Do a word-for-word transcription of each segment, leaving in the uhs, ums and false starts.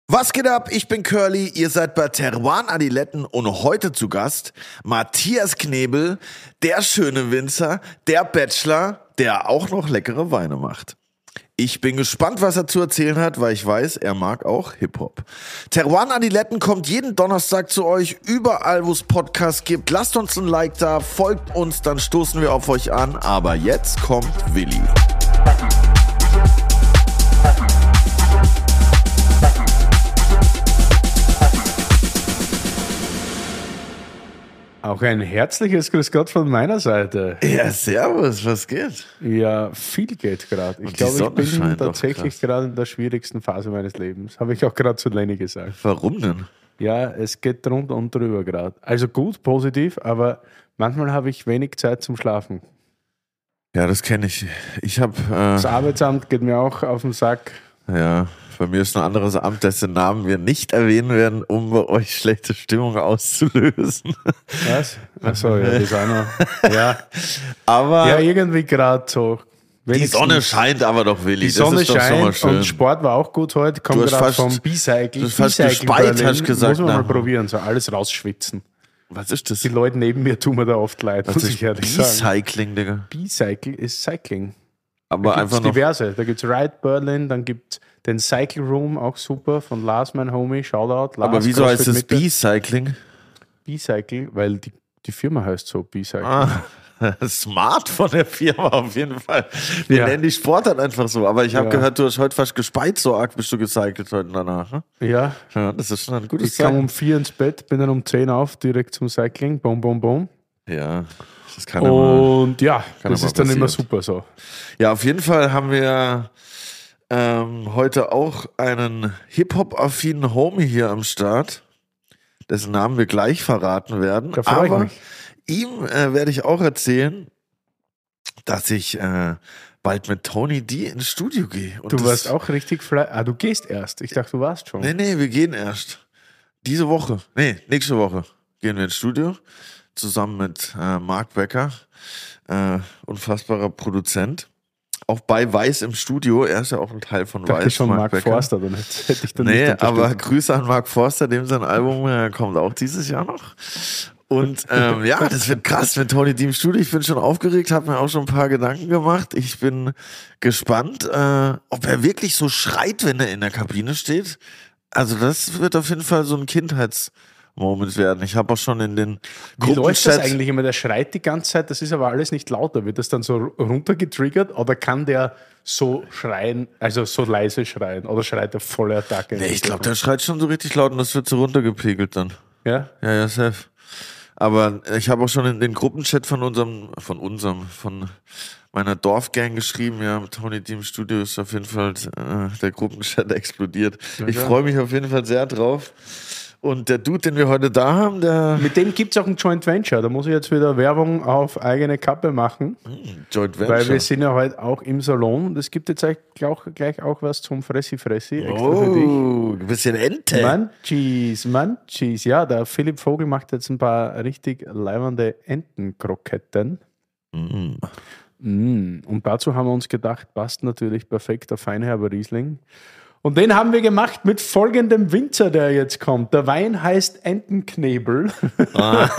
Was geht ab? Ich bin Curly, ihr seid bei Terroir Adiletten und heute zu Gast Matthias Knebel, der schöne Winzer, der Bachelor, der auch noch leckere Weine macht. Ich bin gespannt, was er zu erzählen hat, weil ich weiß, er mag auch Hip-Hop. Terroir Adiletten kommt jeden Donnerstag zu euch, überall wo es Podcasts gibt. Lasst uns ein Like da, folgt uns, dann stoßen wir auf euch an. Aber jetzt kommt Willi. Auch ein herzliches Grüß Gott von meiner Seite. Ja, servus, was geht? Ja, viel geht gerade. Ich glaube, ich bin tatsächlich gerade in der schwierigsten Phase meines Lebens. Habe ich auch gerade zu Lenny gesagt. Warum denn? Ja, es geht drunter und drüber gerade. Also gut, positiv, aber manchmal habe ich wenig Zeit zum Schlafen. Ja, das kenne ich. Ich habe... Äh, das Arbeitsamt geht mir auch auf den Sack. Ja, bei mir ist ein anderes Amt, dessen Namen wir nicht erwähnen werden, um bei euch schlechte Stimmung auszulösen. Was? Achso, ja, das auch noch. Ja, aber ja irgendwie gerade so. Die Sonne scheint aber doch, Willi. Die Sonne das ist scheint doch so schön. Und Sport war auch gut heute. Kommt gerade vom B-Cycle. Du hast fast gespeit, hast du gesagt. Muss man mal probieren, so alles rausschwitzen. Was ist das? Die Leute neben mir tun mir da oft leid, Was muss ist ich ehrlich sagen. B-Cycling, Digga? B-Cycle ist Cycling. Aber da einfach noch diverse. Da gibt es Ride Berlin, dann gibt es den Cycle Room, auch super, von Lars, mein Homie, Shoutout. Lars, aber wieso heißt es B-Cycling? B-Cycle, weil die, die Firma heißt so B-Cycle. Ah, smart von der Firma auf jeden Fall. Wir ja. nennen die Sportart einfach so. Aber ich habe ja. gehört, du hast heute fast gespeit, so arg bist du gecycelt heute danach. Ne? Ja. ja. Das ist schon ein gutes Ich Zeichen. kam um vier ins Bett, bin dann um zehn auf, direkt zum Cycling, bom, bom, bom. Ja. Das kann und immer, ja, das ist dann passieren. Immer super so. Ja, auf jeden Fall haben wir ähm, heute auch einen Hip-Hop-affinen Homie hier am Start, dessen Namen wir gleich verraten werden. Da freue ich Aber mich. ihm äh, werde ich auch erzählen, dass ich äh, bald mit Tony D ins Studio gehe. Und du warst auch richtig fleißig. Ah, du gehst erst. Ich dachte, du warst schon. Nee, nee, wir gehen erst. Diese Woche. Nee, nächste Woche gehen wir ins Studio. Zusammen mit äh, Marc Becker, äh, unfassbarer Produzent. Auch bei Weiß im Studio, er ist ja auch ein Teil von Weiß. Weiß. Schon Marc Forster, dann hätte ich dann nee, nicht aber Grüße an Marc Forster, dem sein Album äh, kommt auch dieses Jahr noch. Und ähm, ja, das wird krass mit Tony D im Studio. Ich bin schon aufgeregt, habe mir auch schon ein paar Gedanken gemacht. Ich bin gespannt, äh, ob er wirklich so schreit, wenn er in der Kabine steht. Also das wird auf jeden Fall so ein Kindheits- Moment werden. Ich habe auch schon in den Wie läuft das eigentlich immer? Der schreit die ganze Zeit, das ist aber alles nicht lauter. Wird das dann so runtergetriggert oder kann der so schreien, also so leise schreien oder schreit er volle Attacke? Nee, ich glaube, der schreit schon so richtig laut und das wird so runtergepegelt dann. Ja? Ja, ja, safe. Aber ich habe auch schon in den Gruppenchat von unserem, von unserem, von meiner Dorfgang geschrieben, ja, mit Tony D im Studio ist auf jeden Fall äh, der Gruppenchat explodiert. Okay. Ich freue mich auf jeden Fall sehr drauf. Und der Dude, den wir heute da haben, der... Mit dem gibt es auch ein Joint Venture. Da muss ich jetzt wieder Werbung auf eigene Kappe machen. Mm, Joint Venture. Weil wir sind ja heute auch im Salon. Und es gibt jetzt auch, gleich auch was zum Fressi-Fressi. Extra oh, für dich. Ein bisschen Ente. Munchies, Munchies. Ja, der Philipp Vogel macht jetzt ein paar richtig leibernde Entenkroketten. Mm. Mm. Und dazu haben wir uns gedacht, passt natürlich perfekt der Feinherber Riesling. Und den haben wir gemacht mit folgendem Winzer, der jetzt kommt. Der Wein heißt Entenknebel. Ah.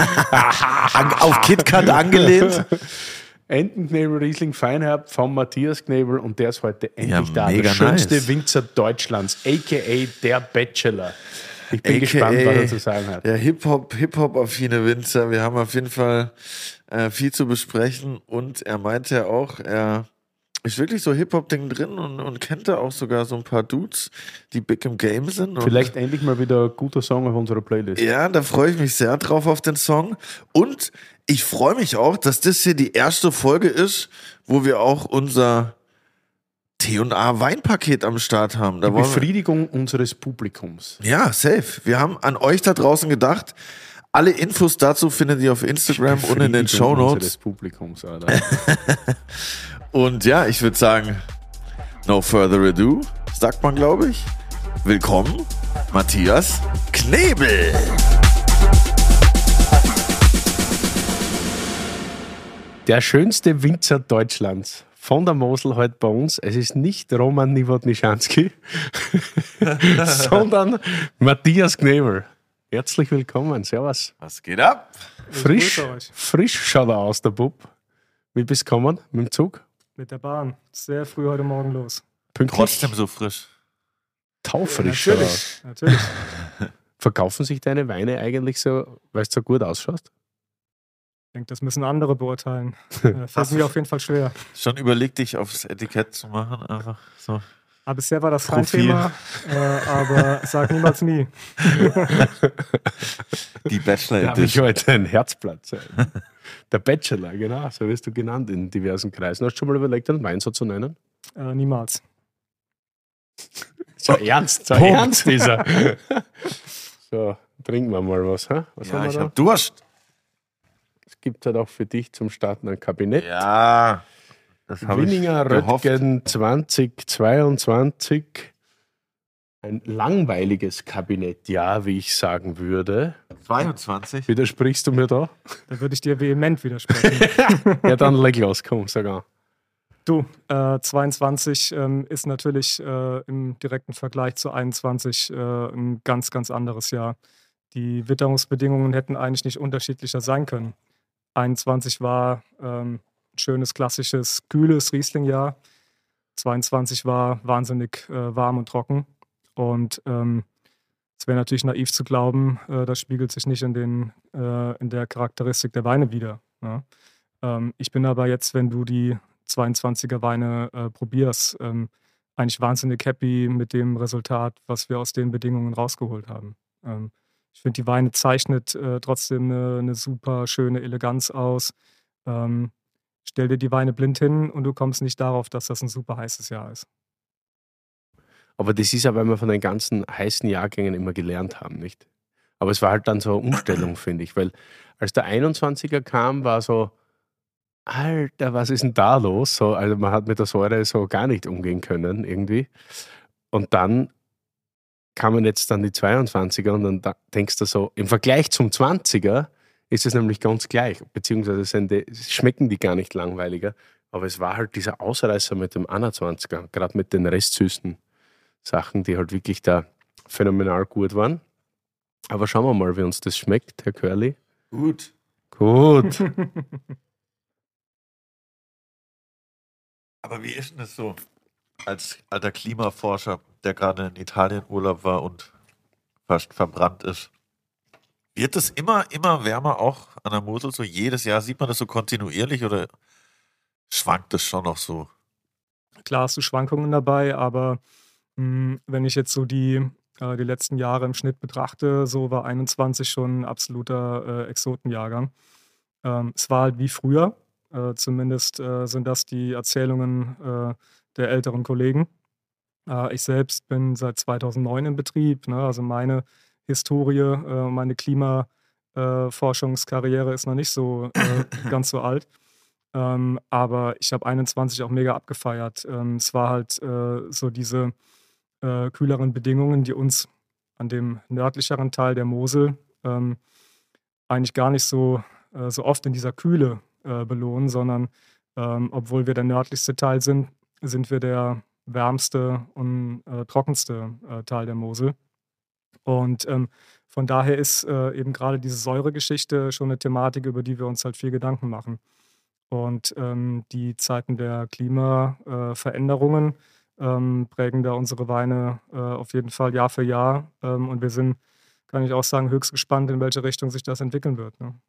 Auf KitKat angelehnt. Entenknebel Riesling Feinherb von Matthias Knebel und der ist heute endlich ja, da. Der schönste nice. Winzer Deutschlands, a k a der Bachelor. Ich bin A K A gespannt, was er zu sagen hat. Der Hip-Hop, Hip-Hop-affine Winzer. Wir haben auf jeden Fall äh, viel zu besprechen und er meinte ja auch, er ist wirklich so Hip-Hop-Ding drin und, und kennt da auch sogar so ein paar Dudes, die big im Game sind. Und vielleicht endlich mal wieder ein guter Song auf unserer Playlist. Ja, da freue ich mich sehr drauf auf den Song. Und ich freue mich auch, dass das hier die erste Folge ist, wo wir auch unser T und A Weinpaket am Start haben. Da die Befriedigung wir, unseres Publikums. Ja, safe. Wir haben an euch da draußen gedacht. Alle Infos dazu findet ihr auf Instagram und in den Shownotes. Unseres Publikums, Alter. Und ja, ich würde sagen, no further ado, sagt man, glaube ich. Willkommen, Matthias Knebel. Der schönste Winzer Deutschlands. von der Mosel heute bei uns. Es ist nicht Roman Nowotnischanski, sondern Matthias Knebel. Herzlich willkommen, servus. Was geht ab? Frisch, frisch schaut er aus, der Bub. Wie bist du gekommen? Mit dem Zug? Mit der Bahn. Sehr früh heute Morgen los. Pünktlich. Trotzdem so frisch. Taufrisch. Ja, natürlich, natürlich. Verkaufen sich deine Weine eigentlich so, weil du so gut ausschaust? Ich denke, das müssen andere beurteilen. Äh, fällt mir auf jeden Fall schwer. Schon überlegt, dich aufs Etikett zu machen, einfach so. Aber bisher war das kein Thema, äh, aber sag niemals nie. Die Bachelor Da habe ich heute ein Herzblatt. Der Bachelor, genau, so wirst du genannt in diversen Kreisen. Hast du schon mal überlegt, einen Wein so zu nennen? Äh, niemals. So ernst, so Punkt. ernst ist er. So, trinken wir mal was. Hä? Was Ja, haben wir ich da? hab Durst. Es gibt halt auch für dich zum Starten ein Kabinett. Ja, das habe ich Winninger gehofft. Röttgen zweitausendzweiundzwanzig. Ein langweiliges Kabinett, ja, wie ich sagen würde. zweiundzwanzig? Widersprichst du mir da? Da würde ich dir vehement widersprechen. Ja, dann leg los, komm, sag an. Du, äh, zweiundzwanzig ähm, ist natürlich äh, im direkten Vergleich zu einundzwanzig äh, ein ganz, ganz anderes Jahr. Die Witterungsbedingungen hätten eigentlich nicht unterschiedlicher sein können. einundzwanzig war ähm, ein schönes, klassisches, kühles Riesling-Jahr. zweiundzwanzig war wahnsinnig äh, warm und trocken. Und ähm, es wäre natürlich naiv zu glauben, äh, das spiegelt sich nicht in, den, äh, in der Charakteristik der Weine wider. Ja? Ähm, ich bin aber jetzt, wenn du die zweiundzwanziger Weine äh, probierst, ähm, eigentlich wahnsinnig happy mit dem Resultat, was wir aus den Bedingungen rausgeholt haben. Ähm, ich finde, die Weine zeichnet äh, trotzdem eine, eine super schöne Eleganz aus. Ähm, stell dir die Weine blind hin und du kommst nicht darauf, dass das ein super heißes Jahr ist. Aber das ist ja, weil wir von den ganzen heißen Jahrgängen immer gelernt haben, nicht? Aber es war halt dann so eine Umstellung, finde ich, weil als der einundzwanziger kam, war so, Alter, was ist denn da los? So, also man hat mit der Säure so gar nicht umgehen können irgendwie. Und dann kamen jetzt dann die zweiundzwanziger und dann da- denkst du so, im Vergleich zum zwanziger ist es nämlich ganz gleich, beziehungsweise sind die, schmecken die gar nicht langweiliger. Aber es war halt dieser Ausreißer mit dem einundzwanziger, gerade mit den restsüßen Sachen, die halt wirklich da phänomenal gut waren. Aber schauen wir mal, wie uns das schmeckt, Herr Körli. Gut. Gut. Aber wie ist denn das so, als alter Klimaforscher, der gerade in Italien Urlaub war und fast verbrannt ist? Wird es immer, immer wärmer auch an der Mosel? So jedes Jahr sieht man das so kontinuierlich oder schwankt es schon noch so? Klar hast du Schwankungen dabei, aber mh, wenn ich jetzt so die, äh, die letzten Jahre im Schnitt betrachte, so war einundzwanzig schon ein absoluter äh, Exotenjahrgang. Ähm, es war halt wie früher, äh, zumindest äh, sind das die Erzählungen äh, der älteren Kollegen. Äh, ich selbst bin seit zweitausendneun im Betrieb, ne? Also meine Historie, äh, meine Klimaforschungskarriere ist noch nicht so äh, ganz so alt. Ähm, aber ich habe einundzwanzig auch mega abgefeiert. Ähm, es war halt äh, so diese äh, kühleren Bedingungen, die uns an dem nördlicheren Teil der Mosel ähm, eigentlich gar nicht so, äh, so oft in dieser Kühle äh, belohnen, sondern ähm, obwohl wir der nördlichste Teil sind, sind wir der wärmste und äh, trockenste äh, Teil der Mosel. Und ähm, von daher ist äh, eben gerade diese Säuregeschichte schon eine Thematik, über die wir uns halt viel Gedanken machen. Und ähm, die Zeiten der Klimaveränderungen ähm, prägen da unsere Weine äh, auf jeden Fall Jahr für Jahr. Ähm, und wir sind, kann ich auch sagen, höchst gespannt, in welche Richtung sich das entwickeln wird. Ne?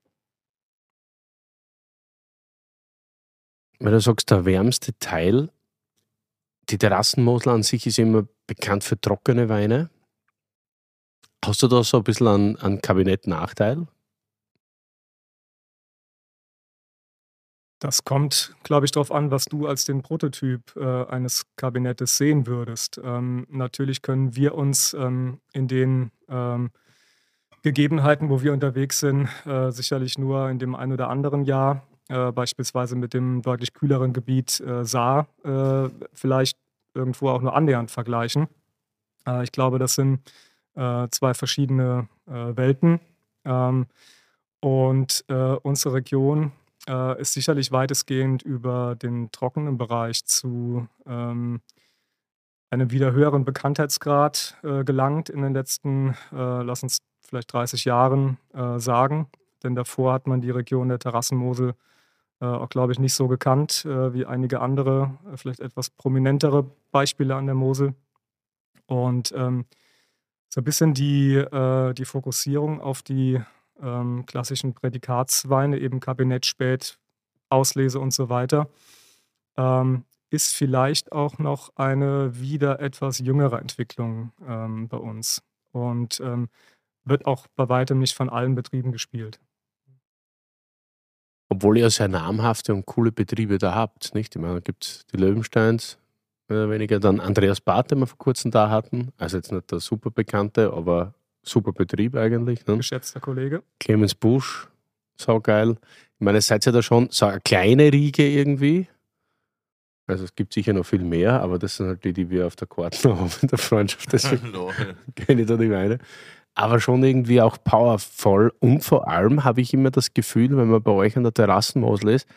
Wenn du sagst, der wärmste Teil, die Terrassenmosel an sich ist immer bekannt für trockene Weine. Hast du da so ein bisschen einen, einen Kabinett-Nachteil? Das kommt, glaube ich, darauf an, was du als den Prototyp äh, eines Kabinettes sehen würdest. Ähm, natürlich können wir uns ähm, in den ähm, Gegebenheiten, wo wir unterwegs sind, äh, sicherlich nur in dem ein oder anderen Jahr, äh, beispielsweise mit dem deutlich kühleren Gebiet äh, Saar, äh, vielleicht irgendwo auch nur annähernd vergleichen. Äh, ich glaube, das sind äh, zwei verschiedene äh, Welten. Ähm, und äh, unsere Region äh, ist sicherlich weitestgehend über den trockenen Bereich zu ähm, einem wieder höheren Bekanntheitsgrad äh, gelangt in den letzten, äh, lass uns vielleicht dreißig Jahren äh, sagen. Denn davor hat man die Region der Terrassenmosel äh, auch, glaube ich, nicht so gekannt äh, wie einige andere, äh, vielleicht etwas prominentere Beispiele an der Mosel. Und ähm, so ein bisschen die, äh, die Fokussierung auf die ähm, klassischen Prädikatsweine, eben Kabinett, Spät, Auslese und so weiter, ähm, ist vielleicht auch noch eine wieder etwas jüngere Entwicklung ähm, bei uns und ähm, wird auch bei weitem nicht von allen Betrieben gespielt. Obwohl ihr sehr namhafte und coole Betriebe da habt, nicht? Ich meine, da gibt es die Löwensteins, mehr oder weniger, dann Andreas Barth, den wir vor kurzem da hatten, also jetzt nicht der super bekannte, aber super Betrieb eigentlich. Ne? Geschätzter Kollege. Clemens Busch, saugeil. Ich meine, seid ihr da schon so eine kleine Riege irgendwie? Also es gibt sicher noch viel mehr, aber das sind halt die, die wir auf der Karte haben in der Freundschaft, deswegen kenne ich da die Weine. Aber schon irgendwie auch powervoll und vor allem habe ich immer das Gefühl, wenn man bei euch an der Terrassenmosel ist,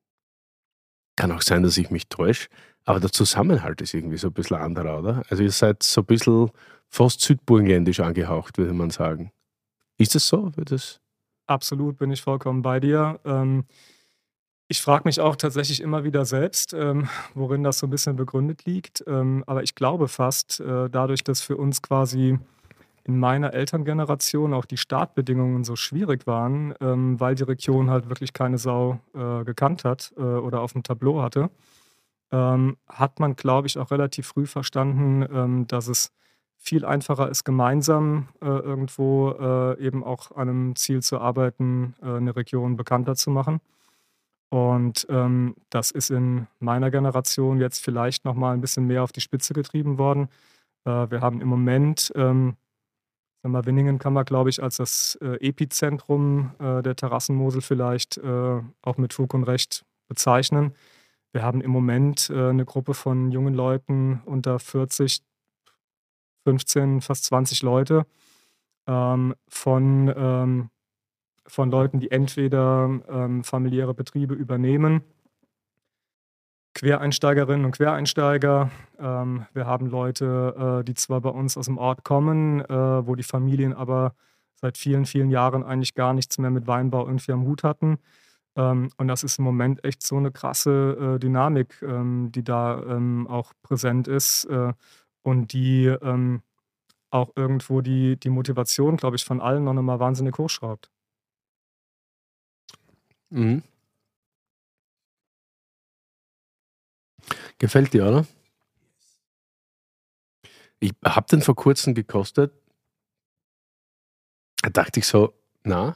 kann auch sein, dass ich mich täusche, aber der Zusammenhalt ist irgendwie so ein bisschen anderer, oder? Also ihr seid so ein bisschen fast südburgenländisch angehaucht, würde man sagen. Ist das so? Wird das Absolut, bin ich vollkommen bei dir. Ähm, ich frage mich auch tatsächlich immer wieder selbst, ähm, worin das so ein bisschen begründet liegt. Ähm, aber ich glaube fast, äh, dadurch, dass für uns quasi in meiner Elterngeneration auch die Startbedingungen so schwierig waren, ähm, weil die Region halt wirklich keine Sau äh, gekannt hat äh, oder auf dem Tableau hatte, ähm, hat man, glaube ich, auch relativ früh verstanden, ähm, dass es viel einfacher ist, gemeinsam äh, irgendwo äh, eben auch an einem Ziel zu arbeiten, äh, eine Region bekannter zu machen. Und ähm, das ist in meiner Generation jetzt vielleicht noch mal ein bisschen mehr auf die Spitze getrieben worden. Äh, wir haben im Moment, ähm, sagen wir, Winningen kann man, glaube ich, als das äh, Epizentrum äh, der Terrassenmosel vielleicht äh, auch mit Fug und Recht bezeichnen. Wir haben im Moment äh, eine Gruppe von jungen Leuten unter vierzig, fünfzehn, fast zwanzig Leute, ähm, von, ähm, von Leuten, die entweder ähm, familiäre Betriebe übernehmen, Quereinsteigerinnen und Quereinsteiger. Ähm, wir haben Leute, äh, die zwar bei uns aus dem Ort kommen, äh, wo die Familien aber seit vielen, vielen Jahren eigentlich gar nichts mehr mit Weinbau irgendwie am Hut hatten. Ähm, und das ist im Moment echt so eine krasse äh, Dynamik, ähm, die da ähm, auch präsent ist äh, und die ähm, auch irgendwo die, die Motivation, glaube ich, von allen noch einmal wahnsinnig hochschraubt. Mhm. Gefällt dir, oder? Ich habe den vor kurzem gekostet. Da dachte ich so, na.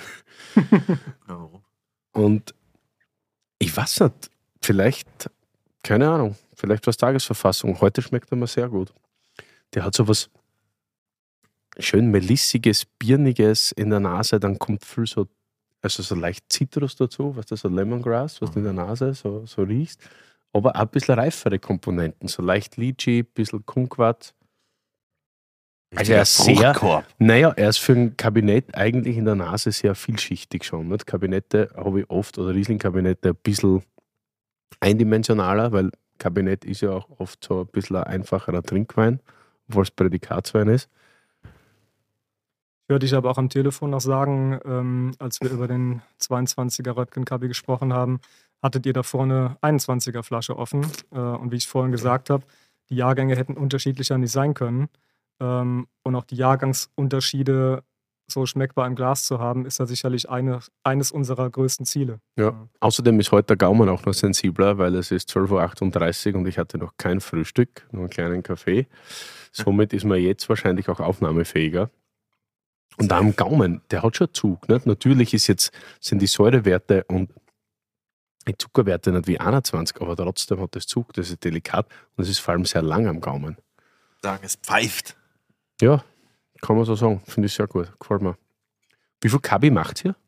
Oh. Und ich weiß nicht, vielleicht, keine Ahnung, vielleicht was Tagesverfassung. Heute schmeckt er mir sehr gut. Der hat so was schön melissiges, birniges in der Nase, dann kommt viel so, also so leicht Zitrus dazu, was das so Lemongrass, was du in der Nase so, so riechst. Aber auch ein bisschen reifere Komponenten, so leicht Lychee, ein bisschen Kumquat. Also er ist sehr, Fruchtkorb. naja, er ist für ein Kabinett eigentlich in der Nase sehr vielschichtig schon. Nicht? Kabinette habe ich oft, oder Riesling-Kabinette, ein bisschen eindimensionaler, weil Kabinett ist ja auch oft so ein bisschen ein einfacherer Trinkwein, obwohl es Prädikatswein ist. Ich hörte dich aber auch am Telefon noch sagen, ähm, als wir über den zweiundzwanziger Röttgen Kabi gesprochen haben, hattet ihr da vorne einundzwanziger Flasche offen. Äh, und wie ich vorhin gesagt habe, die Jahrgänge hätten unterschiedlicher nicht sein können. Ähm, und auch die Jahrgangsunterschiede so schmeckbar im Glas zu haben, ist ja sicherlich eine, eines unserer größten Ziele. Ja. Außerdem ist heute der Gaumen auch noch sensibler, weil es ist zwölf Uhr achtunddreißig und ich hatte noch kein Frühstück, nur einen kleinen Kaffee. Somit ist man jetzt wahrscheinlich auch aufnahmefähiger. Und am Gaumen, der hat schon Zug. Nicht? Natürlich ist jetzt, sind die Säurewerte und die Zuckerwerte nicht wie einundzwanzig, aber trotzdem hat das Zug, das ist delikat und es ist vor allem sehr lang am Gaumen. Sagen, es pfeift. Ja, kann man so sagen. Finde ich sehr gut. Gefällt mir. Wie viel Kabi macht ihr?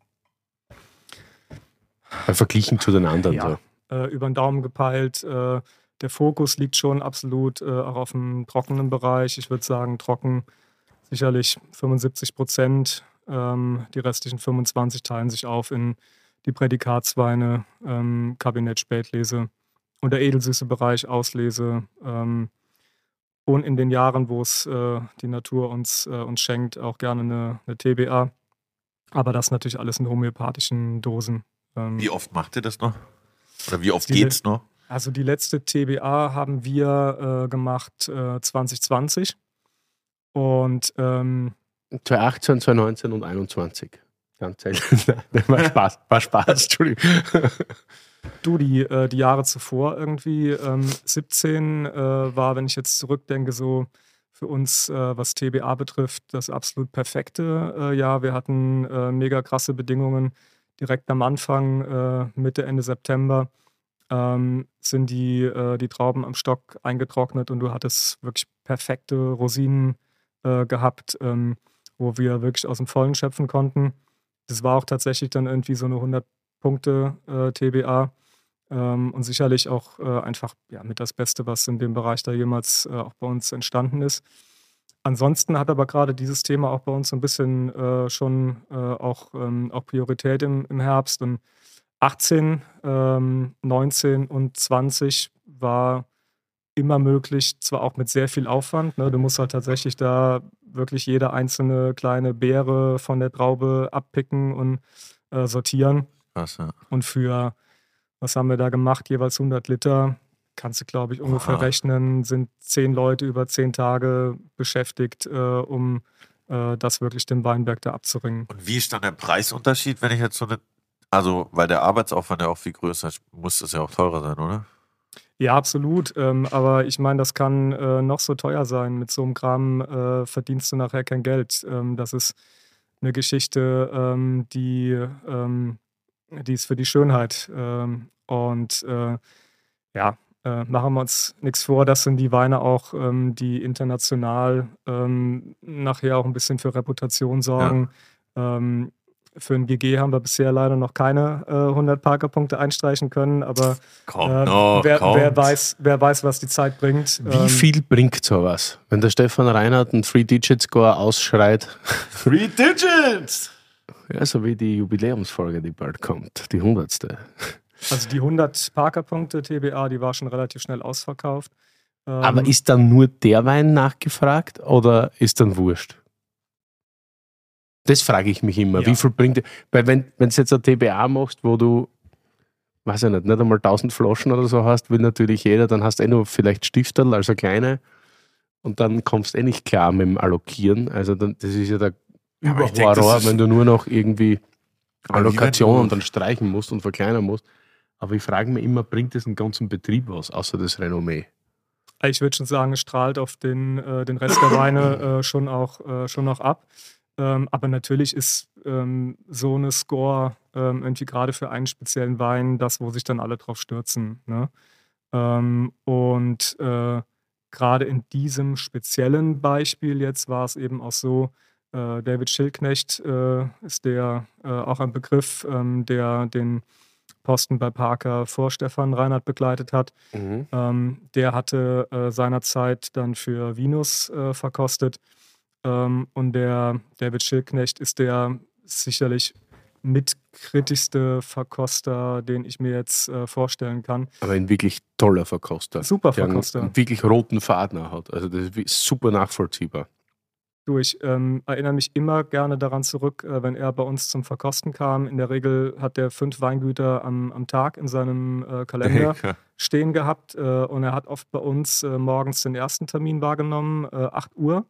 Äh, verglichen zu den anderen. Ja, So. äh, über den Daumen gepeilt. Äh, der Fokus liegt schon absolut äh, auch auf dem trockenen Bereich. Ich würde sagen, trocken sicherlich fünfundsiebzig Prozent. Ähm, die restlichen fünfundzwanzig teilen sich auf in die Prädikatsweine, ähm, Kabinett Spätlese und der edelsüße Bereich Auslese. Ähm, und in den Jahren, wo es äh, die Natur uns, äh, uns schenkt, auch gerne eine, eine T B A. Aber das natürlich alles in homöopathischen Dosen. Ähm, Wie oft macht ihr das noch? Oder wie oft die geht's le- noch? Also die letzte T B A haben wir äh, gemacht äh, zwanzig zwanzig. Und ähm, zwanzig achtzehn, zwanzig neunzehn und einundzwanzig. Ganz ehrlich. Nein, war Spaß, war Spaß, Entschuldigung. du, die, äh, die Jahre zuvor irgendwie, ähm, siebzehn äh, war, wenn ich jetzt zurückdenke, so für uns, äh, was T B A betrifft, das absolut perfekte äh, Jahr. Wir hatten äh, mega krasse Bedingungen. Direkt am Anfang, äh, Mitte, Ende September, ähm, sind die, äh, die Trauben am Stock eingetrocknet und du hattest wirklich perfekte Rosinen äh, gehabt, ähm, wo wir wirklich aus dem Vollen schöpfen konnten. Das war auch tatsächlich dann irgendwie so eine hundert Punkte äh, T B A ähm, und sicherlich auch äh, einfach ja, mit das Beste, was in dem Bereich da jemals äh, auch bei uns entstanden ist. Ansonsten hat aber gerade dieses Thema auch bei uns so ein bisschen äh, schon äh, auch, ähm, auch Priorität im, im Herbst. Und achtzehn, ähm, neunzehn und zwanzig war immer möglich, zwar auch mit sehr viel Aufwand. Ne? Du musst halt tatsächlich da wirklich jede einzelne kleine Beere von der Traube abpicken und äh, sortieren. Krass, ja. Und für, was haben wir da gemacht, jeweils hundert Liter, kannst du, glaube ich, ungefähr Oha. rechnen, sind zehn Leute über zehn Tage beschäftigt, äh, um äh, das wirklich den Weinberg da abzuringen. Und wie ist dann der Preisunterschied, wenn ich jetzt so eine, also weil der Arbeitsaufwand ja auch viel größer ist, muss das ja auch teurer sein, oder? Ja, absolut. Ähm, aber ich meine, das kann äh, noch so teuer sein. Mit so einem Kram äh, verdienst du nachher kein Geld. Ähm, das ist eine Geschichte, ähm, die, ähm, die ist für die Schönheit. Ähm, und äh, ja, äh, machen wir uns nichts vor. Das sind die Weine auch, ähm, die international ähm, nachher auch ein bisschen für Reputation sorgen. Ähm, für ein G G haben wir bisher leider noch keine äh, hundert Parker-Punkte einstreichen können, aber Kommt äh, noch, wer, kommt. wer, weiß, wer weiß, was die Zeit bringt. Wie Ähm, viel bringt sowas? Wenn der Stefan Reinhardt einen Three-Digit-Score ausschreit, Three Digits! ja, so wie die Jubiläumsfolge, die bald kommt, die hundertste. Also die hundert Parker-Punkte T B A, die war schon relativ schnell ausverkauft. Ähm, Aber ist dann nur der Wein nachgefragt oder ist dann wurscht? Das frage ich mich immer. Ja. Wie viel bringt. Weil, wenn du jetzt ein T B A machst, wo du, weiß ich nicht, nicht einmal tausend Flaschen oder so hast, will natürlich jeder, dann hast du eh nur vielleicht Stifterl, also kleine, und dann kommst du eh nicht klar mit dem Allokieren. Also, dann, das ist ja der Ja, aber ich denk, Überhorror, das ist- wenn du nur noch irgendwie Aber wie wenn Allokation du- und dann streichen musst und verkleinern musst. Aber ich frage mich immer, bringt das einen ganzen Betrieb was, außer das Renommee? Ich würde schon sagen, es strahlt auf den, äh, den Rest der Weine äh, schon, auch, äh, schon auch ab. Ähm, aber natürlich ist ähm, so eine Score ähm, irgendwie gerade für einen speziellen Wein das, wo sich dann alle drauf stürzen. Ne? Ähm, und äh, gerade in diesem speziellen Beispiel jetzt war es eben auch so, äh, David Schildknecht äh, ist der äh, auch ein Begriff, ähm, der den Posten bei Parker vor Stefan Reinhardt begleitet hat. Ähm, der hatte äh, seinerzeit dann für Vinus äh, verkostet. Ähm, und der David Schildknecht ist der sicherlich mitkritischste Verkoster, den ich mir jetzt äh, vorstellen kann. Aber ein wirklich toller Verkoster. Super der einen, Verkoster. einen wirklich roten Faden hat. Also das ist wie- super nachvollziehbar. Du, ich ähm, erinnere mich immer gerne daran zurück, äh, wenn er bei uns zum Verkosten kam. In der Regel hat er fünf Weingüter am, am Tag in seinem äh, Kalender Dicker. stehen gehabt. Äh, und er hat oft bei uns äh, morgens den ersten Termin wahrgenommen, äh, acht Uhr.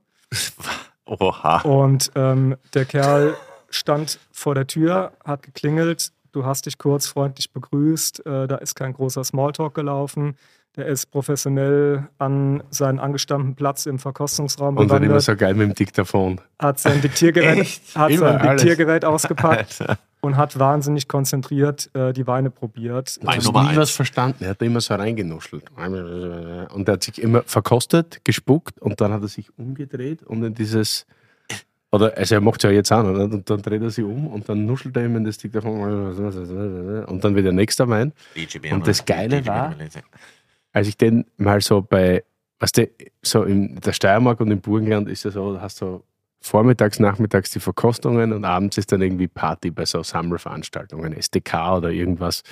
Oha. Und ähm, der Kerl stand vor der Tür, hat geklingelt. Du hast dich kurz freundlich begrüßt. Äh, da ist kein großer Smalltalk gelaufen. Der ist professionell an seinen angestammten Platz im Verkostungsraum Und dann immer gewandert, so geil mit dem Diktaphon. hat sein Diktiergerät, Echt? hat Immer sein alles. Diktiergerät ausgepackt Alter. und hat wahnsinnig konzentriert äh, die Weine probiert. Mein Du hast Nummer nie eins. was verstanden. Er hat immer so reingenuschelt. Und er hat sich immer verkostet, gespuckt und dann hat er sich umgedreht und in dieses. Oder, also er macht es ja jetzt auch noch, nicht? Und dann dreht er sich um und dann nuschelt er ihm in das Diktaphon und dann wird der nächste Wein. Und das Geile war, als ich den mal so bei, weißt du, so in der Steiermark und im Burgenland ist ja so, da hast du so vormittags, nachmittags die Verkostungen und abends ist dann irgendwie Party bei so Sammelveranstaltungen, S D K oder irgendwas.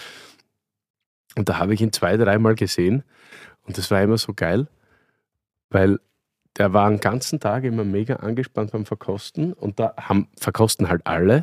Und da habe ich ihn zwei, dreimal gesehen und das war immer so geil, weil der war den ganzen Tag immer mega angespannt beim Verkosten und da haben, verkosten halt alle.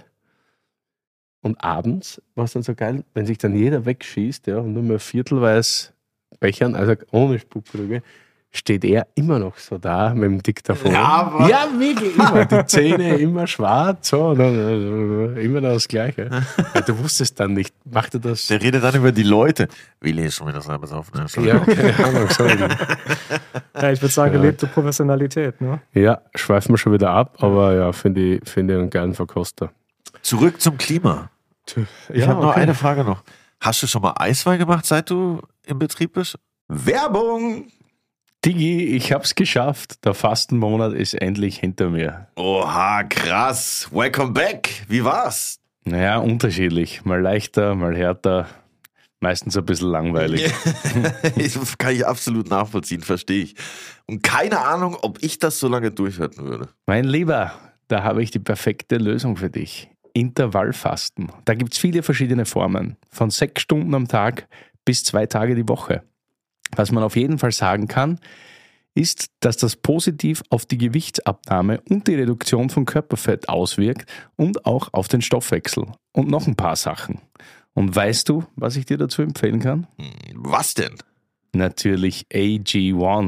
Und abends war es dann so geil, wenn sich dann jeder wegschießt, ja, und nur mehr viertelweiß Bechern, also ohne Spuckkrüge, steht er immer noch so da mit dem Diktaphon. Ja, aber ja, wirklich immer. Die Zähne immer schwarz, so, und dann, immer noch das Gleiche. Ja, du wusstest dann nicht, macht er das? der redet dann über die Leute. Willi ist schon wieder selber besoffen. Ne? Ja, keine Ahnung, sorry. Ja, ich würde sagen, Ja. gelebte Professionalität. Ne? Ja, schweifen wir schon wieder ab, aber ja, finde ich, finde ich einen geilen Verkoster. Zurück zum Klima. Ich Ja, habe noch okay. eine Frage noch. Hast du schon mal Eiswein gemacht, seit du im Betrieb bist? Werbung! Digi, ich hab's geschafft. Der Fastenmonat ist endlich hinter mir. Oha, krass. Welcome back. Wie war's? Naja, unterschiedlich. Mal leichter, mal härter. Meistens ein bisschen langweilig. Das kann ich absolut nachvollziehen, verstehe ich. Und keine Ahnung, ob ich das so lange durchhalten würde. Mein Lieber, da habe ich die perfekte Lösung für dich. Intervallfasten. Da gibt's viele verschiedene Formen. Von sechs Stunden am Tag bis zwei Tage die Woche. Was man auf jeden Fall sagen kann, ist, dass das positiv auf die Gewichtsabnahme und die Reduktion von Körperfett auswirkt und auch auf den Stoffwechsel. Und noch ein paar Sachen. Und weißt du, was ich dir dazu empfehlen kann? Hm, was denn? Natürlich A G eins.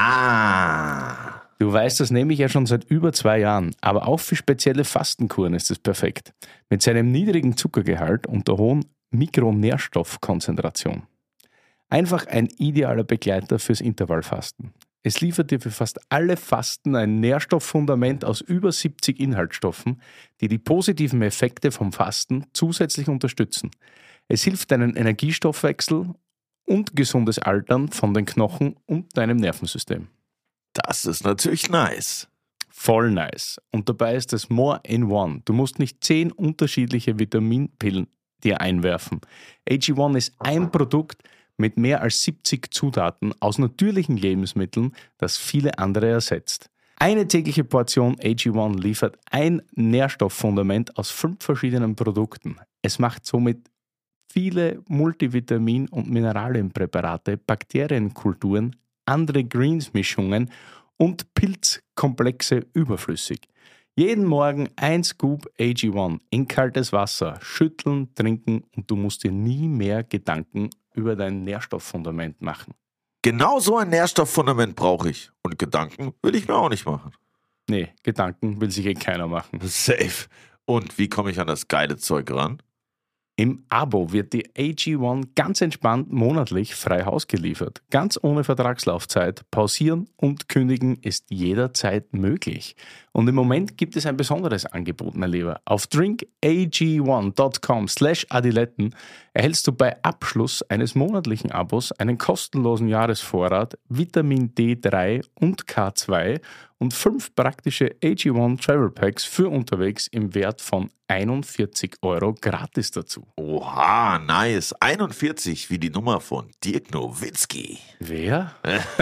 Aha. Du weißt, das nehme ich ja schon seit über zwei Jahren, aber auch für spezielle Fastenkuren ist es perfekt. Mit seinem niedrigen Zuckergehalt und der hohen Mikronährstoffkonzentration. Einfach ein idealer Begleiter fürs Intervallfasten. Es liefert dir für fast alle Fasten ein Nährstofffundament aus über siebzig Inhaltsstoffen, die die positiven Effekte vom Fasten zusätzlich unterstützen. Es hilft deinen Energiestoffwechsel und gesundes Altern von den Knochen und deinem Nervensystem. Das ist natürlich nice. Voll nice. Und dabei ist es more in one. Du musst nicht zehn unterschiedliche Vitaminpillen dir einwerfen. A G eins ist ein Produkt mit mehr als siebzig Zutaten aus natürlichen Lebensmitteln, das viele andere ersetzt. Eine tägliche Portion A G eins liefert ein Nährstofffundament aus fünf verschiedenen Produkten. Es macht somit viele Multivitamin- und Mineralienpräparate, Bakterienkulturen, andere Greens-Mischungen und Pilzkomplexe überflüssig. Jeden Morgen ein Scoop A G eins in kaltes Wasser, schütteln, trinken und du musst dir nie mehr Gedanken über dein Nährstofffundament machen. Genau so ein Nährstofffundament brauche ich. Und Gedanken will ich mir auch nicht machen. Nee, Gedanken will sich eh keiner machen. Safe. Und wie komme ich an das geile Zeug ran? Im Abo wird die A G eins ganz entspannt monatlich frei Haus geliefert. Ganz ohne Vertragslaufzeit. Pausieren und kündigen ist jederzeit möglich. Und im Moment gibt es ein besonderes Angebot, mein Lieber. Auf drink a g one dot com slash adiletten erhältst du bei Abschluss eines monatlichen Abos einen kostenlosen Jahresvorrat, Vitamin D drei und K zwei und fünf praktische A G eins Travel Packs für unterwegs im Wert von einundvierzig Euro gratis dazu. Oha, nice. einundvierzig wie die Nummer von Dirk Nowitzki. Wer?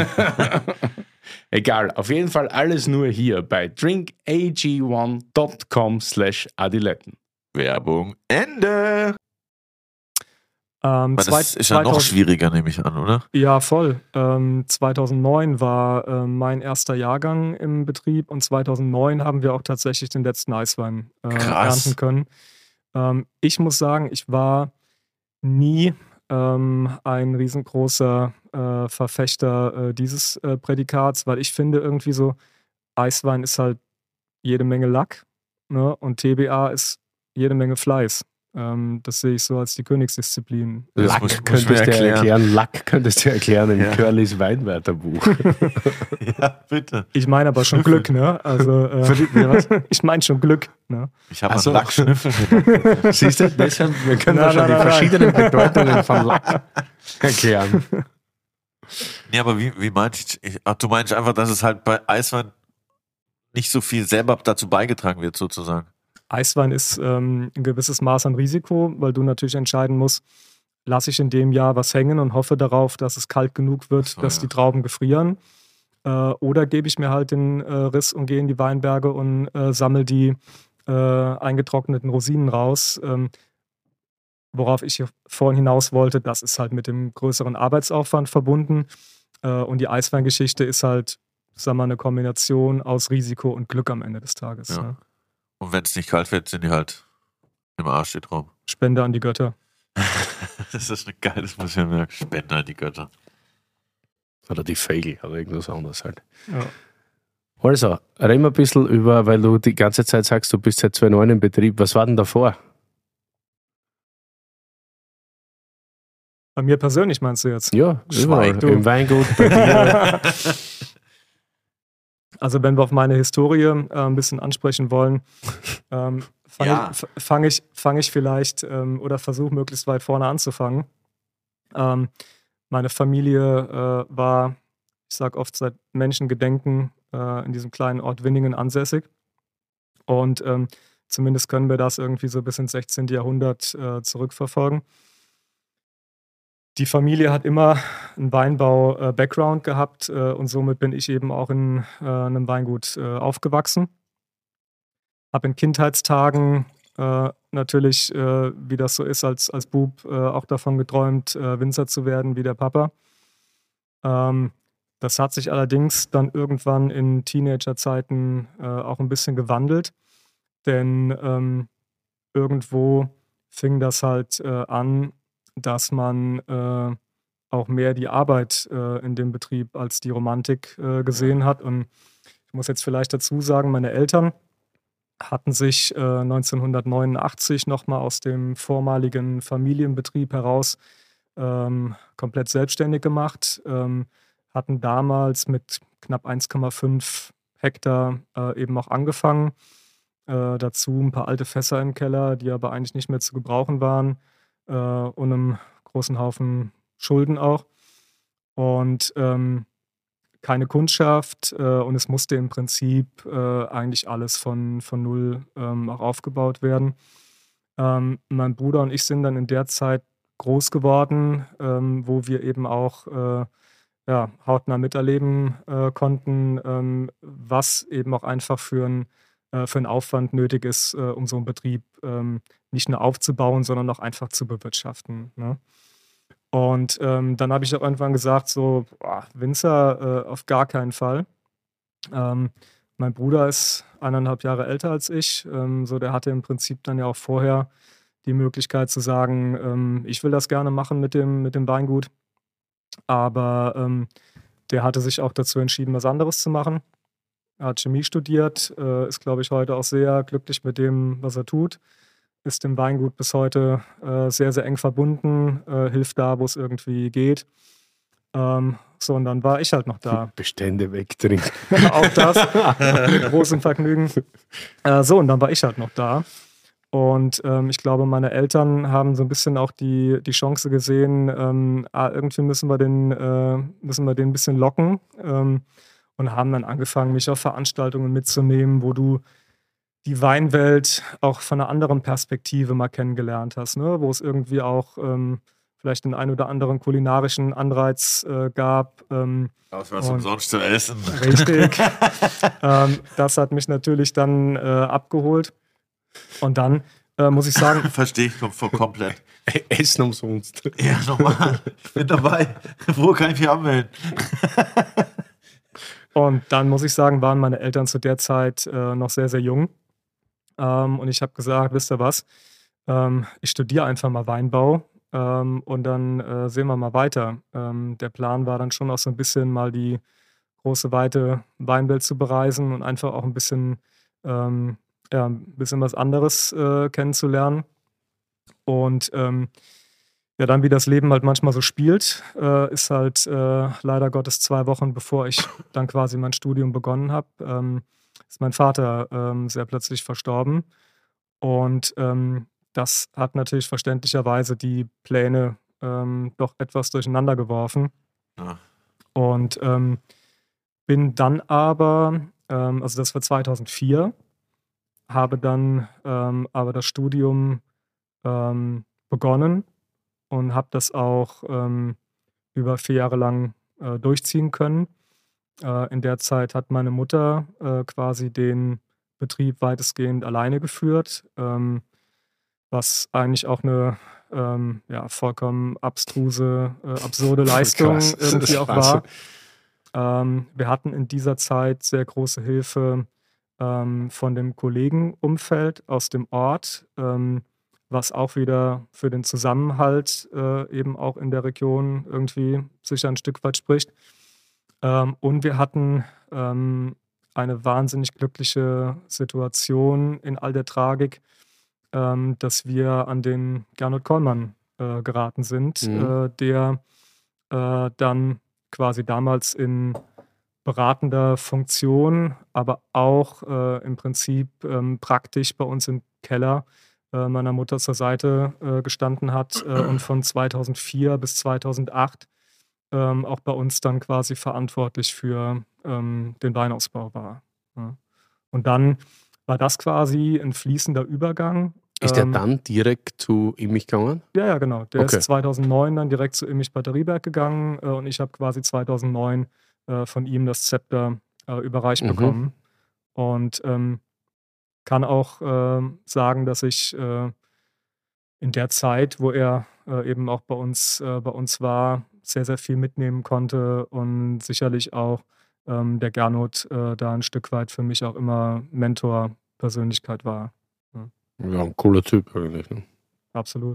Egal, auf jeden Fall alles nur hier bei drink a g one dot com slash adiletten. Werbung Ende. Ähm, Aber das ist ja noch schwieriger, nehme ich an, oder? Ja, voll. Ähm, zweitausendneun war äh, mein erster Jahrgang im Betrieb und zweitausendneun haben wir auch tatsächlich den letzten Eiswein äh, Krass. ernten können. Ähm, ich muss sagen, ich war nie ähm, ein riesengroßer äh, Verfechter äh, dieses äh, Prädikats, weil ich finde irgendwie so, Eiswein ist halt jede Menge Lack, ne? Und T B A ist jede Menge Fleiß. Ähm, das sehe ich so als die Königsdisziplin. Das Lack muss- muss könntest mir du erklären. erklären. Lack könntest du erklären im Ja. Curlys Weinwärterbuch. Ja, bitte. Ich meine aber schon Glück, ne? Also äh, ich meine schon Glück, ne? Ich habe Ach so. an Lackschnüffel gedacht. Siehst du, deshalb, wir können Nein, da schon nein, die nein, verschiedenen Bedeutungen von Lack erklären. Nee, aber wie, wie meinst du? Ach, du meinst einfach, dass es halt bei Eiswein nicht so viel selber dazu beigetragen wird, sozusagen. Eiswein ist ähm, ein gewisses Maß an Risiko, weil du natürlich entscheiden musst, lasse ich in dem Jahr was hängen und hoffe darauf, dass es kalt genug wird, So, dass ja. die Trauben gefrieren. Äh, oder gebe ich mir halt den äh, Riss und gehe in die Weinberge und äh, sammle die äh, eingetrockneten Rosinen raus. Ähm, worauf ich hier vorhin hinaus wollte, das ist halt mit dem größeren Arbeitsaufwand verbunden. Äh, und die Eisweingeschichte ist halt, sagen wir mal, eine Kombination aus Risiko und Glück am Ende des Tages. Ja. Ne? Und wenn es nicht kalt wird, sind die halt im Arsch, die Traum. Spende an die Götter. Das ist ein geiles, muss ich mir merken. Spende an die Götter. Oder die Vögel oder irgendwas anderes halt. Ja. Also, reden wir ein bisschen über, weil du die ganze Zeit sagst, du bist seit zweitausendneun im Betrieb. Was war denn davor? Bei mir persönlich meinst du jetzt? Ja, Schweig, überall. du. Im Weingut, bei dir. Also wenn wir auf meine Historie äh, ein bisschen ansprechen wollen, ähm, fange Ja. ich, fang ich, fang ich vielleicht ähm, oder versuche möglichst weit vorne anzufangen. Ähm, meine Familie äh, war, ich sage oft, seit Menschengedenken äh, in diesem kleinen Ort Winningen ansässig. Und ähm, zumindest können wir das irgendwie so bis ins sechzehnten. Jahrhundert äh, zurückverfolgen. Die Familie hat immer einen Weinbau-Background gehabt äh, und somit bin ich eben auch in äh, einem Weingut äh, aufgewachsen. Habe in Kindheitstagen äh, natürlich, äh, wie das so ist, als, als Bub äh, auch davon geträumt, äh, Winzer zu werden wie der Papa. Ähm, das hat sich allerdings dann irgendwann in Teenagerzeiten äh, auch ein bisschen gewandelt, denn ähm, irgendwo fing das halt äh, an, dass man äh, auch mehr die Arbeit äh, in dem Betrieb als die Romantik äh, gesehen hat. Und ich muss jetzt vielleicht dazu sagen, meine Eltern hatten sich äh, neunzehnhundertneunundachtzig nochmal aus dem vormaligen Familienbetrieb heraus ähm, komplett selbstständig gemacht, ähm, hatten damals mit knapp eins Komma fünf Hektar äh, eben auch angefangen. Äh, dazu ein paar alte Fässer im Keller, die aber eigentlich nicht mehr zu gebrauchen waren, äh, und einem großen Haufen Schulden auch. Und ähm, keine Kundschaft äh, und es musste im Prinzip äh, eigentlich alles von, von null ähm, auch aufgebaut werden. Ähm, mein Bruder und ich sind dann in der Zeit groß geworden, ähm, wo wir eben auch äh, ja, hautnah miterleben äh, konnten, ähm, was eben auch einfach für ein äh, für einen Aufwand nötig ist, äh, um so einen Betrieb ähm, nicht nur aufzubauen, sondern auch einfach zu bewirtschaften. Ne? Und ähm, dann habe ich auch irgendwann gesagt, so, boah, Winzer äh, auf gar keinen Fall. Ähm, mein Bruder ist eineinhalb Jahre älter als ich. Ähm, so, der hatte im Prinzip dann ja auch vorher die Möglichkeit zu sagen, ähm, ich will das gerne machen mit dem, mit dem Weingut. Aber ähm, der hatte sich auch dazu entschieden, was anderes zu machen. Er hat Chemie studiert, äh, ist, glaube ich, heute auch sehr glücklich mit dem, was er tut. Ist dem Weingut bis heute äh, sehr, sehr eng verbunden, äh, hilft da, wo es irgendwie geht. Ähm, so, und dann war ich halt noch da. Bestände wegtrinken. Auch das, mit großem Vergnügen. Äh, so, und dann war ich halt noch da. Und ähm, ich glaube, meine Eltern haben so ein bisschen auch die, die Chance gesehen, ähm, ah, irgendwie müssen wir, den, äh, müssen wir den ein bisschen locken. Ähm, und haben dann angefangen, mich auf Veranstaltungen mitzunehmen, wo du die Weinwelt auch von einer anderen Perspektive mal kennengelernt hast, ne? Wo es irgendwie auch ähm, vielleicht den ein oder anderen kulinarischen Anreiz äh, gab. Ähm, Was was Und- umsonst zu essen. Richtig. ähm, das hat mich natürlich dann äh, abgeholt. Und dann äh, muss ich sagen, Verstehe ich kom- kom- komplett. Essen umsonst. Ja, nochmal. Ich bin dabei. Wo kann ich mich anmelden? und dann muss ich sagen, waren meine Eltern zu der Zeit äh, noch sehr, sehr jung. Ähm, und ich habe gesagt, wisst ihr was, ähm, ich studiere einfach mal Weinbau ähm, und dann äh, sehen wir mal weiter. Ähm, der Plan war dann schon auch so ein bisschen mal die große, weite Weinwelt zu bereisen und einfach auch ein bisschen, ähm, ja, ein bisschen was anderes äh, kennenzulernen. Und ähm, ja, dann wie das Leben halt manchmal so spielt, äh, ist halt äh, leider Gottes zwei Wochen, bevor ich dann quasi mein Studium begonnen habe, ähm, ist mein Vater ähm, sehr plötzlich verstorben. Und ähm, das hat natürlich verständlicherweise die Pläne ähm, doch etwas durcheinander geworfen. Ja. Und ähm, bin dann aber, ähm, also das war zweitausendvier, habe dann ähm, aber das Studium ähm, begonnen und habe das auch ähm, über vier Jahre lang äh, durchziehen können. Äh, in der Zeit hat meine Mutter äh, quasi den Betrieb weitestgehend alleine geführt, ähm, was eigentlich auch eine ähm, ja, vollkommen abstruse, äh, absurde Leistung Krass. irgendwie auch Wahnsinn. war. Ähm, wir hatten in dieser Zeit sehr große Hilfe ähm, von dem Kollegenumfeld aus dem Ort, ähm, was auch wieder für den Zusammenhalt äh, eben auch in der Region irgendwie sicher ein Stück weit spricht. Ähm, und wir hatten ähm, eine wahnsinnig glückliche Situation in all der Tragik, ähm, dass wir an den Gernot Kollmann äh, geraten sind, Mhm. äh, der äh, dann quasi damals in beratender Funktion, aber auch äh, im Prinzip ähm, praktisch bei uns im Keller äh, meiner Mutter zur Seite äh, gestanden hat äh, und von zweitausendvier bis zweitausendacht ähm, auch bei uns dann quasi verantwortlich für ähm, den Weinausbau war. Ja. Und dann war das quasi ein fließender Übergang. Ist der Ähm, dann direkt zu Immich gegangen? ja, ja, genau. Der Okay. ist zweitausendneun dann direkt zu Immich Batterieberg gegangen äh, und ich habe quasi zweitausendneun äh, von ihm das Zepter äh, überreicht Mhm. bekommen. Und ähm, kann auch ähm, sagen, dass ich äh, in der Zeit, wo er äh, eben auch bei uns, äh, bei uns war, sehr, sehr viel mitnehmen konnte und sicherlich auch ähm, der Gernot äh, da ein Stück weit für mich auch immer Mentor-Persönlichkeit war. Ja, Ja, ein cooler Typ eigentlich. Ne? absolut.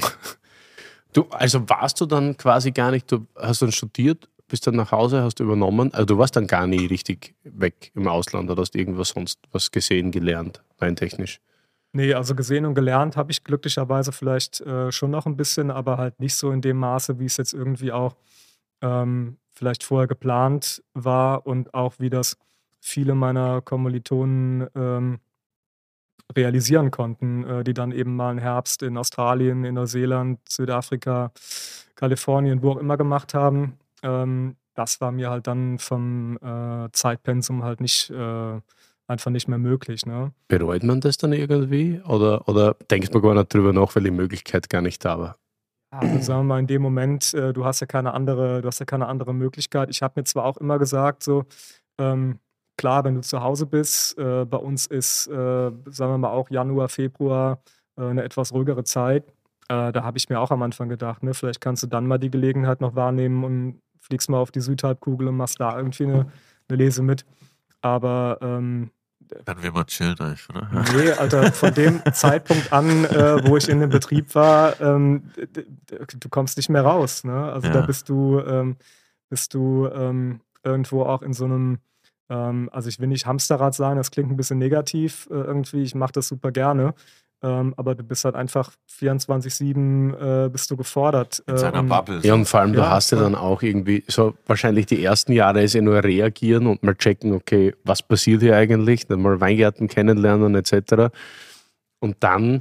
Du, also warst du dann quasi gar nicht, du hast dann studiert, bist dann nach Hause, hast übernommen, also du warst dann gar nie richtig weg im Ausland oder hast irgendwas sonst was gesehen, gelernt, rein technisch. Nee, also gesehen und gelernt habe ich glücklicherweise vielleicht äh, schon noch ein bisschen, aber halt nicht so in dem Maße, wie es jetzt irgendwie auch ähm, vielleicht vorher geplant war und auch wie das viele meiner Kommilitonen ähm, realisieren konnten, äh, die dann eben mal einen Herbst in Australien, in Neuseeland, Südafrika, Kalifornien, wo auch immer gemacht haben. Ähm, das war mir halt dann vom äh, Zeitpensum halt nicht äh, einfach nicht mehr möglich, ne? Bereut man das dann irgendwie oder, oder denkst man gar nicht drüber nach, weil die Möglichkeit gar nicht da war? Also sagen wir mal in dem Moment, äh, du hast ja keine andere du hast ja keine andere Möglichkeit. Ich habe mir zwar auch immer gesagt so, ähm, klar, wenn du zu Hause bist, äh, bei uns ist, äh, sagen wir mal auch Januar, Februar, äh, 'ne etwas ruhigere Zeit. Äh, da habe ich mir auch am Anfang gedacht, ne, vielleicht kannst du dann mal die Gelegenheit noch wahrnehmen und fliegst mal auf die Südhalbkugel und machst da irgendwie 'ne 'ne Lese mit. Aber, ähm Dann will man chillen eigentlich, oder? Nee, Alter, von dem Zeitpunkt an, äh, wo ich in dem Betrieb war, ähm, d d du kommst nicht mehr raus, ne? Also, da Ja. bist du ähm, bist du, ähm, irgendwo auch in so 'nem ähm, also, ich will nicht Hamsterrad sagen, das klingt 'n bisschen negativ, äh, irgendwie. Ich mache das super gerne, ähm, aber du bist halt einfach vierundzwanzig sieben, äh, bist du gefordert, In äh, seiner und Bubble. Ja, und vor allem, du Ja, hast ja voll. dann auch irgendwie, so wahrscheinlich die ersten Jahre ist ja nur reagieren und mal checken, okay, was passiert hier eigentlich, dann mal Weingärten kennenlernen et cetera. Und dann,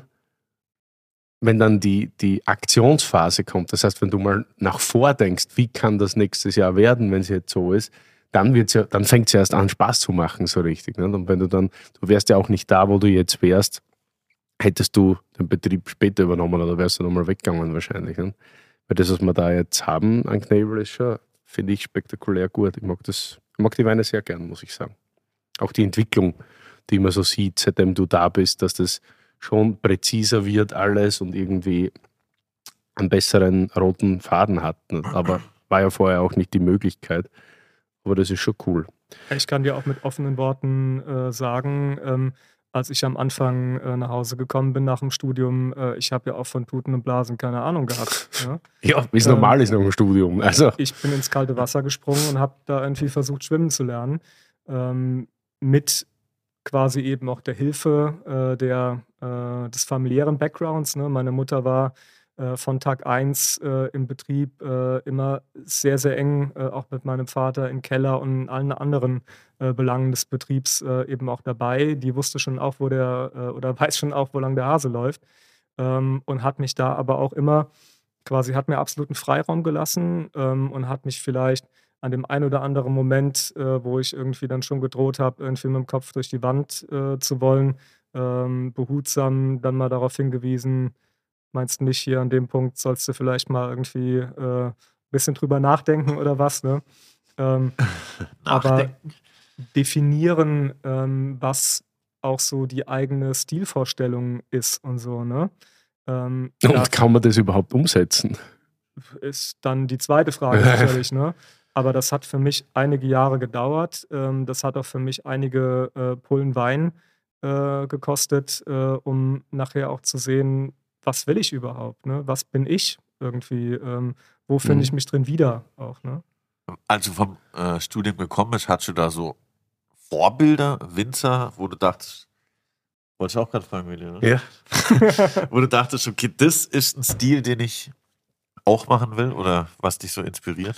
wenn dann die, die Aktionsphase kommt, das heißt, wenn du mal nach vordenkst, wie kann das nächstes Jahr werden, wenn es jetzt so ist, dann wird's ja, dann fängt es ja erst an, Spaß zu machen, so richtig. Ne? Und wenn du dann, du wärst ja auch nicht da, wo du jetzt wärst, hättest du den Betrieb später übernommen oder wärst du nochmal weggegangen wahrscheinlich. Ne? Weil das, was wir da jetzt haben an Knebel, ist schon, finde ich, spektakulär gut. Ich mag das, ich mag die Weine sehr gern, muss ich sagen. Auch die Entwicklung, die man so sieht, seitdem du da bist, dass das schon präziser wird alles und irgendwie einen besseren roten Faden hat. Aber war ja vorher auch nicht die Möglichkeit. Aber das ist schon cool. Ich kann dir auch mit offenen Worten äh, sagen, ähm, als ich am Anfang äh, nach Hause gekommen bin nach dem Studium, äh, ich habe ja auch von Tuten und Blasen keine Ahnung gehabt. Ja? Ja, wie es Ähm, normal ist nach dem Studium. Also, Ich bin ins kalte Wasser gesprungen und habe da irgendwie versucht, schwimmen zu lernen. Ähm, mit quasi eben auch der Hilfe äh, der, äh, des familiären Backgrounds. Ne? Meine Mutter war äh, von Tag eins äh, im Betrieb äh, immer sehr, sehr eng, äh, auch mit meinem Vater im Keller und in allen anderen äh, Belangen des Betriebs äh, eben auch dabei. Die wusste schon auch, wo der, äh, oder weiß schon auch, wo lang der Hase läuft. Ähm, und hat mich da aber auch immer quasi, hat mir absoluten Freiraum gelassen ähm, und hat mich vielleicht an dem einen oder anderen Moment, äh, wo ich irgendwie dann schon gedroht habe, irgendwie mit dem Kopf durch die Wand äh, zu wollen, ähm, behutsam dann mal darauf hingewiesen, meinst du nicht, hier an dem Punkt sollst du vielleicht mal irgendwie äh, ein bisschen drüber nachdenken oder was, ne? Ähm, aber definieren, ähm, was auch so die eigene Stilvorstellung ist und so, ne? Ähm, Und das kann man das überhaupt umsetzen? ist dann die zweite Frage sicherlich, ne? Aber das hat für mich einige Jahre gedauert. Ähm, das hat auch für mich einige äh, Pullen Wein äh, gekostet, äh, um nachher auch zu sehen, was will ich überhaupt, ne? Was bin ich irgendwie? Ähm, wo finde ich Mhm. mich drin wieder auch, ne? Als du vom äh, Studium gekommen bist, hattest du da so Vorbilder, Winzer, wo du dachtest, wollte ich auch gerade fragen, Willi, ne? Ja. Wo du dachtest, okay, das ist ein Stil, den ich auch machen will oder was dich so inspiriert?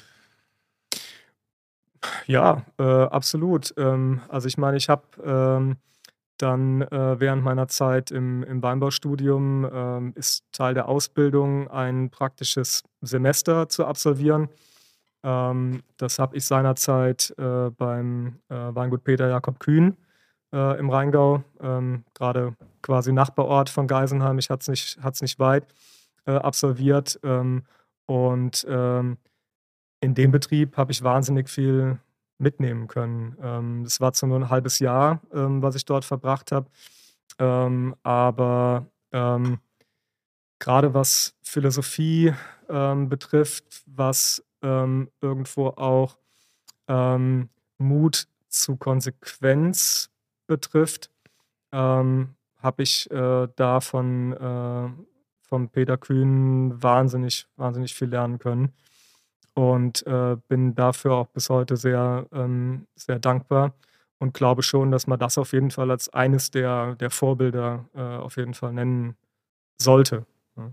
Ja, äh, absolut. Ähm, also ich meine, ich habe ähm, dann äh, während meiner Zeit im, im Weinbaustudium ähm, ist Teil der Ausbildung, ein praktisches Semester zu absolvieren. Ähm, das habe ich seinerzeit äh, beim äh, Weingut Peter Jakob Kühn äh, im Rheingau, ähm, gerade quasi Nachbarort von Geisenheim, ich hatte es nicht, hat's nicht weit, äh, absolviert. Ähm, und ähm, in dem Betrieb habe ich wahnsinnig viel mitnehmen können. Ähm, das war zwar nur ein halbes Jahr, ähm, was ich dort verbracht habe, ähm, aber ähm, gerade was Philosophie ähm, betrifft, was ähm, irgendwo auch ähm, Mut zu Konsequenz betrifft, ähm, habe ich äh, da von, äh, von Peter Kühn wahnsinnig, wahnsinnig viel lernen können. Und äh, bin dafür auch bis heute sehr, ähm, sehr dankbar und glaube schon, dass man das auf jeden Fall als eines der, der Vorbilder äh, auf jeden Fall nennen sollte. Ja.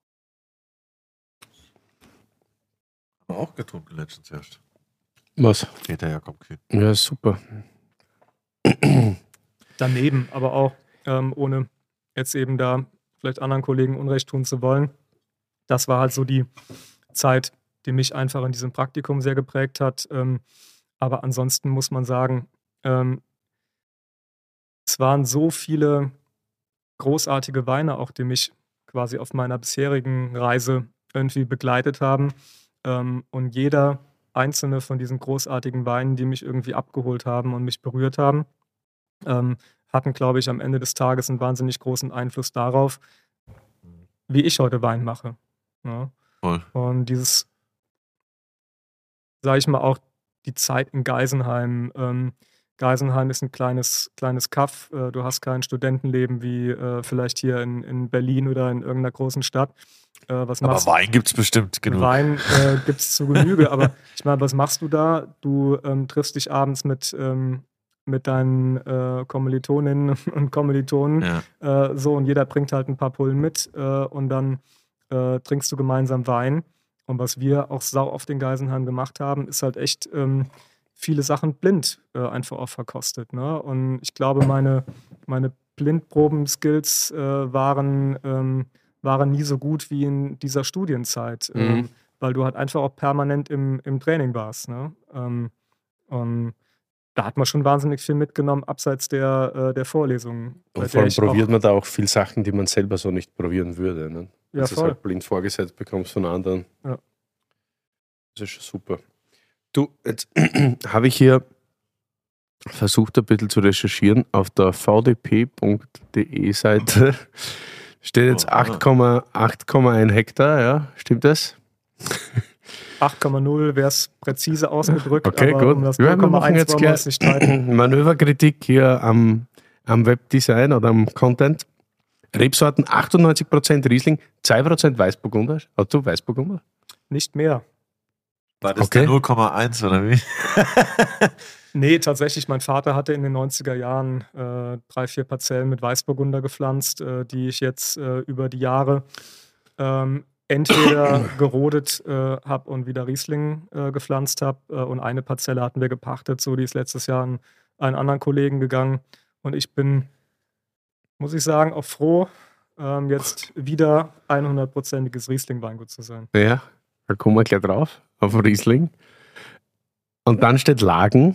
Haben wir auch getrunken letztens erst. Was? Peter Jakob Kühn. Ja, super. Daneben, aber auch ähm, ohne jetzt eben da vielleicht anderen Kollegen Unrecht tun zu wollen. Das war halt so die Zeit, die mich einfach in diesem Praktikum sehr geprägt hat. Ähm, aber ansonsten muss man sagen, ähm, es waren so viele großartige Weine auch, die mich quasi auf meiner bisherigen Reise irgendwie begleitet haben. Ähm, und jeder einzelne von diesen großartigen Weinen, die mich irgendwie abgeholt haben und mich berührt haben, ähm, hatten, glaube ich, am Ende des Tages einen wahnsinnig großen Einfluss darauf, wie ich heute Wein mache. Ja. Voll. Und dieses, sage ich mal, auch die Zeit in Geisenheim. Ähm, Geisenheim ist ein kleines, kleines Kaff. Äh, du hast kein Studentenleben wie äh, vielleicht hier in, in Berlin oder in irgendeiner großen Stadt. Äh, was Aber machst Wein gibt es bestimmt genug. Wein äh, gibt es zu Genüge, aber ich meine, was machst du da? Du ähm, triffst dich abends mit, ähm, mit deinen äh, Kommilitoninnen und Kommilitonen, Ja. äh, so, und jeder bringt halt ein paar Pullen mit äh, und dann äh, trinkst du gemeinsam Wein. Und was wir auch sau oft in Geisenheim gemacht haben, ist halt echt ähm, viele Sachen blind äh, einfach auch verkostet. Ne? Und ich glaube, meine, meine Blindproben-Skills äh, waren, ähm, waren nie so gut wie in dieser Studienzeit, Mhm. ähm, weil du halt einfach auch permanent im, im Training warst. Ne? Ähm, und da hat man schon wahnsinnig viel mitgenommen, abseits der, äh, der Vorlesungen. bei Und der vor allem ich probiert auch, man da auch viel Sachen, die man selber so nicht probieren würde. Ne? Ja, Dass du es voll. halt blind vorgesetzt bekommst von anderen. Ja. Das ist schon super. Du, jetzt habe ich hier versucht, ein bisschen zu recherchieren. Auf der v d p punkt d e Seite steht jetzt Aha. acht Komma eins Hektar, ja, stimmt das? acht Komma null wäre es präzise ausgedrückt, Okay, aber gut. um das Ja, wir null Komma machen eins jetzt wollen wir uns gleich nicht streiten. Manöverkritik hier am, am Webdesign oder am Content. Rebsorten achtundneunzig Prozent Riesling, zwei Prozent Weißburgunder. Hast du Weißburgunder? Nicht mehr. War das Okay. der null Komma eins oder wie? Nee, tatsächlich, mein Vater hatte in den neunziger Jahren äh, drei, vier Parzellen mit Weißburgunder gepflanzt, äh, die ich jetzt äh, über die Jahre ähm, entweder gerodet äh, habe und wieder Riesling äh, gepflanzt habe. Äh, und eine Parzelle hatten wir gepachtet, so die ist letztes Jahr an einen anderen Kollegen gegangen. Und ich bin, muss ich sagen, auch froh, ähm, jetzt wieder hundertprozentiges Riesling-Weingut zu sein. Ja, da kommen wir gleich drauf, auf Riesling. Und dann steht Lagen,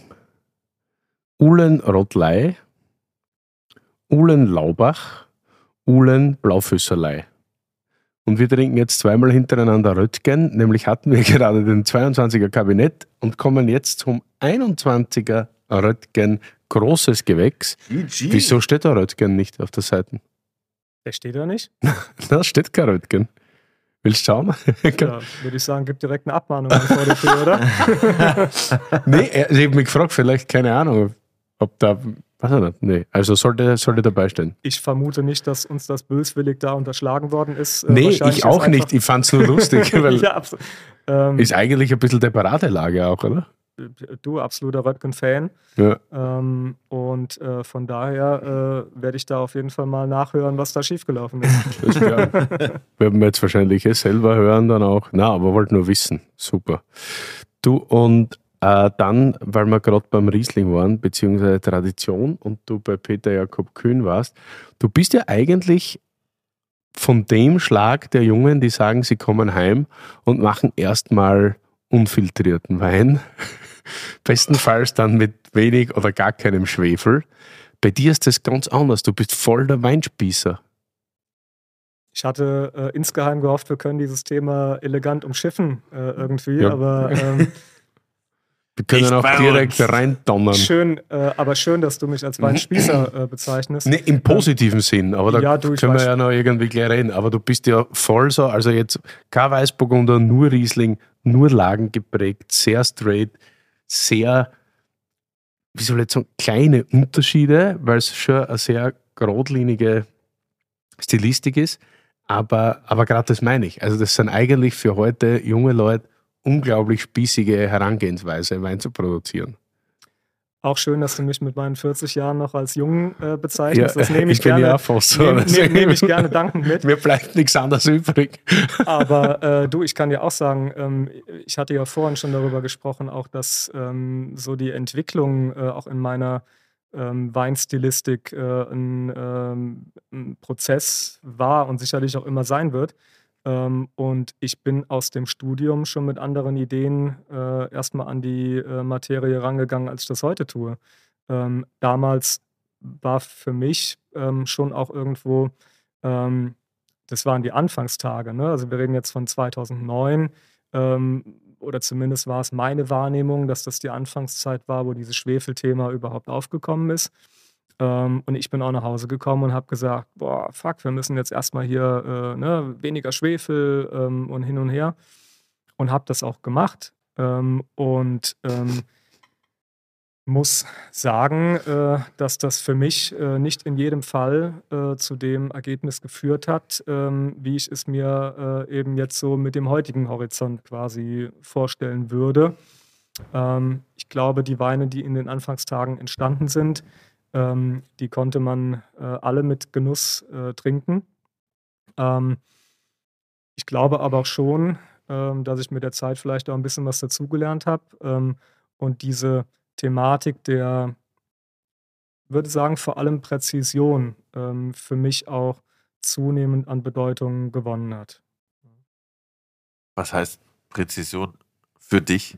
Uhlen Rotlei, Uhlen Laubach, Uhlen Blaufüsserlei. Und wir trinken jetzt zweimal hintereinander Röttgen, nämlich hatten wir gerade den zweiundzwanziger Kabinett und kommen jetzt zum einundzwanziger Röttgen, großes Gewächs. G G. Wieso steht da Röttgen nicht auf der Seite? Der steht da nicht. Da steht kein Röttgen. Willst du schauen? Ja, würde ich sagen, gibt direkt eine Abmahnung an V D P, oder? Nee, ich habe mich gefragt, vielleicht, keine Ahnung, ob da, weiß ich nicht, nee, also sollte, sollte dabei stehen. Ich vermute nicht, dass uns das böswillig da unterschlagen worden ist. Äh, Nee, wahrscheinlich ich ist auch einfach- nicht, ich fand es nur lustig, weil ja, absolut. Ähm, ist eigentlich ein bisschen der Paradelager auch, oder? du, absoluter Röttgen-Fan. Ja. Ähm, und äh, von daher äh, werde ich da auf jeden Fall mal nachhören, was da schiefgelaufen ist. Das klar. Werden wir jetzt wahrscheinlich eh selber hören dann auch. Na, aber wollte nur wissen. Super. Du, und äh, dann, weil wir gerade beim Riesling waren, beziehungsweise Tradition, und du bei Peter Jakob Kühn warst, du bist ja eigentlich von dem Schlag der Jungen, die sagen, sie kommen heim und machen erstmal unfiltrierten Wein. Bestenfalls dann mit wenig oder gar keinem Schwefel. Bei dir ist das ganz anders. Du bist voll der Weinspießer. Ich hatte äh, insgeheim gehofft, wir können dieses Thema elegant umschiffen äh, irgendwie, Ja. aber ähm, Wir können Nicht auch bei direkt uns. reindonnern. schön, äh, aber schön, dass du mich als Weinspießer äh, bezeichnest. Nee, im positiven Sinn, aber da Ja, du, ich können wir weiß- ja noch irgendwie gleich reden. Aber du bist ja voll so, also jetzt kein Weißburgunder, nur Riesling, nur Lagen geprägt, sehr straight, sehr, wie soll ich jetzt sagen, kleine Unterschiede, weil es schon eine sehr geradlinige Stilistik ist. Aber, aber gerade das meine ich. Also das sind eigentlich für heute junge Leute unglaublich spießige Herangehensweise, Wein zu produzieren. Auch schön, dass du mich mit meinen vierzig Jahren noch als jung äh, bezeichnest. das nehme ich, ich bin gerne. ja auch fast so. Nehme Also nehm, nehm ich gerne dankend mit. Mir bleibt nichts anderes übrig. Aber äh, du, ich kann dir auch sagen, ähm, ich hatte ja vorhin schon darüber gesprochen, auch dass ähm, so die Entwicklung äh, auch in meiner ähm, Weinstilistik äh, ein, ähm, ein Prozess war und sicherlich auch immer sein wird. Ähm, und ich bin aus dem Studium schon mit anderen Ideen äh, erstmal an die äh, Materie rangegangen, als ich das heute tue. Ähm, damals war für mich ähm, schon auch irgendwo, ähm, das waren die Anfangstage, ne? Also wir reden jetzt von zweitausendneun, ähm, oder zumindest war es meine Wahrnehmung, dass das die Anfangszeit war, wo dieses Schwefelthema überhaupt aufgekommen ist. Ähm, und ich bin auch nach Hause gekommen und habe gesagt, boah, fuck, wir müssen jetzt erstmal hier äh, ne, weniger Schwefel ähm, und hin und her. Und habe das auch gemacht. Ähm, und ähm, muss sagen, äh, dass das für mich äh, nicht in jedem Fall äh, zu dem Ergebnis geführt hat, ähm, wie ich es mir äh, eben jetzt so mit dem heutigen Horizont quasi vorstellen würde. Ähm, ich glaube, die Weine, die in den Anfangstagen entstanden sind, ähm, die konnte man äh, alle mit Genuss äh, trinken. Ähm, ich glaube aber auch schon, ähm, dass ich mit der Zeit vielleicht auch ein bisschen was dazugelernt habe ähm, und diese Thematik der, würde sagen, vor allem Präzision ähm, für mich auch zunehmend an Bedeutung gewonnen hat. Was heißt Präzision für dich?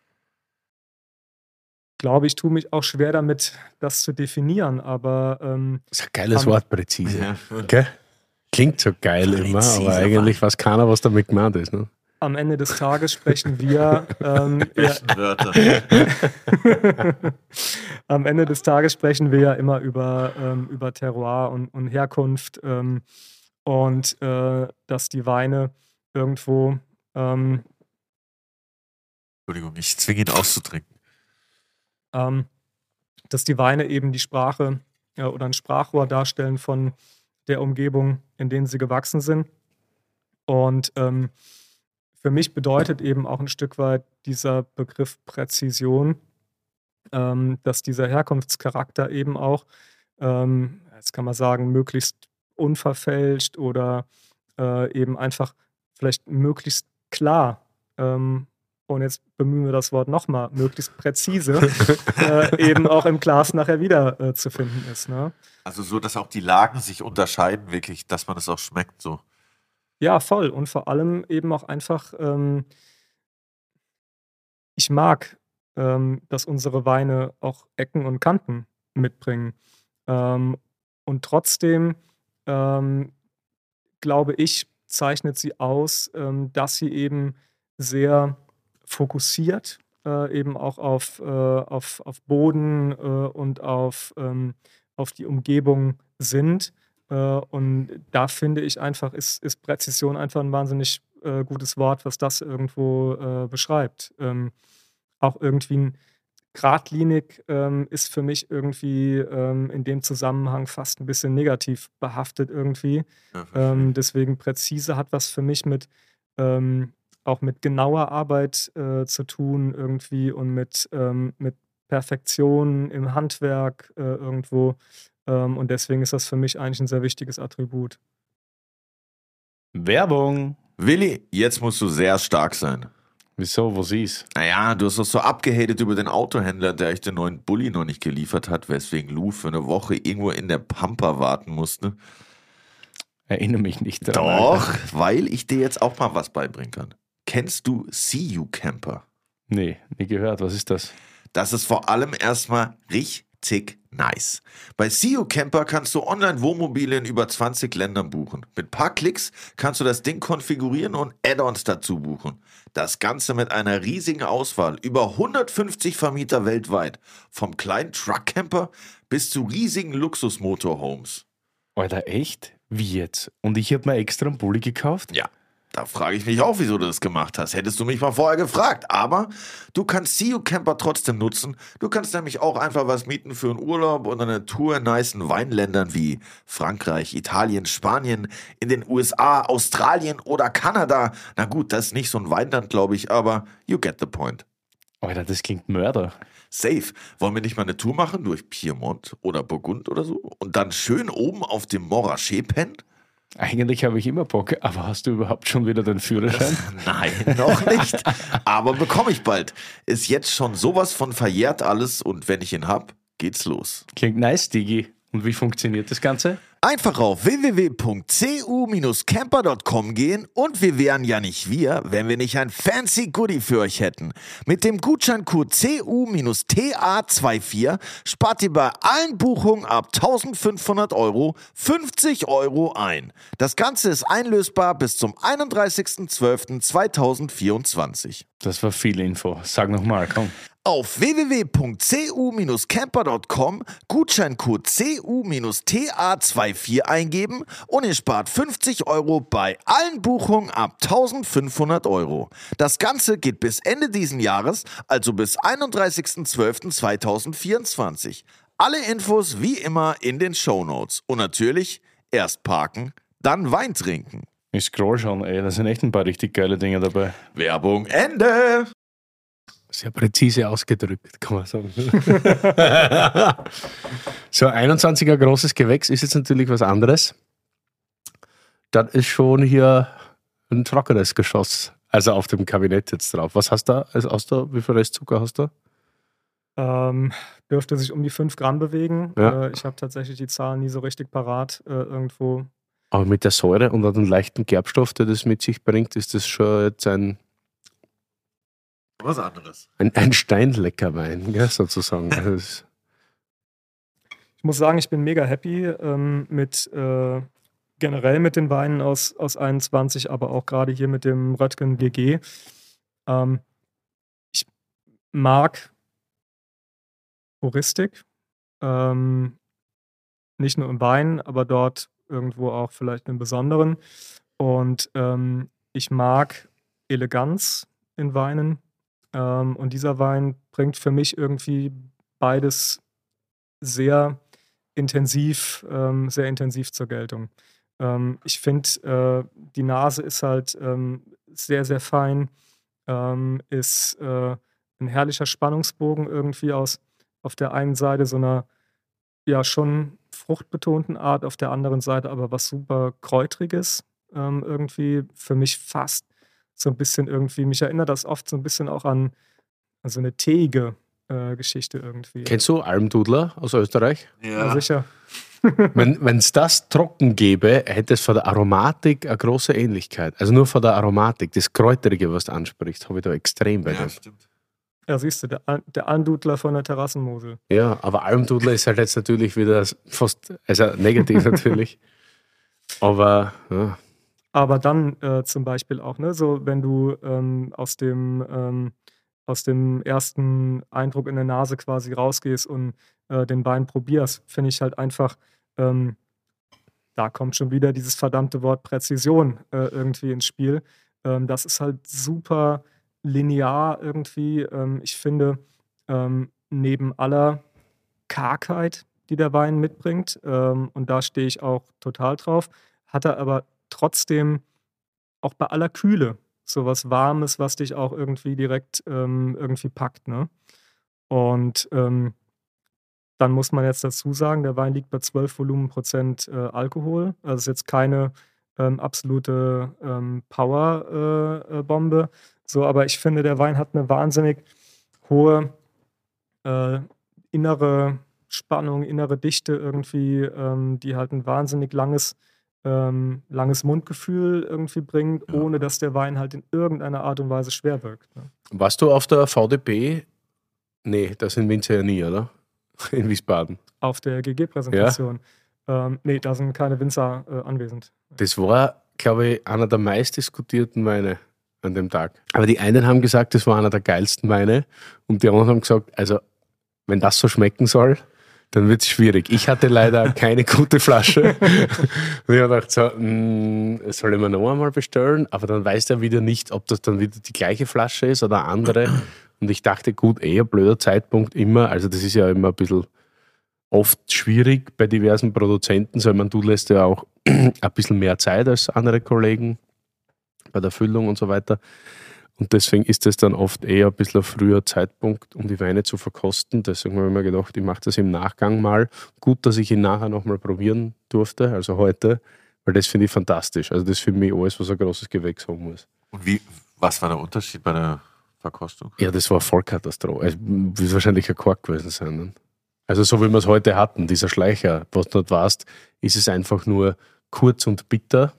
Ich glaube, ich tue mich auch schwer damit, das zu definieren, aber ähm, Das ist ein geiles Am- Wort, präzise. Gell? Klingt so geil immer, Präziser aber eigentlich weiß keiner, was damit gemeint ist. Ne? am Ende des Tages sprechen wir ähm, ja, Wörter. am Ende des Tages sprechen wir ja immer über, ähm, über Terroir und, und Herkunft ähm, und äh, dass die Weine irgendwo ähm, Entschuldigung, ich zwinge ihn auszutrinken. ähm, dass die Weine eben die Sprache äh, oder ein Sprachrohr darstellen von der Umgebung, in denen sie gewachsen sind. Und ähm, für mich bedeutet eben auch ein Stück weit dieser Begriff Präzision, ähm, dass dieser Herkunftscharakter eben auch, ähm, jetzt kann man sagen, möglichst unverfälscht oder äh, eben einfach vielleicht möglichst klar, ähm, und jetzt bemühen wir das Wort nochmal, möglichst präzise, äh, eben auch im Glas nachher wieder äh, zu finden ist. Ne? Also so, dass auch die Lagen sich unterscheiden, wirklich, dass man es auch schmeckt. So. Ja, voll. Und vor allem eben auch einfach, ähm, ich mag, ähm, dass unsere Weine auch Ecken und Kanten mitbringen. Ähm, und trotzdem, ähm, glaube ich, zeichnet sie aus, ähm, dass sie eben sehr fokussiert äh, eben auch auf, äh, auf, auf Boden äh, und auf, ähm, auf die Umgebung sind. Äh, und da finde ich einfach, ist, ist Präzision einfach ein wahnsinnig äh, gutes Wort, was das irgendwo äh, beschreibt. Ähm, auch irgendwie ein Geradlinig ähm, ist für mich irgendwie ähm, in dem Zusammenhang fast ein bisschen negativ behaftet irgendwie. Ja, Ähm, deswegen präzise hat was für mich mit ähm, auch mit genauer Arbeit äh, zu tun irgendwie und mit, ähm, mit Perfektion im Handwerk äh, irgendwo. Ähm, und deswegen ist das für mich eigentlich ein sehr wichtiges Attribut. Werbung. Willi, jetzt musst du sehr stark sein. Wieso, was ist? Naja, du hast doch so abgehatet über den Autohändler, der euch den neuen Bulli noch nicht geliefert hat, weswegen Lou für eine Woche irgendwo in der Pampa warten musste. Erinnere mich nicht daran. Doch, Alter. weil ich dir jetzt auch mal was beibringen kann. Kennst du See You Camper? Nee, nie gehört. Was ist das? Das ist vor allem erstmal richtig nice. Bei See You Camper kannst du online Wohnmobile in über zwanzig Ländern buchen. Mit ein paar Klicks kannst du das Ding konfigurieren und Add-ons dazu buchen. Das Ganze mit einer riesigen Auswahl, über hundertfünfzig Vermieter weltweit. Vom kleinen Truckcamper bis zu riesigen Luxus-Motorhomes. Alter, echt? Wie jetzt? Und ich habe mir extra einen Bulli gekauft? Ja. Da frage ich mich auch, wieso du das gemacht hast. Hättest du mich mal vorher gefragt. Aber du kannst See You Camper trotzdem nutzen. Du kannst nämlich auch einfach was mieten für einen Urlaub und eine Tour in nicen Weinländern wie Frankreich, Italien, Spanien, in den U S A, Australien oder Kanada. Na gut, das ist nicht so ein Weinland, glaube ich, aber you get the point. Alter, das klingt Mörder. Safe. Wollen wir nicht mal eine Tour machen durch Piemont oder Burgund oder so? Und dann schön oben auf dem Morachet pennen? Eigentlich habe ich immer Bock, aber hast du überhaupt schon wieder den Führerschein? Nein, noch nicht. Aber bekomme ich bald. Ist jetzt schon sowas von verjährt alles und wenn ich ihn hab, geht's los. Klingt nice, Digi. Und wie funktioniert das Ganze? Einfach auf w w w punkt c u bindestrich camper punkt com gehen und wir wären ja nicht wir, wenn wir nicht ein fancy Goodie für euch hätten. Mit dem Gutscheincode C U T A vierundzwanzig spart ihr bei allen Buchungen ab eintausendfünfhundert Euro fünfzig Euro ein. Das Ganze ist einlösbar bis zum einunddreißigsten zwölften zweitausendvierundzwanzig. Das war viel Info. Sag nochmal, komm. Auf w w w punkt c u bindestrich camper punkt com Gutscheincode C U T A vierundzwanzig eingeben und ihr spart fünfzig Euro bei allen Buchungen ab eintausendfünfhundert Euro. Das Ganze geht bis Ende diesen Jahres, also bis einunddreißigsten zwölften zweitausendvierundzwanzig. Alle Infos wie immer in den Shownotes. Und natürlich erst parken, dann Wein trinken. Ich scroll schon, ey. Da sind echt ein paar richtig geile Dinge dabei. Werbung Ende! Sehr präzise ausgedrückt, kann man sagen. So, einundzwanziger großes Gewächs ist jetzt natürlich was anderes. Das ist schon hier ein trockenes Geschoss. Also auf dem Kabinett jetzt drauf. Was hast du da? Also hast du, wie viel Restzucker hast du? Ähm, dürfte sich um die fünf Gramm bewegen. Ja. Äh, ich habe tatsächlich die Zahlen nie so richtig parat äh, irgendwo. Aber mit der Säure und den leichten Gerbstoff, der das mit sich bringt, ist das schon jetzt ein, Was anderes. ein, ein Steinleckerwein, gell, sozusagen. Also das, Ich muss sagen, ich bin mega happy ähm, mit äh, generell mit den Weinen aus, aus einundzwanzig, aber auch gerade hier mit dem Röttgen G G. Ähm, ich mag Puristik. Ähm, nicht nur im Wein, aber dort irgendwo auch vielleicht einen besonderen. Und ähm, ich mag Eleganz in Weinen. Ähm, und dieser Wein bringt für mich irgendwie beides sehr intensiv, ähm, sehr intensiv zur Geltung. Ähm, ich finde, äh, die Nase ist halt ähm, sehr, sehr fein, ähm, ist äh, ein herrlicher Spannungsbogen irgendwie aus auf der einen Seite so einer ja schon fruchtbetonten Art, auf der anderen Seite aber was super Kräutriges ähm, irgendwie. Für mich fast so ein bisschen irgendwie, mich erinnert das oft so ein bisschen auch an, an so eine teige äh, Geschichte irgendwie. kennst du Almdudler aus Österreich? Ja, sicher. Wenn es das trocken gäbe, hätte es von der Aromatik eine große Ähnlichkeit. Also nur von der Aromatik, das Kräuterige, was du ansprichst, habe ich da extrem bei Ja, dem. stimmt. Ja, siehst du, der, Al- der Almdudler von der Terrassenmosel. Ja, aber Almdudler ist halt jetzt natürlich wieder fast, also negativ natürlich. Aber ja. Aber dann äh, zum Beispiel auch, ne, so wenn du ähm, aus dem ähm, aus dem ersten Eindruck in der Nase quasi rausgehst und äh, den Wein probierst, finde ich halt einfach, ähm, da kommt schon wieder dieses verdammte Wort Präzision äh, irgendwie ins Spiel. Ähm, das ist halt super linear irgendwie. Ähm, ich finde, ähm, neben aller Kargheit, die der Wein mitbringt, ähm, und da stehe ich auch total drauf, hat er aber trotzdem auch bei aller Kühle so was Warmes, was dich auch irgendwie direkt ähm, irgendwie packt, ne? Und ähm, dann muss man jetzt dazu sagen, der Wein liegt bei zwölf Volumenprozent äh, Alkohol. Also ist jetzt keine ähm, absolute ähm, Power äh, äh, Bombe. So, aber ich finde, der Wein hat eine wahnsinnig hohe äh, innere Spannung, innere Dichte irgendwie, ähm, die halt ein wahnsinnig langes, ähm, langes Mundgefühl irgendwie bringt, Ja. ohne dass der Wein halt in irgendeiner Art und Weise schwer wirkt. Ne? Warst du auf der V D P? Nee, das sind Winzer ja nie, oder? In Wiesbaden. Auf der G G-Präsentation. Ähm, nee, da sind keine Winzer äh, anwesend. Das war, glaube ich, einer der meistdiskutierten Weine an dem Tag. Aber die einen haben gesagt, das war einer der geilsten Weine und die anderen haben gesagt, also wenn das so schmecken soll, dann wird es schwierig. Ich hatte leider keine gute Flasche. Und ich habe gedacht, so, mh, soll ich mir noch einmal bestellen? Aber dann weiß der wieder nicht, ob das dann wieder die gleiche Flasche ist oder eine andere. Und ich dachte, gut, eher blöder Zeitpunkt immer. Also das ist ja immer ein bisschen oft schwierig bei diversen Produzenten. So, ich meine, du lässt ja auch ein bisschen mehr Zeit als andere Kollegen bei der Füllung und so weiter. Und deswegen ist es dann oft eher ein bisschen ein früher Zeitpunkt, um die Weine zu verkosten. Deswegen habe ich mir gedacht, ich mache das im Nachgang mal. Gut, dass ich ihn nachher nochmal probieren durfte, also heute, weil das finde ich fantastisch. Also das ist für mich alles, was ein großes Gewächs haben muss. Und wie, was war der Unterschied bei der Verkostung? Ja, das war Vollkatastrophe. Es wird wahrscheinlich ein Kork gewesen sein. Ne? Also so wie wir es heute hatten, dieser Schleicher, was du dort warst, ist es einfach nur kurz und bitter.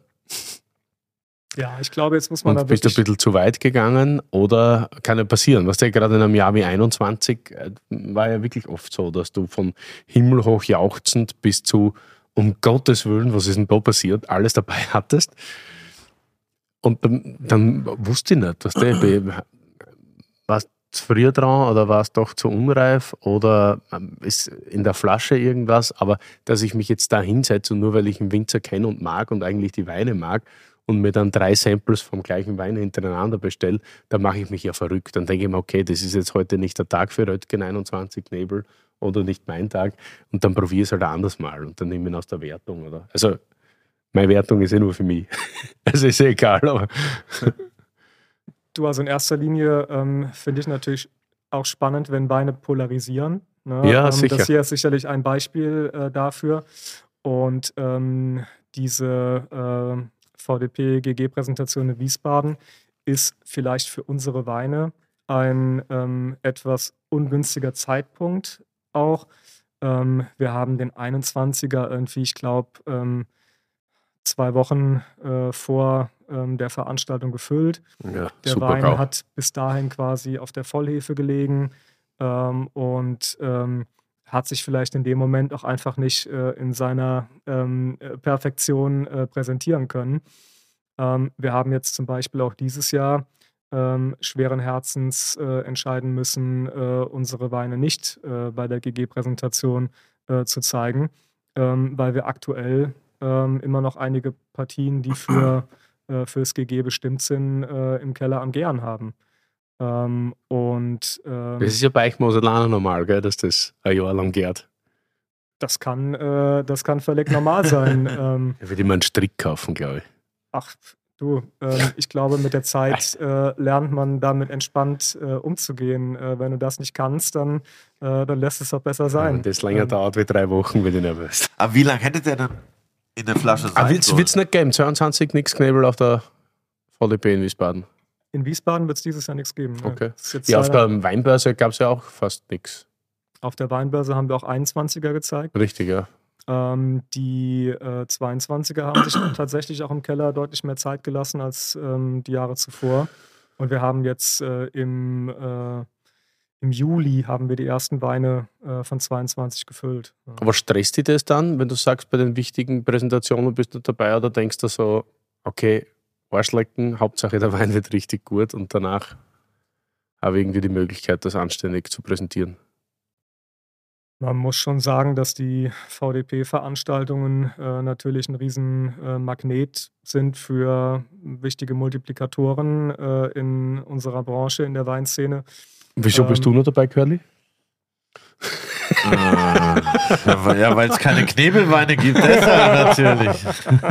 Ja, ich glaube, jetzt muss man Und da bist du ein wirklich... bisschen zu weit gegangen oder kann ja passieren. Was ja gerade in einem Jahr wie einundzwanzig äh, war ja wirklich oft so, dass du von himmelhoch jauchzend bis zu um Gottes Willen, was ist denn da passiert, alles dabei hattest. Und dann, dann wusste ich nicht, was der warst du früher dran oder war es doch zu unreif oder ist in der Flasche irgendwas, aber dass ich mich jetzt da hinsetze und nur weil ich einen Winzer kenne und mag und eigentlich die Weine mag und mir dann drei Samples vom gleichen Wein hintereinander bestelle, da mache ich mich ja verrückt. Dann denke ich mir, okay, das ist jetzt heute nicht der Tag für Röttgen einundzwanzig Nebel oder nicht mein Tag und dann probiere ich es halt anders mal und dann nehme ich ihn aus der Wertung. Oder? Also meine Wertung ist eh nur für mich. Also ist eh egal, aber... Du, also in erster Linie ähm, finde ich natürlich auch spannend, wenn Weine polarisieren. Ne? Ja, ähm, sicher. Das hier ist sicherlich ein Beispiel äh, dafür. Und ähm, diese äh, V D P-G G-Präsentation in Wiesbaden ist vielleicht für unsere Weine ein ähm, etwas ungünstiger Zeitpunkt auch. Ähm, wir haben den einundzwanziger irgendwie, ich glaube, ähm, zwei Wochen äh, vor ähm, der Veranstaltung gefüllt. Ja, Der super Wein Gau. hat bis dahin quasi auf der Vollhefe gelegen ähm, und ähm, hat sich vielleicht in dem Moment auch einfach nicht äh, in seiner ähm, äh, Perfektion äh, präsentieren können. Ähm, wir haben jetzt zum Beispiel auch dieses Jahr ähm, schweren Herzens äh, entscheiden müssen, äh, unsere Weine nicht äh, bei der G G-Präsentation äh, zu zeigen, ähm, weil wir aktuell ähm, immer noch einige Partien, die für, äh, fürs G G bestimmt sind, äh, im Keller am Gären haben. Ähm, und ähm, Das ist ja bei euch Moselaner normal, gell, dass das ein Jahr lang gärt. das, kann, äh, das kann völlig normal sein. ähm, Da würde ich mir einen Strick kaufen, glaube ich. ach, du, ähm, ich glaube, mit der Zeit äh, lernt man damit entspannt äh, umzugehen. Äh, wenn du das nicht kannst, dann, äh, dann lässt es auch besser sein. Wenn das länger Ähm, dauert wie drei Wochen, bin ich nervös. Aber wie lange hätte der denn in der Flasche sein Aber wird sollen? es nicht geben? zweiundzwanzig nichts Knebel auf der V D P in Wiesbaden. In Wiesbaden wird es dieses Jahr nichts geben. ne? Okay. Das ist jetzt Ja, auf leider- der Weinbörse gab es ja auch fast nichts. auf der Weinbörse haben wir auch einundzwanziger gezeigt. Richtig, ja. Ähm, die äh, zweiundzwanziger haben sich tatsächlich auch im Keller deutlich mehr Zeit gelassen als ähm, die Jahre zuvor. Und wir haben jetzt äh, im, äh, im Juli haben wir die ersten Weine äh, von zweiundzwanzig gefüllt. Ja. Aber stresst dich das dann, wenn du sagst, bei den wichtigen Präsentationen bist du dabei oder denkst du so, okay, Arschlecken, Hauptsache der Wein wird richtig gut und danach habe ich irgendwie die Möglichkeit, das anständig zu präsentieren. Man muss schon sagen, dass die V D P-Veranstaltungen äh, natürlich ein riesen äh, Magnet sind für wichtige Multiplikatoren äh, in unserer Branche, in der Weinszene. Wieso Ähm, bist du noch dabei, Curly? äh, ja, weil es keine Knebelweine gibt, deshalb natürlich.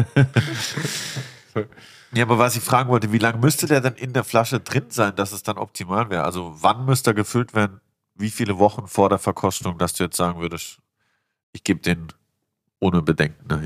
Ja, aber was ich fragen wollte, wie lange müsste der denn in der Flasche drin sein, dass es dann optimal wäre? Also wann müsste er gefüllt werden? Wie viele Wochen vor der Verkostung, dass du jetzt sagen würdest, ich gebe den ohne Bedenken dahin?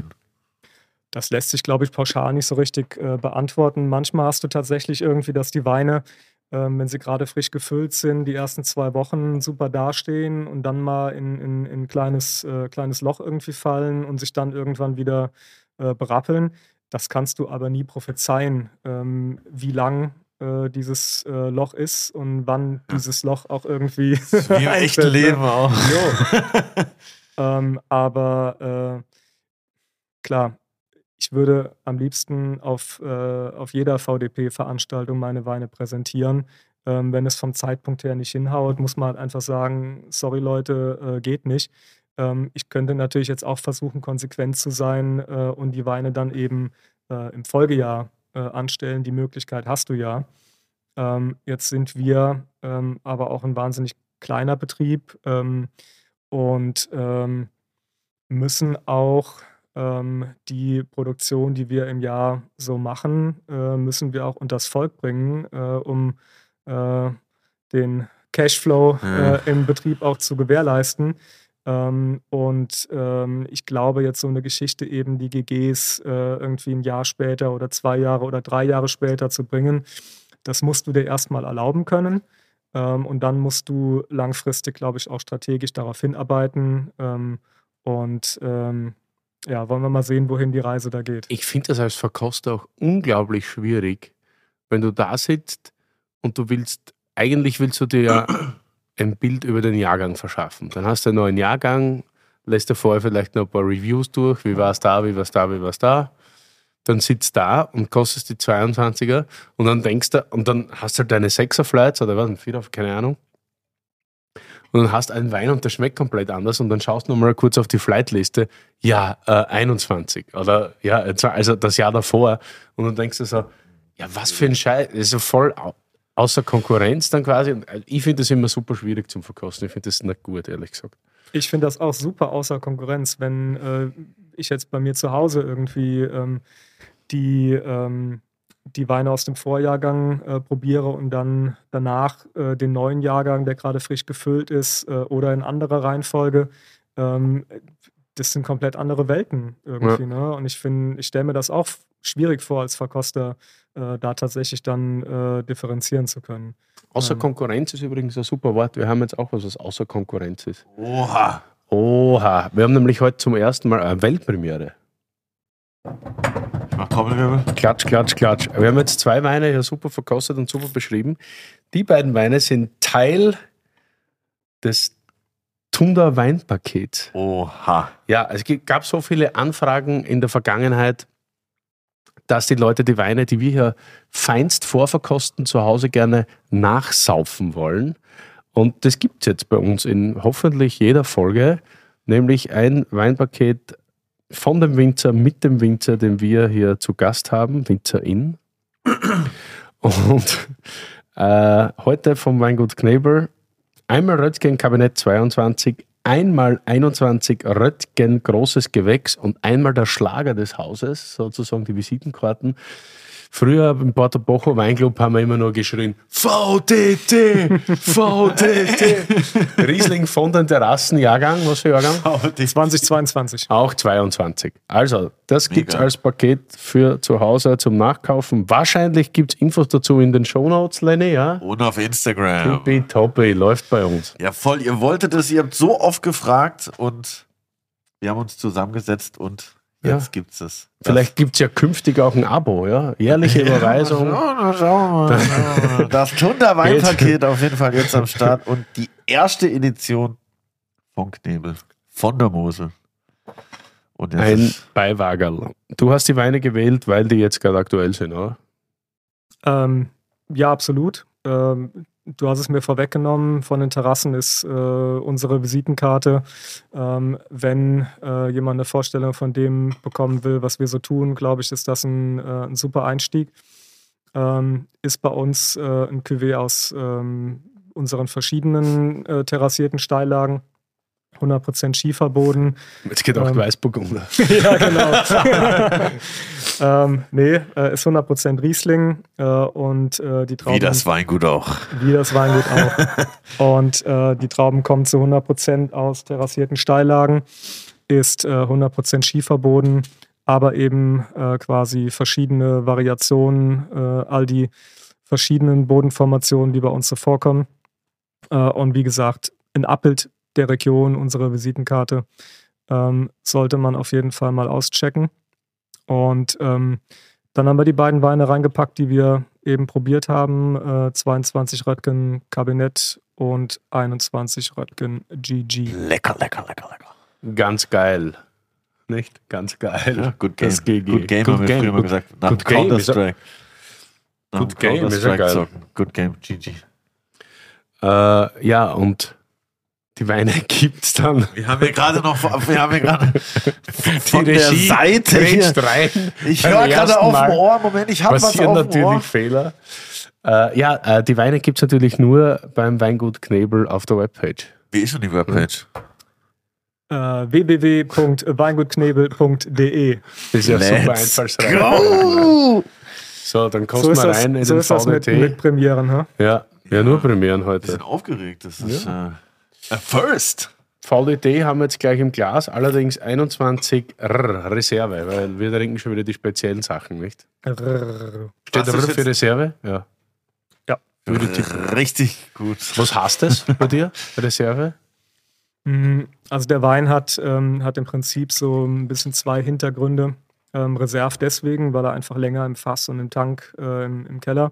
Das lässt sich, glaube ich, pauschal nicht so richtig äh, beantworten. Manchmal hast du tatsächlich irgendwie, dass die Weine, ähm, wenn sie gerade frisch gefüllt sind, die ersten zwei Wochen super dastehen und dann mal in, in, in ein kleines, äh, kleines Loch irgendwie fallen und sich dann irgendwann wieder äh, berappeln. Das kannst du aber nie prophezeien, ähm, wie lang äh, dieses äh, Loch ist und wann dieses Loch auch irgendwie Wie im echten eintritt, ne? Leben auch. Jo. ähm, aber äh, klar, ich würde am liebsten auf, äh, auf jeder V D P-Veranstaltung meine Weine präsentieren. Ähm, wenn es vom Zeitpunkt her nicht hinhaut, muss man halt einfach sagen, sorry Leute, äh, geht nicht. Ähm, ich könnte natürlich jetzt auch versuchen, konsequent zu sein äh, und die Weine dann eben äh, im Folgejahr äh, anstellen. Die Möglichkeit hast du ja. Ähm, jetzt sind wir ähm, aber auch ein wahnsinnig kleiner Betrieb ähm, und ähm, müssen auch ähm, die Produktion, die wir im Jahr so machen, äh, müssen wir auch unters Volk bringen, äh, um äh, den Cashflow Ja. äh, im Betrieb auch zu gewährleisten. Ähm, und ähm, ich glaube, jetzt so eine Geschichte eben die G Gs äh, irgendwie ein Jahr später oder zwei Jahre oder drei Jahre später zu bringen, das musst du dir erstmal erlauben können. Ähm, und dann musst du langfristig, glaube ich, auch strategisch darauf hinarbeiten. Ähm, und ähm, ja, wollen wir mal sehen, wohin die Reise da geht. Ich finde das als Verkoster auch unglaublich schwierig, wenn du da sitzt und du willst, eigentlich willst du dir ja ein Bild über den Jahrgang verschaffen. Dann hast du einen neuen Jahrgang, lässt dir vorher vielleicht noch ein paar Reviews durch, wie war es da, wie war es da, wie war es da. Dann sitzt da und kostest die zweiundzwanziger und dann denkst du, und dann hast du halt deine Sechser-Flights oder was, ein Vierer, keine Ahnung. Und dann hast du einen Wein und der schmeckt komplett anders und dann schaust du nochmal kurz auf die Flightliste, ja, äh, einundzwanzig oder ja, also das Jahr davor und dann denkst du so, ja, was für ein Scheiß, das ist so voll au- außer Konkurrenz dann quasi. Und ich finde das immer super schwierig zum Verkosten, ich finde das nicht gut, ehrlich gesagt. Ich finde das auch super außer Konkurrenz, wenn äh, ich jetzt bei mir zu Hause irgendwie ähm, die, ähm, die Weine aus dem Vorjahrgang äh, probiere und dann danach äh, den neuen Jahrgang, der gerade frisch gefüllt ist äh, oder in anderer Reihenfolge. Ähm, das sind komplett andere Welten irgendwie. Ja. Ne? Und ich finde, ich stelle mir das auch schwierig vor, als Verkoster äh, da tatsächlich dann äh, differenzieren zu können. Außer Ähm. Konkurrenz ist übrigens ein super Wort. Wir haben jetzt auch was, was außer Konkurrenz ist. Oha. Oha, wir haben nämlich heute zum ersten Mal eine Weltpremiere. Ich mach Trommelwirbel. Klatsch, klatsch, klatsch. Wir haben jetzt zwei Weine hier super verkostet und super beschrieben. Die beiden Weine sind Teil des Tunda Weinpakets. Oha. Ja, es g- gab so viele Anfragen in der Vergangenheit, dass die Leute die Weine, die wir hier feinst vorverkosten, zu Hause gerne nachsaufen wollen. Und das gibt es jetzt bei uns in hoffentlich jeder Folge, nämlich ein Weinpaket von dem Winzer, mit dem Winzer, den wir hier zu Gast haben, Winzer Inn. Und äh, heute vom Weingut Knebel einmal Röttgen Kabinett zweiundzwanzig, einmal einundzwanzig Röttgen Großes Gewächs und einmal der Schlager des Hauses, sozusagen die Visitenkarten. Früher im Porto Bocho Weinclub haben wir immer nur geschrien V D T, V D T. Riesling von den Terrassen, Jahrgang, was für Jahrgang? zwanzig zweiundzwanzig. Auch zweiundzwanzig. Also, das gibt es Mega. als Paket für zu Hause zum Nachkaufen. Wahrscheinlich gibt es Infos dazu in den Shownotes, Lenny, ja? Und auf Instagram. Tippitoppi, läuft bei uns. Ja, voll. Ihr wolltet es, ihr habt so oft gefragt und wir haben uns zusammengesetzt und Ja. jetzt gibt's es. Vielleicht gibt es ja künftig auch ein Abo, ja? Jährliche Überweisung. Ja, schauen wir mal, schauen wir mal. Das Tunda Weinpaket auf jeden Fall jetzt am Start und die erste Edition von Knebel, von der Mosel. Und jetzt Ein ist- Beiwagerl. Du hast die Weine gewählt, weil die jetzt gerade aktuell sind, oder? Ähm, ja, absolut. Ähm, du hast es mir vorweggenommen. Von den Terrassen ist äh, unsere Visitenkarte. Ähm, wenn äh, jemand eine Vorstellung von dem bekommen will, was wir so tun, glaube ich, ist das ein, äh, ein super Einstieg. Ähm, ist bei uns äh, ein Cuvée aus ähm, unseren verschiedenen äh, terrassierten Steillagen. hundert Prozent Schieferboden. Jetzt gedacht, Ähm, Weißburgunder. Ja, genau. ähm, nee, äh, ist hundert Prozent Riesling äh, und äh, die Trauben... wie das Weingut auch. Wie das Weingut auch. Und äh, die Trauben kommen zu hundert Prozent aus terrassierten Steillagen, ist äh, hundert Prozent Schieferboden, aber eben äh, quasi verschiedene Variationen, äh, all die verschiedenen Bodenformationen, die bei uns so vorkommen. Äh, und wie gesagt, ein Abbild der Region, unsere Visitenkarte, ähm, sollte man auf jeden Fall mal auschecken. Und ähm, dann haben wir die beiden Weine reingepackt, die wir eben probiert haben. Äh, zweiundzwanzig Röttgen Kabinett und einundzwanzig Röttgen G G. Lecker, lecker, lecker, lecker. Ganz geil. Nicht? Ganz geil. Ja, good game. Das G G. Good game, Good haben wir game. früher mal Good- gesagt. Nach good game ist Counter-Strike. Nach Good game ist ja Counter-Strike geil. zocken. Good game, G G. Äh, ja, und die Weine gibt's dann. Wir haben hier gerade noch, wir haben hier gerade von Die der Regie Seite hier. grätscht rein. Ich Beim höre gerade ersten auf Mal dem Ohr. Moment, ich habe was Passieren auf dem natürlich Ohr. Fehler. Äh, ja, äh, die Weine gibt es natürlich nur beim Weingut Knebel auf der Webpage. Wie ist schon die Webpage? Äh, w w w punkt weingutknebel punkt d e. Das ist ja super Let's einfallsreich. go! So, dann So kosten ist wir das, rein in so den ist das mit, V D T. mit Premieren. Huh? Ja, ja, nur Premieren Wir heute. sind aufgeregt. Das ist äh, a first. V D T haben wir jetzt gleich im Glas, allerdings einundzwanzig R Reserve, weil wir trinken schon wieder die speziellen Sachen, nicht? Rrrr. Steht Was R ist für jetzt- Reserve? Ja. Ja. Würde tippen. Richtig gut. Was heißt das bei dir, Reserve? Mhm. Also der Wein hat, ähm, hat im Prinzip so ein bisschen zwei Hintergründe. Ähm, Reserve deswegen, weil er einfach länger im Fass und im Tank, äh, im, im Keller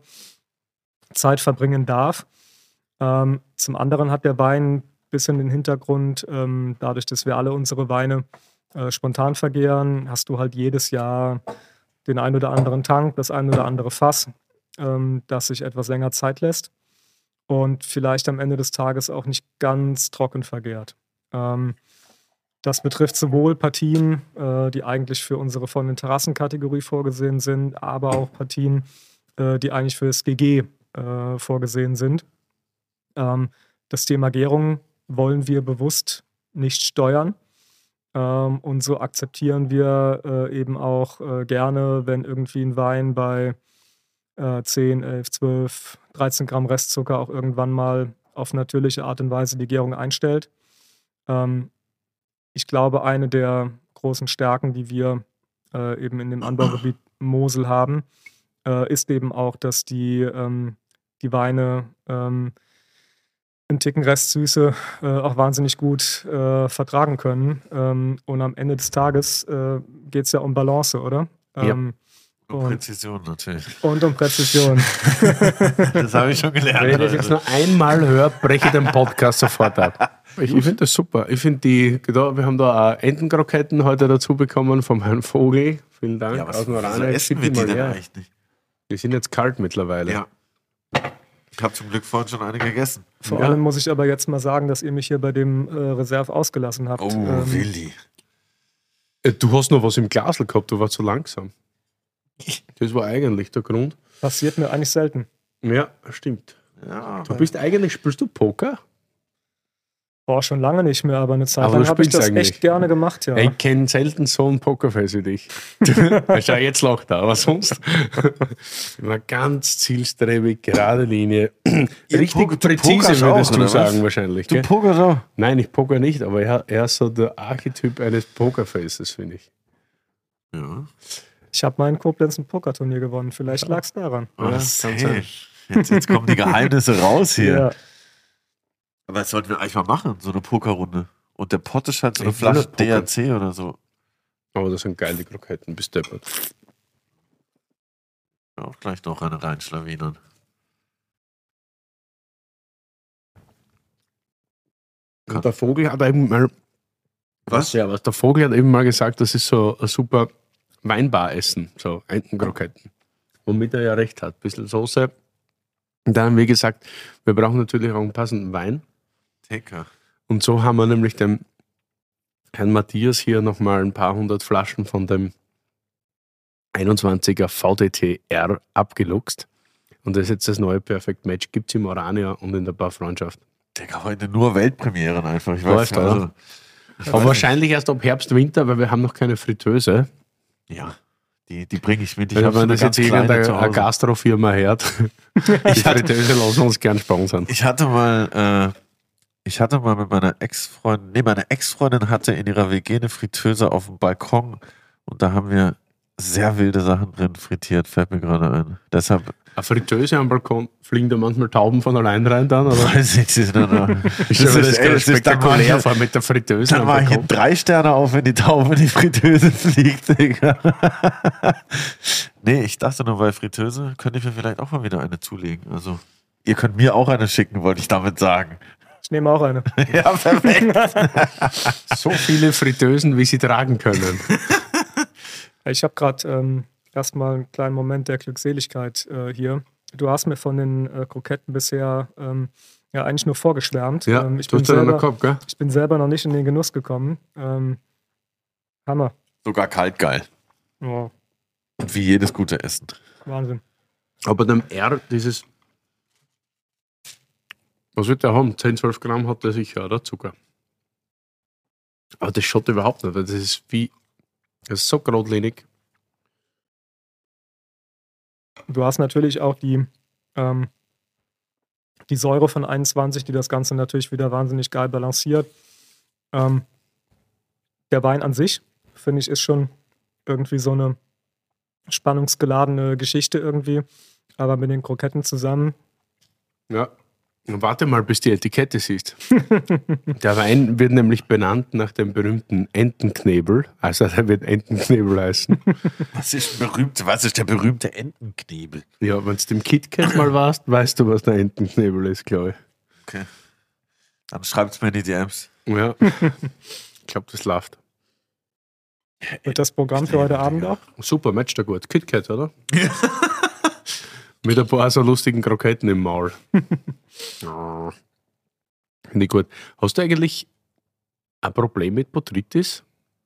Zeit verbringen darf. Ähm, zum anderen hat der Wein ein bisschen den Hintergrund, ähm, dadurch, dass wir alle unsere Weine äh, spontan vergären, hast du halt jedes Jahr den ein oder anderen Tank, das ein oder andere Fass, ähm, das sich etwas länger Zeit lässt und vielleicht am Ende des Tages auch nicht ganz trocken vergärt. Ähm, das betrifft sowohl Partien, äh, die eigentlich für unsere von den Terrassenkategorie vorgesehen sind, aber auch Partien, äh, die eigentlich für das G G äh, vorgesehen sind. Ähm, das Thema Gärung wollen wir bewusst nicht steuern. Ähm, und so akzeptieren wir äh, eben auch äh, gerne, wenn irgendwie ein Wein bei äh, zehn, elf, zwölf, dreizehn Gramm Restzucker auch irgendwann mal auf natürliche Art und Weise die Gärung einstellt. Ähm, ich glaube, eine der großen Stärken, die wir äh, eben in dem Anbaugebiet Mosel haben, äh, ist eben auch, dass die, ähm, die Weine ähm, einen Ticken Restsüße äh, auch wahnsinnig gut äh, vertragen können. Ähm, und am Ende des Tages äh, geht es ja um Balance, oder? Ähm, Und Und- Präzision natürlich. Und um Präzision. Das habe ich schon gelernt. Wenn ich das jetzt nur einmal höre, breche ich den Podcast sofort ab. Ich, ich finde das super. Ich finde die, da, wir haben da auch Entenkroketten heute dazu bekommen vom Herrn Vogel. Vielen Dank. Ja, was aus dem wieso Rane. essen Schieb wir die die mal denn her. eigentlich nicht? Die sind jetzt kalt mittlerweile. Ja. Ich habe zum Glück vorhin schon eine gegessen. Vor Ja. allem muss ich aber jetzt mal sagen, dass ihr mich hier bei dem äh, Reserve ausgelassen habt. Oh, Ähm, Willi. Äh, Du hast noch was im Glasl gehabt, du warst so langsam. Das war eigentlich der Grund. passiert mir eigentlich selten. Ja, stimmt. Ja, Du bist eigentlich, spielst du Poker? Boah, schon lange nicht mehr, aber eine Zeit Aber lang du habe ich spielst das eigentlich. echt gerne gemacht, ja. Ich kenne selten so ein Pokerface wie dich. Schau, jetzt lacht er, aber sonst immer ganz zielstrebig, gerade Linie. Richtig pok- du präzise, pokerst würdest auch, du oder sagen, was? wahrscheinlich. Du Gell? pokerst auch. Nein, ich poker nicht, aber er, er ist so der Archetyp eines Pokerfaces, finde ich. Ja. Ich habe mal in Koblenz ein Pokerturnier gewonnen. Vielleicht lag es daran. Oh, Ja, safe. kann sein. Jetzt, jetzt kommen die Geheimnisse raus hier. Ja. Aber das sollten wir eigentlich mal machen, so eine Pokerrunde. Und der Pottisch hat so eine Ich will Flasche nicht pokern. D H C oder so. Aber das sind geile Kroketten, bis deppert. Ja, auch gleich noch eine reinschlawinern. Und der Vogel hat eben mal Was? Ja, was der Vogel hat eben mal gesagt, das ist so ein super Weinbar-Essen, so Entenkroketten. Womit er ja recht hat. Ein bisschen Soße. Und dann haben wir gesagt, wir brauchen natürlich auch einen passenden Wein. Lecker. Und so haben wir nämlich dem Herrn Matthias hier nochmal ein paar hundert Flaschen von dem einundzwanziger V D T R abgeluchst. Und das ist jetzt das neue Perfect Match. Gibt es im Orania und in der Barfreundschaft. Digga, heute nur Weltpremieren einfach. Ich Läuft, weiß, oder? also, ich Aber weiß wahrscheinlich erst ab Herbst, Winter, weil wir haben noch keine Fritteuse. nicht. Ja, die, die bringe ich mit. Ich Wenn habe so man eine das jetzt ganz kleine zu irgendeine Hause. Gastrofirma hört, die Fritteuse lassen uns gern sponsern. Ich hatte mal, äh, ich hatte mal mit meiner Ex-Freundin, nee, meine Ex-Freundin hatte in ihrer W G eine Fritteuse auf dem Balkon und da haben wir sehr wilde Sachen drin frittiert, fällt mir gerade ein. Deshalb Eine Fritteuse am Balkon, fliegen da manchmal Tauben von allein rein dann? Oder? weiß ich es nicht. Oder? Ich stelle mir das ey, ganz ist- da mach spektakulär ich- vor mit der Fritteuse Dann am mache ich Balkon. drei Sterne auf, wenn die Taube in die Fritteuse fliegt, Digga. Nee, ich dachte nur, bei Fritteuse könnte ich mir vielleicht auch mal wieder eine zulegen. Also, ihr könnt mir auch eine schicken, wollte ich damit sagen. Ich nehme auch eine. Ja, perfekt. So viele Fritteusen, wie sie tragen können. Ich habe gerade ähm, erstmal einen kleinen Moment der Glückseligkeit äh, hier. Du hast mir von den äh, Kroketten bisher ähm, ja eigentlich nur vorgeschwärmt. Ja, ähm, ich, du bin hast ja noch selber, gehabt, gell? ich bin selber noch nicht in den Genuss gekommen. Ähm, Hammer. Sogar kalt geil. Oh, Und wie jedes gute Essen. Wahnsinn. Aber dem R, dieses. Was wird der haben? zehn, zwölf Gramm hat der sicher, oder? Zucker. Aber das schaut überhaupt nicht, weil das ist wie. Das ist so geradlinig. Du hast natürlich auch die, ähm, die Säure von einundzwanzig, die das Ganze natürlich wieder wahnsinnig geil balanciert. Ähm, der Wein an sich, finde ich, ist schon irgendwie so eine spannungsgeladene Geschichte irgendwie. Aber mit den Kroketten zusammen, Ja. Und warte mal, bis die Etikette siehst. Der Wein wird nämlich benannt nach dem berühmten Entenknebel. Also der wird Entenknebel heißen. Was ist, berühmt, was ist der berühmte Entenknebel? Ja, wenn du im KitKat mal warst, weißt du, was der Entenknebel ist, glaube ich. Okay. Dann schreibt's mir in die D Ms. Ja. Ich glaube, das läuft. wird das Programm für heute Abend auch. Super, matcht da gut. KitKat, oder? Mit ein paar so lustigen Kroketten im Maul. Ja. Finde ich gut. Hast du eigentlich ein Problem mit Botrytis?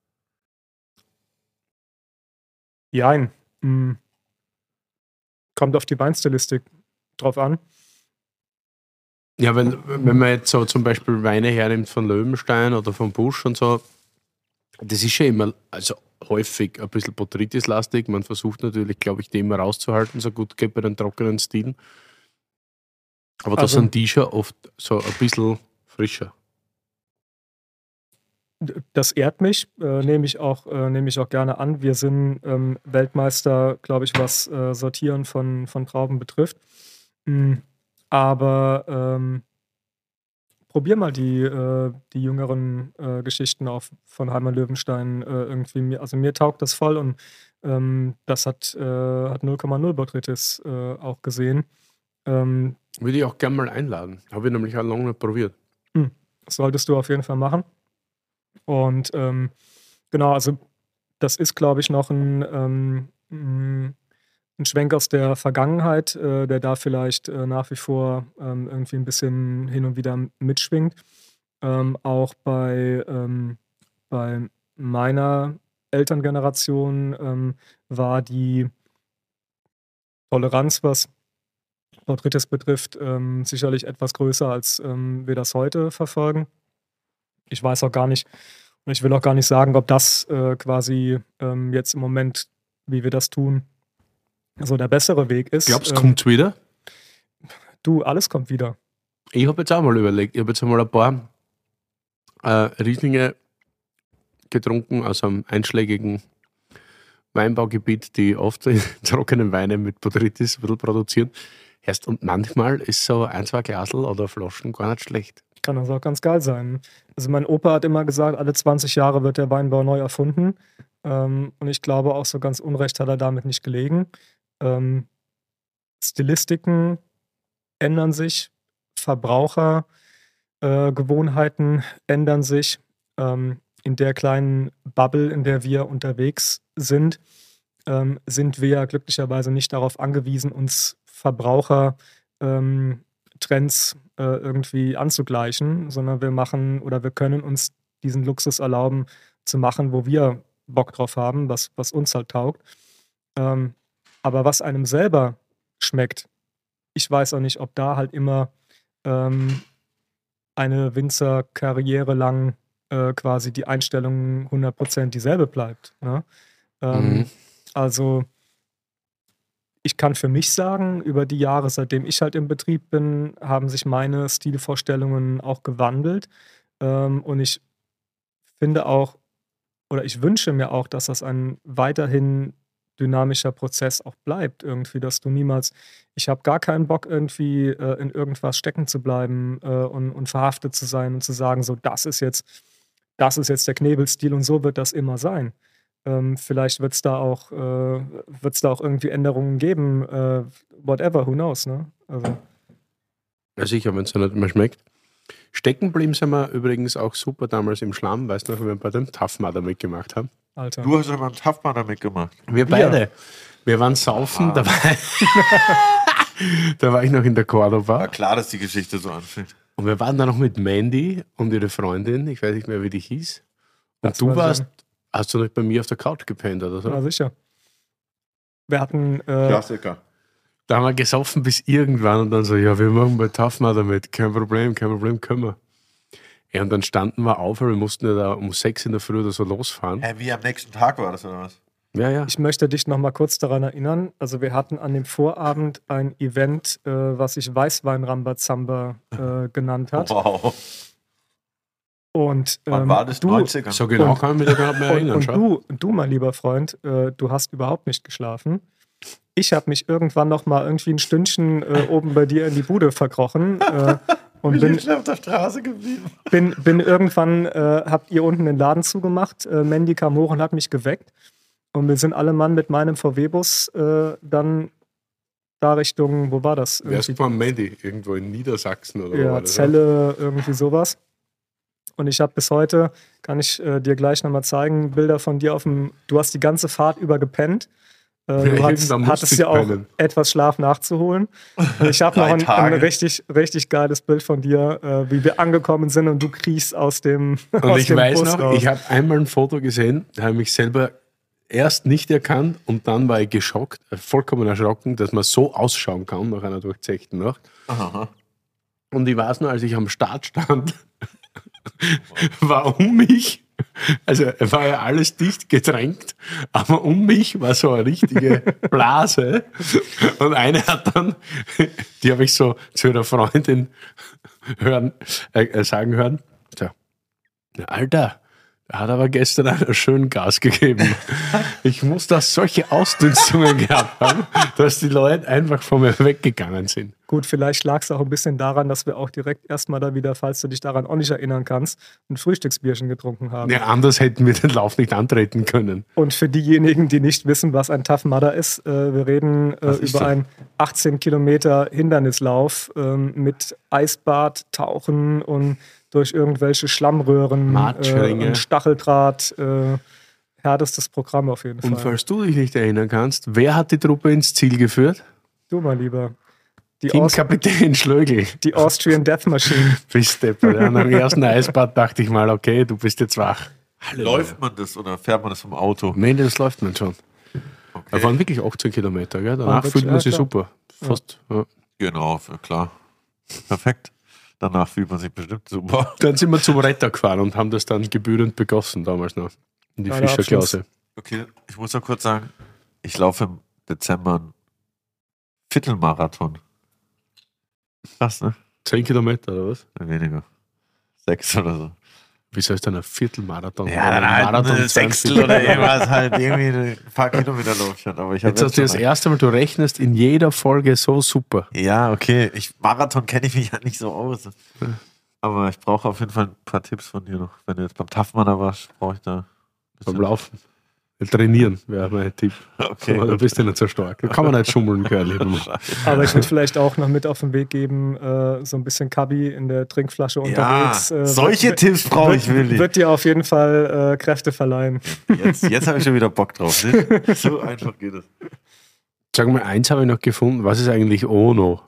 Jein. Hm. Kommt auf die Weinstilistik drauf an. Ja, weil wenn man jetzt so zum Beispiel Weine hernimmt von Löwenstein oder von Busch und so, das ist ja immer, also häufig ein bisschen Botrytis-lastig. Man versucht natürlich, glaube ich, die immer rauszuhalten, so gut geht bei den trockenen Stilen. Aber da Also- sind die schon oft so ein bisschen frischer. Das ehrt mich, äh, nehme ich, auch, äh, nehme ich auch gerne an. Wir sind ähm, Weltmeister, glaube ich, was äh, Sortieren von, von Trauben betrifft. Mm, aber ähm, probier mal die, äh, die jüngeren äh, Geschichten auf, von Heimann Löwenstein äh, irgendwie. Mir, also mir taugt das voll und ähm, das hat, äh, hat null Komma null Botrytis äh, auch gesehen. Ähm, Würde ich auch gerne mal einladen. Habe ich nämlich auch lange nicht probiert. Das solltest du auf jeden Fall machen. Und ähm, genau, also das ist, glaube ich, noch ein, ähm, mh, ein Schwenk aus der Vergangenheit, äh, der da vielleicht äh, nach wie vor ähm, irgendwie ein bisschen hin und wieder mitschwingt. Ähm, auch bei, ähm, bei meiner Elterngeneration ähm, war die Toleranz, was Botrytis betrifft, ähm, sicherlich etwas größer, als ähm, wir das heute verfolgen. Ich weiß auch gar nicht, und ich will auch gar nicht sagen, ob das äh, quasi ähm, jetzt im Moment, wie wir das tun, so der bessere Weg ist. Glaubst du, Ähm, kommt's wieder? Du, alles kommt wieder. Ich habe jetzt auch mal überlegt, ich habe jetzt einmal ein paar äh, Rieslinge getrunken aus einem einschlägigen Weinbaugebiet, die oft trockenen Weine mit Botrytis ein bisschen produzieren. Erst und manchmal ist so ein, zwei Glasel oder Flaschen gar nicht schlecht. Kann das auch ganz geil sein. Also mein Opa hat immer gesagt, alle zwanzig Jahre wird der Weinbau neu erfunden. Ähm, und ich glaube, auch so ganz unrecht hat er damit nicht gelegen. Ähm, Stilistiken ändern sich, Verbrauchergewohnheiten äh, Gewohnheiten ändern sich. Ähm, in der kleinen Bubble, in der wir unterwegs sind, ähm, sind wir ja glücklicherweise nicht darauf angewiesen, uns Verbrauchertrends ähm, Trends, äh, irgendwie anzugleichen, sondern wir machen oder wir können uns diesen Luxus erlauben, zu machen, wo wir Bock drauf haben, was, was uns halt taugt. Ähm, aber was einem selber schmeckt, ich weiß auch nicht, ob da halt immer ähm, eine Winzerkarriere lang äh, quasi die Einstellung hundert Prozent dieselbe bleibt. Ne? Ähm, Mhm. Also ich kann für mich sagen, über die Jahre, seitdem ich halt im Betrieb bin, haben sich meine Stilvorstellungen auch gewandelt. Ähm, und ich finde auch, oder ich wünsche mir auch, dass das ein weiterhin dynamischer Prozess auch bleibt, irgendwie, dass du niemals, ich habe gar keinen Bock, irgendwie äh, in irgendwas stecken zu bleiben äh, und, und verhaftet zu sein und zu sagen, so, das ist jetzt, das ist jetzt der Knebelstil und so wird das immer sein. Ähm, vielleicht wird es da auch, äh, wird's da auch irgendwie Änderungen geben, äh, whatever, who knows, ne? Also, Ja, sicher, wenn es ja nicht mehr schmeckt. Stecken geblieben sind wir übrigens auch super damals im Schlamm, weißt du noch, wenn wir bei dem Tough Mudder mitgemacht haben. Alter. Du hast aber einen Tough Mudder mitgemacht. Wir beide. Wir waren saufen, da, war, da war ich noch in der Cordoba. War klar, dass die Geschichte so anfängt. Und wir waren da noch mit Mandy und ihre Freundin, ich weiß nicht mehr, wie die hieß. Und Das du weiß ich warst, nicht. hast du nicht bei mir auf der Couch gepennt oder so? Ja, sicher. Wir hatten, äh, Klassiker. Da haben wir gesoffen bis irgendwann und dann so, ja, wir machen bei Tough Mudder mit, kein Problem, kein Problem, können wir. Ja, und dann standen wir auf, weil wir mussten ja da um sechs in der Früh oder so losfahren. Hä, wie am nächsten Tag war das, oder was? Ja, ja. ich möchte dich noch mal kurz daran erinnern, also wir hatten an dem Vorabend ein Event, äh, was sich Weißwein-Rambazamba äh, genannt hat. Wow. Und Wann ähm, war das? du, neunziger? So genau Und- kann ich mich da gar nicht mehr Und, erinnern. und schau. du, du, mein lieber Freund, äh, du hast überhaupt nicht geschlafen. Ich habe mich irgendwann noch mal irgendwie ein Stündchen äh, oben bei dir in die Bude verkrochen äh, und bin, auf der Straße geblieben. bin, bin irgendwann, äh, habt ihr unten den Laden zugemacht. Äh, Mandy kam hoch und hat mich geweckt. Und wir sind alle Mann mit meinem V W-Bus äh, dann da Richtung, wo war das? Wer ist gefahren? Mandy, irgendwo in Niedersachsen oder wo Ja, war das? Celle, irgendwie sowas. Und ich habe bis heute, kann ich äh, dir gleich nochmal zeigen, Bilder von dir auf dem, du hast die ganze Fahrt über gepennt. Äh, Ja, du hattest, irgendwann musste hattest ich ja auch pennen. etwas Schlaf nachzuholen. Und ich habe Drei noch ein, ein Tage. richtig, richtig geiles Bild von dir, äh, wie wir angekommen sind und du kriechst aus dem, Und aus ich dem weiß Bus noch, raus. ich habe einmal ein Foto gesehen, da habe ich mich selber erst nicht erkannt und dann war ich geschockt, äh, vollkommen erschrocken, dass man so ausschauen kann nach einer durchzechten Nacht. Aha. Und ich weiß nur, als ich am Start stand, war um mich, also war ja alles dicht gedrängt, aber um mich war so eine richtige Blase. Und eine hat dann, die habe ich so zu ihrer Freundin hören, äh, sagen hören, so, "Na, Alter, da hat aber gestern einer schön Gas gegeben. Ich muss da solche Ausdünstungen gehabt haben, dass die Leute einfach von mir weggegangen sind. Gut, vielleicht lag es auch ein bisschen daran, dass wir auch direkt erstmal da wieder, falls du dich daran auch nicht erinnern kannst, ein Frühstücksbierchen getrunken haben. Ja, anders hätten wir den Lauf nicht antreten können. Und für diejenigen, die nicht wissen, was ein Tough Mudder ist, äh, wir reden äh, ist über das? einen achtzehn Kilometer Hindernislauf ähm, mit Eisbad, Tauchen und durch irgendwelche Schlammröhren äh, Matschringe. und Stacheldraht. Äh, härtestes Programm auf jeden Und Fall. falls du dich nicht erinnern kannst, wer hat die Truppe ins Ziel geführt? Du, mein Lieber. Die, Aus Teamkapitän Schlögl. die Austrian Death Machine. Bist deppert. Ja, nach dem ersten Eisbad dachte ich mal, okay, du bist jetzt wach. Läuft man das oder fährt man das vom Auto? Nee, das läuft man schon. Okay. Da waren wirklich achtzehn Kilometer, gell? Danach wirklich, fühlt man ja, sich klar. super. Fast. Ja. Genau, klar. Perfekt. Danach fühlt man sich bestimmt super. Dann sind wir zum Retter gefahren und haben das dann gebührend begossen damals noch. In die Geiler Fischerklause. Okay, ich muss noch kurz sagen, ich laufe im Dezember einen Viertelmarathon. Krass, ne? Zehn Kilometer oder was? Weniger. Sechs oder so. Wieso ist dann ein Viertelmarathon? Ja, Oder dann ein halt Marathon ein Sechstel zweiundvierzig? oder irgendwas, halt irgendwie ein paar Kilometer laufen. Aber ich habe Jetzt hast du das erste Mal, du rechnest in jeder Folge so super. Ja, okay. Ich, Marathon kenne ich mich ja nicht so aus. Aber ich brauche auf jeden Fall ein paar Tipps von dir noch. Wenn du jetzt beim Tough Mudder warst, brauche ich da ein Beim bisschen- Laufen. Trainieren wäre mein Tipp. Okay, Aber da bist du nicht so stark. Da kann man nicht schummeln, Curly. Aber ich würde vielleicht auch noch mit auf den Weg geben, äh, so ein bisschen Kabi in der Trinkflasche unterwegs. Ja, äh, solche wird, Tipps brauche ich, wird, Willi. Wird dir auf jeden Fall äh, Kräfte verleihen. Jetzt, jetzt habe ich schon wieder Bock drauf. Ne? So einfach geht es. Sag mal, eins habe ich noch gefunden. Was ist eigentlich Ono?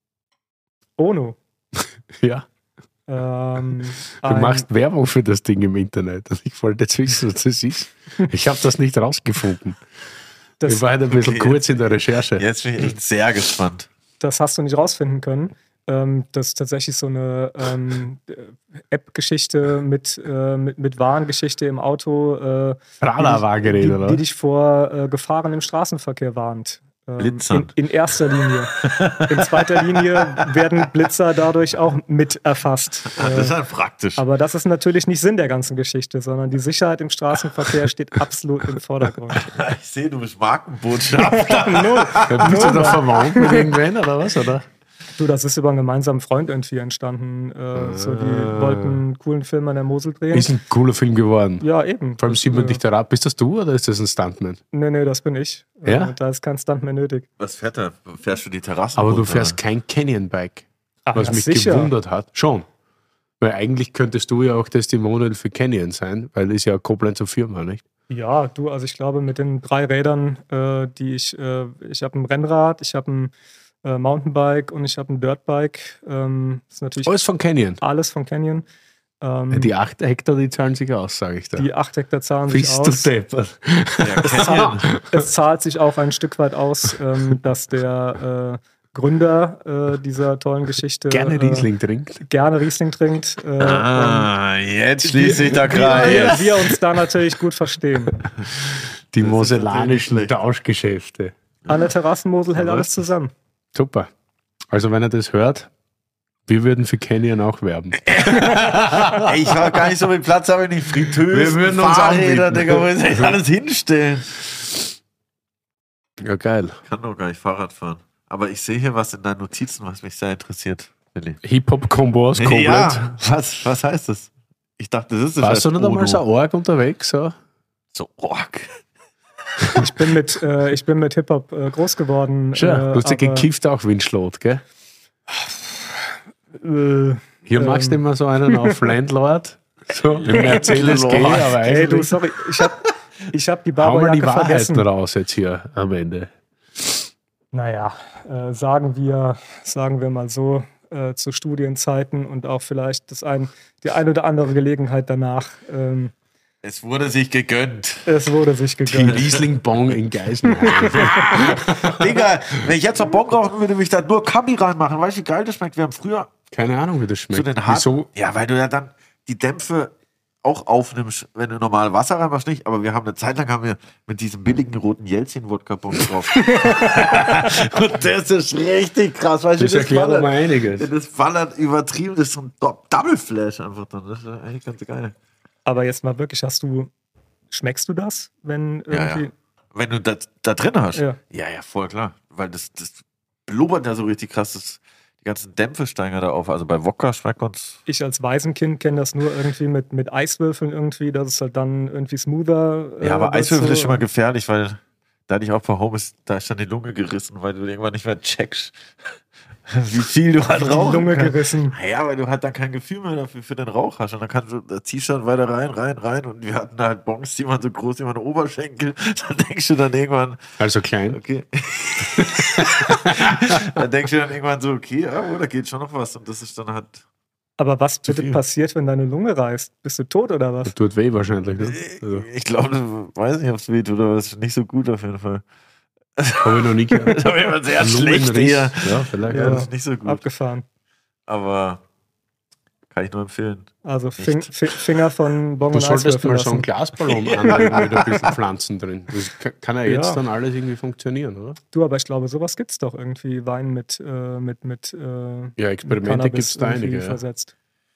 Ono. Ja. Ähm, Du ein- machst Werbung für das Ding im Internet. Und ich wollte jetzt wissen, was das ist. Ich habe das nicht rausgefunden. das, Ich war halt ein bisschen Okay. kurz in der Recherche. Jetzt bin ich echt sehr gespannt. das hast du nicht rausfinden können. Ähm, das ist tatsächlich so eine ähm, App-Geschichte mit, äh, mit, mit Warngeschichte im Auto, äh, Radarwagenräder, die, oder? die dich vor äh, Gefahren im Straßenverkehr warnt. Ähm, Blitzern. In, in erster Linie. In zweiter Linie werden Blitzer dadurch auch mit erfasst. Ah, das ist Äh, halt praktisch. aber das ist natürlich nicht Sinn der ganzen Geschichte, sondern die Sicherheit im Straßenverkehr steht absolut im Vordergrund. Ich sehe, du bist Markenbotschafter. Null. Ja, bist du da verwandt mit irgendwen oder was? Oder? Du, das ist über einen gemeinsamen Freund irgendwie entstanden. Äh, so, die wollten einen coolen Film an der Mosel drehen. Ist ein cooler Film geworden. Ja, eben. Vor allem sieht man äh, dich da ab. Bist das du oder ist das ein Stuntman? Nee, nee, das bin ich. Ja? Äh, da ist kein Stunt mehr nötig. Was fährt da? Fährst du die Terrasse? Aber du runter? fährst kein Canyon-Bike. Ach, Was ja, mich sicher. gewundert hat. Schon. Weil eigentlich könntest du ja auch Testimonial für Canyon sein, weil ist ja Koblenzer Firma, nicht? Ja, du, also ich glaube, mit den drei Rädern, äh, die ich, äh, ich habe ein Rennrad, ich habe ein äh, Mountainbike und ich habe ein Dirtbike. Ähm, das ist natürlich Alles von Canyon. alles von Canyon. Ähm, Die acht Hektar, die zahlen sich aus, sage ich da. die acht Hektar zahlen sich Bist du aus. deppert. Ja, Canyon. Es zahlt sich auch ein Stück weit aus, ähm, dass der äh, Gründer äh, dieser tollen Geschichte Gerne äh, Riesling trinkt. gerne Riesling trinkt. Äh, Ah, jetzt schließt sich der und wir, Kreis. wir uns da natürlich gut verstehen. Die Das ist mosellanischen natürlich schlecht. Tauschgeschäfte. An der Terrassenmosel hält Aber alles ist- zusammen. Super. Also wenn er das hört, wir würden für Canyon auch werben. Ey, ich habe gar nicht so viel Platz, habe ich nicht. Fritteusen, Wir würden uns Fahrräder, anbieten. Digga, wo soll ich alles hinstellen? Ja, geil. Ich kann doch gar nicht Fahrrad fahren. Aber ich sehe hier was in deinen Notizen, was mich sehr interessiert, Willi. Hip-Hop-Kombo aus Koblenz. Ja, was, was heißt das? Ich dachte, das ist das. Warst du nicht einmal Uno. so arg unterwegs? So? So, org. Ich bin mit, äh, ich bin mit Hip-Hop äh, groß geworden. Schön. äh, Du hast ja aber, gekifft auch wie ein Schlot, gell? Äh, Hier Ähm. magst du immer so einen auf Landlord. So, im Mercedes G, Landlord. aber Ey, du, eigentlich sorry, ich hab, ich hab die hau mal die Barberjacke Wahrheiten vergessen. raus jetzt hier am Ende. Naja, äh, sagen wir, sagen wir mal so, äh, zu Studienzeiten und auch vielleicht das ein, die eine oder andere Gelegenheit danach. Ähm, Es wurde sich gegönnt. es wurde sich Die gegönnt. Riesling-Bong in Geisenheim. Digga, wenn ich jetzt noch Bock rauchen würde, würde ich da nur Kabi reinmachen. Weißt du, wie geil das schmeckt? Wir haben früher Keine Ahnung, wie das zu schmeckt. den harten. Wieso? Ja, weil du ja dann die Dämpfe auch aufnimmst, wenn du normal Wasser reinmachst, nicht. Aber wir haben eine Zeit lang haben wir mit diesem billigen roten Jelzin-Wodka-Bon drauf. Und das ist richtig krass. Weißt du, Das erklärt ballert- aber einiges. Das ballert übertrieben. Das ist so ein Do- Double Flash einfach dann. Das ist eigentlich ganz geil. Aber jetzt mal wirklich, hast du, schmeckst du das, wenn Ja, irgendwie. ja. Wenn du das da drin hast. Ja. ja, ja, voll klar. Weil das, das blubbert ja so richtig krass. Das, die ganzen Dämpfe steigen da auf. Also bei Wodka schmeckt uns. Ich als Waisenkind kenne das nur irgendwie mit, mit Eiswürfeln irgendwie, dass es halt dann irgendwie smoother. Ja, aber wird Eiswürfel so. ist schon mal gefährlich, weil da hatte ich auch bei Homes, da ist dann die Lunge gerissen, weil du irgendwann nicht mehr checkst, wie viel du halt Die rauchen Lunge kannst. gerissen. Ja, weil du halt dann kein Gefühl mehr dafür für den Rauch hast. Und dann kannst du, da ziehst du dann weiter rein, rein, rein. Und wir hatten da halt Bongs, die waren so groß wie meine Oberschenkel. Da denkst du dann irgendwann, Also klein. okay. Da denkst du dann irgendwann so, okay, ja, oh, da geht schon noch was. Und das ist dann halt. Aber was Zu bitte viel. passiert, wenn deine Lunge reißt? Bist du tot oder was? Das tut weh wahrscheinlich. Ne? Also, Ich glaube, weiß nicht, ob es weht oder was. Nicht so gut auf jeden Fall. habe ich noch nie gehört. Das ist auf jeden Fall sehr Lungenriss. schlecht eher. Ja, vielleicht. Ja, Ja. das ist nicht so gut. Abgefahren. Aber kann ich nur empfehlen. Also Fing, Fi- Finger von Bon Du und solltest Eiswürfel mal so einen lassen. Glasballon anlegen mit ein bisschen Pflanzen drin. Das ka- kann ja jetzt Ja. dann alles irgendwie funktionieren, oder? Du, aber ich glaube, sowas gibt es doch irgendwie. Wein mit, äh, mit, mit, äh, Ja, mit Experimente gibt es da irgendwie einige. Ja. versetzt.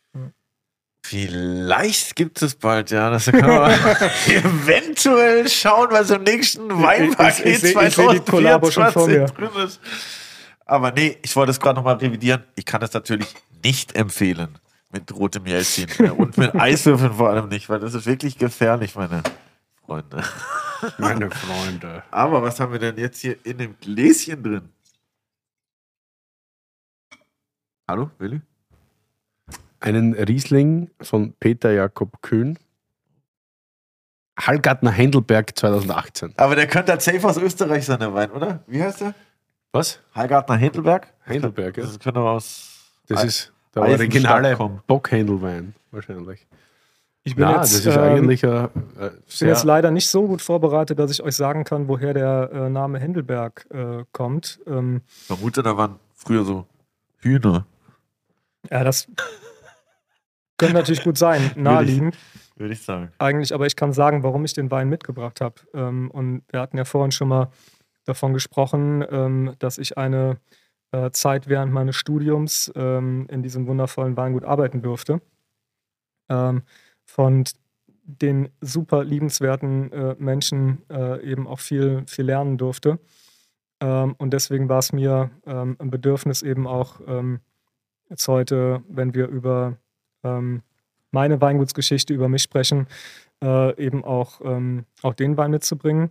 Vielleicht gibt es bald, ja. Das kann man eventuell schauen, was im nächsten Weinpaket ich seh- ich seh die Kollabo schon vor mir. drin ist. Aber nee, ich wollte es gerade nochmal revidieren. Ich kann es natürlich nicht empfehlen mit rotem Jelzin. Und mit Eiswürfeln vor allem nicht, weil das ist wirklich gefährlich, meine Freunde. Meine Freunde. Aber was haben wir denn jetzt hier in dem Gläschen drin? Hallo, Willi? Einen Riesling von Peter Jakob Kühn. Hallgartner Hendelberg zweitausendachtzehn. Aber der könnte halt safe aus Österreich sein, der Wein, oder? Wie heißt der? Was? Hallgartner Hendelberg? Heidelberg, ja. Das könnte aus... Das Ei- ist der Eisenstadt originale kommen. Bockhändelwein, wahrscheinlich. Ich bin, Na, jetzt, das ist ähm, eigentlich ein äh, ich bin sehr... jetzt leider nicht so gut vorbereitet, dass ich euch sagen kann, woher der äh, Name Hendelberg äh, kommt. Ähm, Ich vermute, da waren früher so Hühner, ja, das könnte natürlich gut sein, naheliegend. würde ich sagen. Eigentlich, aber ich kann sagen, warum ich den Wein mitgebracht habe. Ähm, und wir hatten ja vorhin schon mal davon gesprochen, ähm, dass ich eine äh, Zeit während meines Studiums ähm, in diesem wundervollen Weingut arbeiten durfte. Ähm, von den super liebenswerten äh, Menschen äh, eben auch viel, viel lernen durfte. Ähm, und deswegen war es mir ähm, ein Bedürfnis eben auch ähm, jetzt heute, wenn wir über ähm, meine Weingutsgeschichte, über mich sprechen, äh, eben auch, ähm, auch den Wein mitzubringen.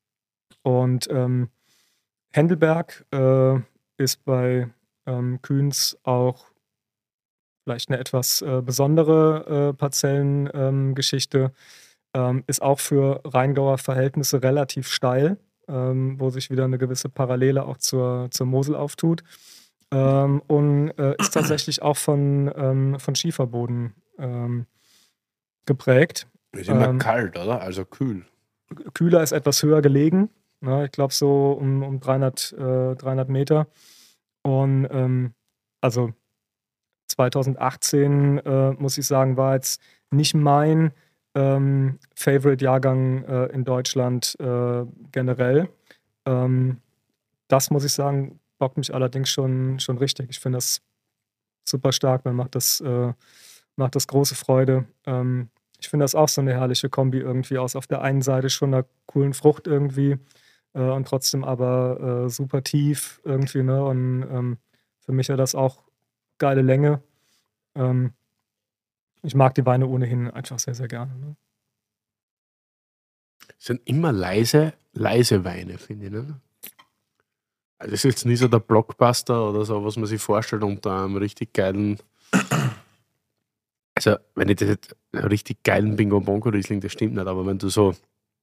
Und ähm, Hendelberg äh, ist bei ähm, Kühns auch vielleicht eine etwas äh, besondere äh, Parzellengeschichte. Ähm, ist auch für Rheingauer Verhältnisse relativ steil, ähm, wo sich wieder eine gewisse Parallele auch zur, zur Mosel auftut. Ähm, und äh, ist tatsächlich auch von, ähm, von Schieferboden ähm, geprägt. ist immer ähm, kalt, oder? Also kühl. Kühler ist etwas höher gelegen. Ne? Ich glaube so um, um dreihundert, äh, dreihundert Meter. Und ähm, also zweitausendachtzehn, äh, muss ich sagen, war jetzt nicht mein ähm, Favorite-Jahrgang äh, in Deutschland äh, generell. Ähm, das, muss ich sagen, bockt mich allerdings schon, schon richtig. Ich finde das super stark. Mir macht das, äh, macht das große Freude. Ähm, ich finde das auch so eine herrliche Kombi irgendwie aus. Auf der einen Seite schon einer coolen Frucht irgendwie äh, und trotzdem aber äh, super tief irgendwie. Ne? Und ähm, für mich ja das auch geile Länge. Ähm, ich mag die Weine ohnehin einfach sehr, sehr gerne. Ne? Es sind immer leise, leise Weine, finde ich. Ne? Also es ist jetzt nicht so der Blockbuster oder so, was man sich vorstellt unter einem richtig geilen... Also, wenn ich das jetzt einen richtig geilen Bingo Bongo Riesling, das stimmt nicht, aber wenn du so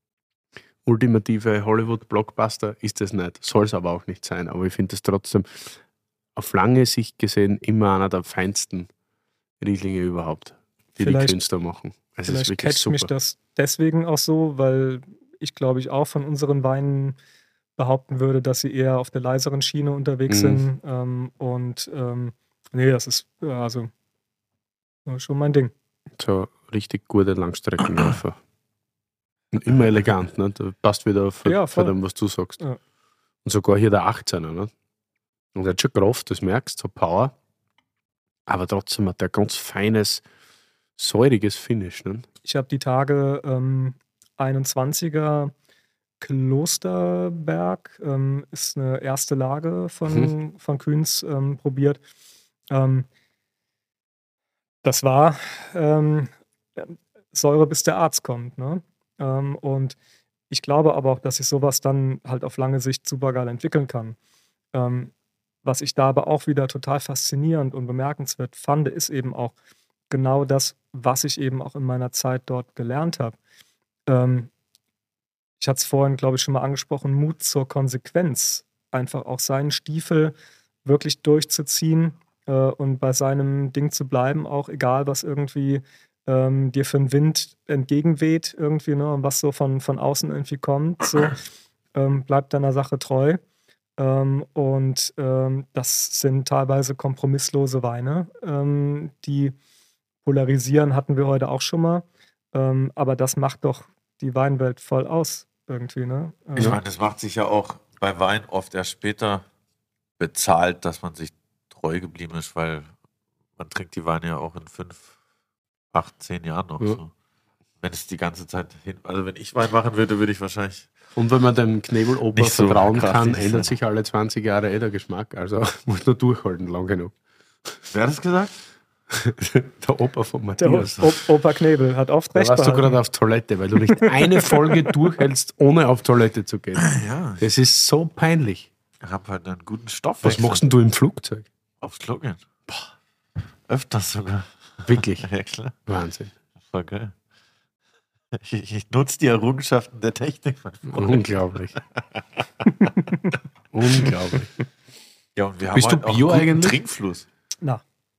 ultimative Hollywood-Blockbuster ist das nicht, soll es aber auch nicht sein, aber ich finde das trotzdem auf lange Sicht gesehen immer einer der feinsten Rieslinge überhaupt, die Vielleicht- die Künstler machen. Es ist Vielleicht wirklich catcht mich super. das deswegen auch so, weil ich glaube ich auch von unseren Weinen behaupten würde, dass sie eher auf der leiseren Schiene unterwegs Mhm. sind. Ähm, und ähm, nee, das ist ja, also ja, schon mein Ding. So richtig gute Langstreckenläufer. Und immer elegant, ne? Das passt wieder für, Ja, für voll. dem, was du sagst. Ja. Und sogar hier der achtzehner, ne? Und der hat schon Kraft, das merkst, so Power. Aber trotzdem hat der ganz feines, säuriges Finish, ne? Ich habe die Tage ähm, einundzwanziger Klosterberg, ähm, ist eine erste Lage von, Mhm. von Kühns ähm, probiert. Ähm, das war ähm, Säure, bis der Arzt kommt. Ne? Ähm, und ich glaube aber auch, dass sich sowas dann halt auf lange Sicht super geil entwickeln kann. Ähm, was ich da aber auch wieder total faszinierend und bemerkenswert fand, ist eben auch genau das, was ich eben auch in meiner Zeit dort gelernt habe. Ähm, ich hatte es vorhin, glaube ich, schon mal angesprochen, Mut zur Konsequenz. Einfach auch seinen Stiefel wirklich durchzuziehen äh, und bei seinem Ding zu bleiben, auch egal, was irgendwie ähm, dir für einen Wind entgegenweht, irgendwie, ne, und was so von, von außen irgendwie kommt. So, ähm, bleib deiner Sache treu. Ähm, und ähm, das sind teilweise kompromisslose Weine, ähm, die polarisieren, hatten wir heute auch schon mal. Ähm, aber das macht doch die Weinwelt voll aus, irgendwie, ne? Ähm, Ich meine, das macht sich ja auch bei Wein oft erst später bezahlt, dass man sich treu geblieben ist, weil man trinkt die Weine ja auch in fünf, acht, zehn Jahren noch Ja. so. Wenn es die ganze Zeit hin, also wenn ich Wein machen würde, würde ich wahrscheinlich. Und wenn man dem Knebeloper Nicht so vertrauen kraftig kann, sein. ändert sich alle zwanzig Jahre eh der Geschmack. Also muss nur durchhalten, lang genug. Wer hat das gesagt? Der Opa von Der Matthias. o o Opa Knebel hat oft Da recht warst du behalten. gerade auf Toilette, weil du nicht eine Folge durchhältst, ohne auf Toilette zu gehen. Ja, Das ist so peinlich. ich habe halt einen guten Stoff. Was machst denn du im Flugzeug? Aufs Klo gehen. Öfters sogar. Wirklich? Ja, klar. Wahnsinn. Voll geil. Ich, ich nutze die Errungenschaften der Technik. Unglaublich. Unglaublich. Ja, und wir Bist haben du halt Bio auch einen guten eigentlich? Trinkfluss. Na,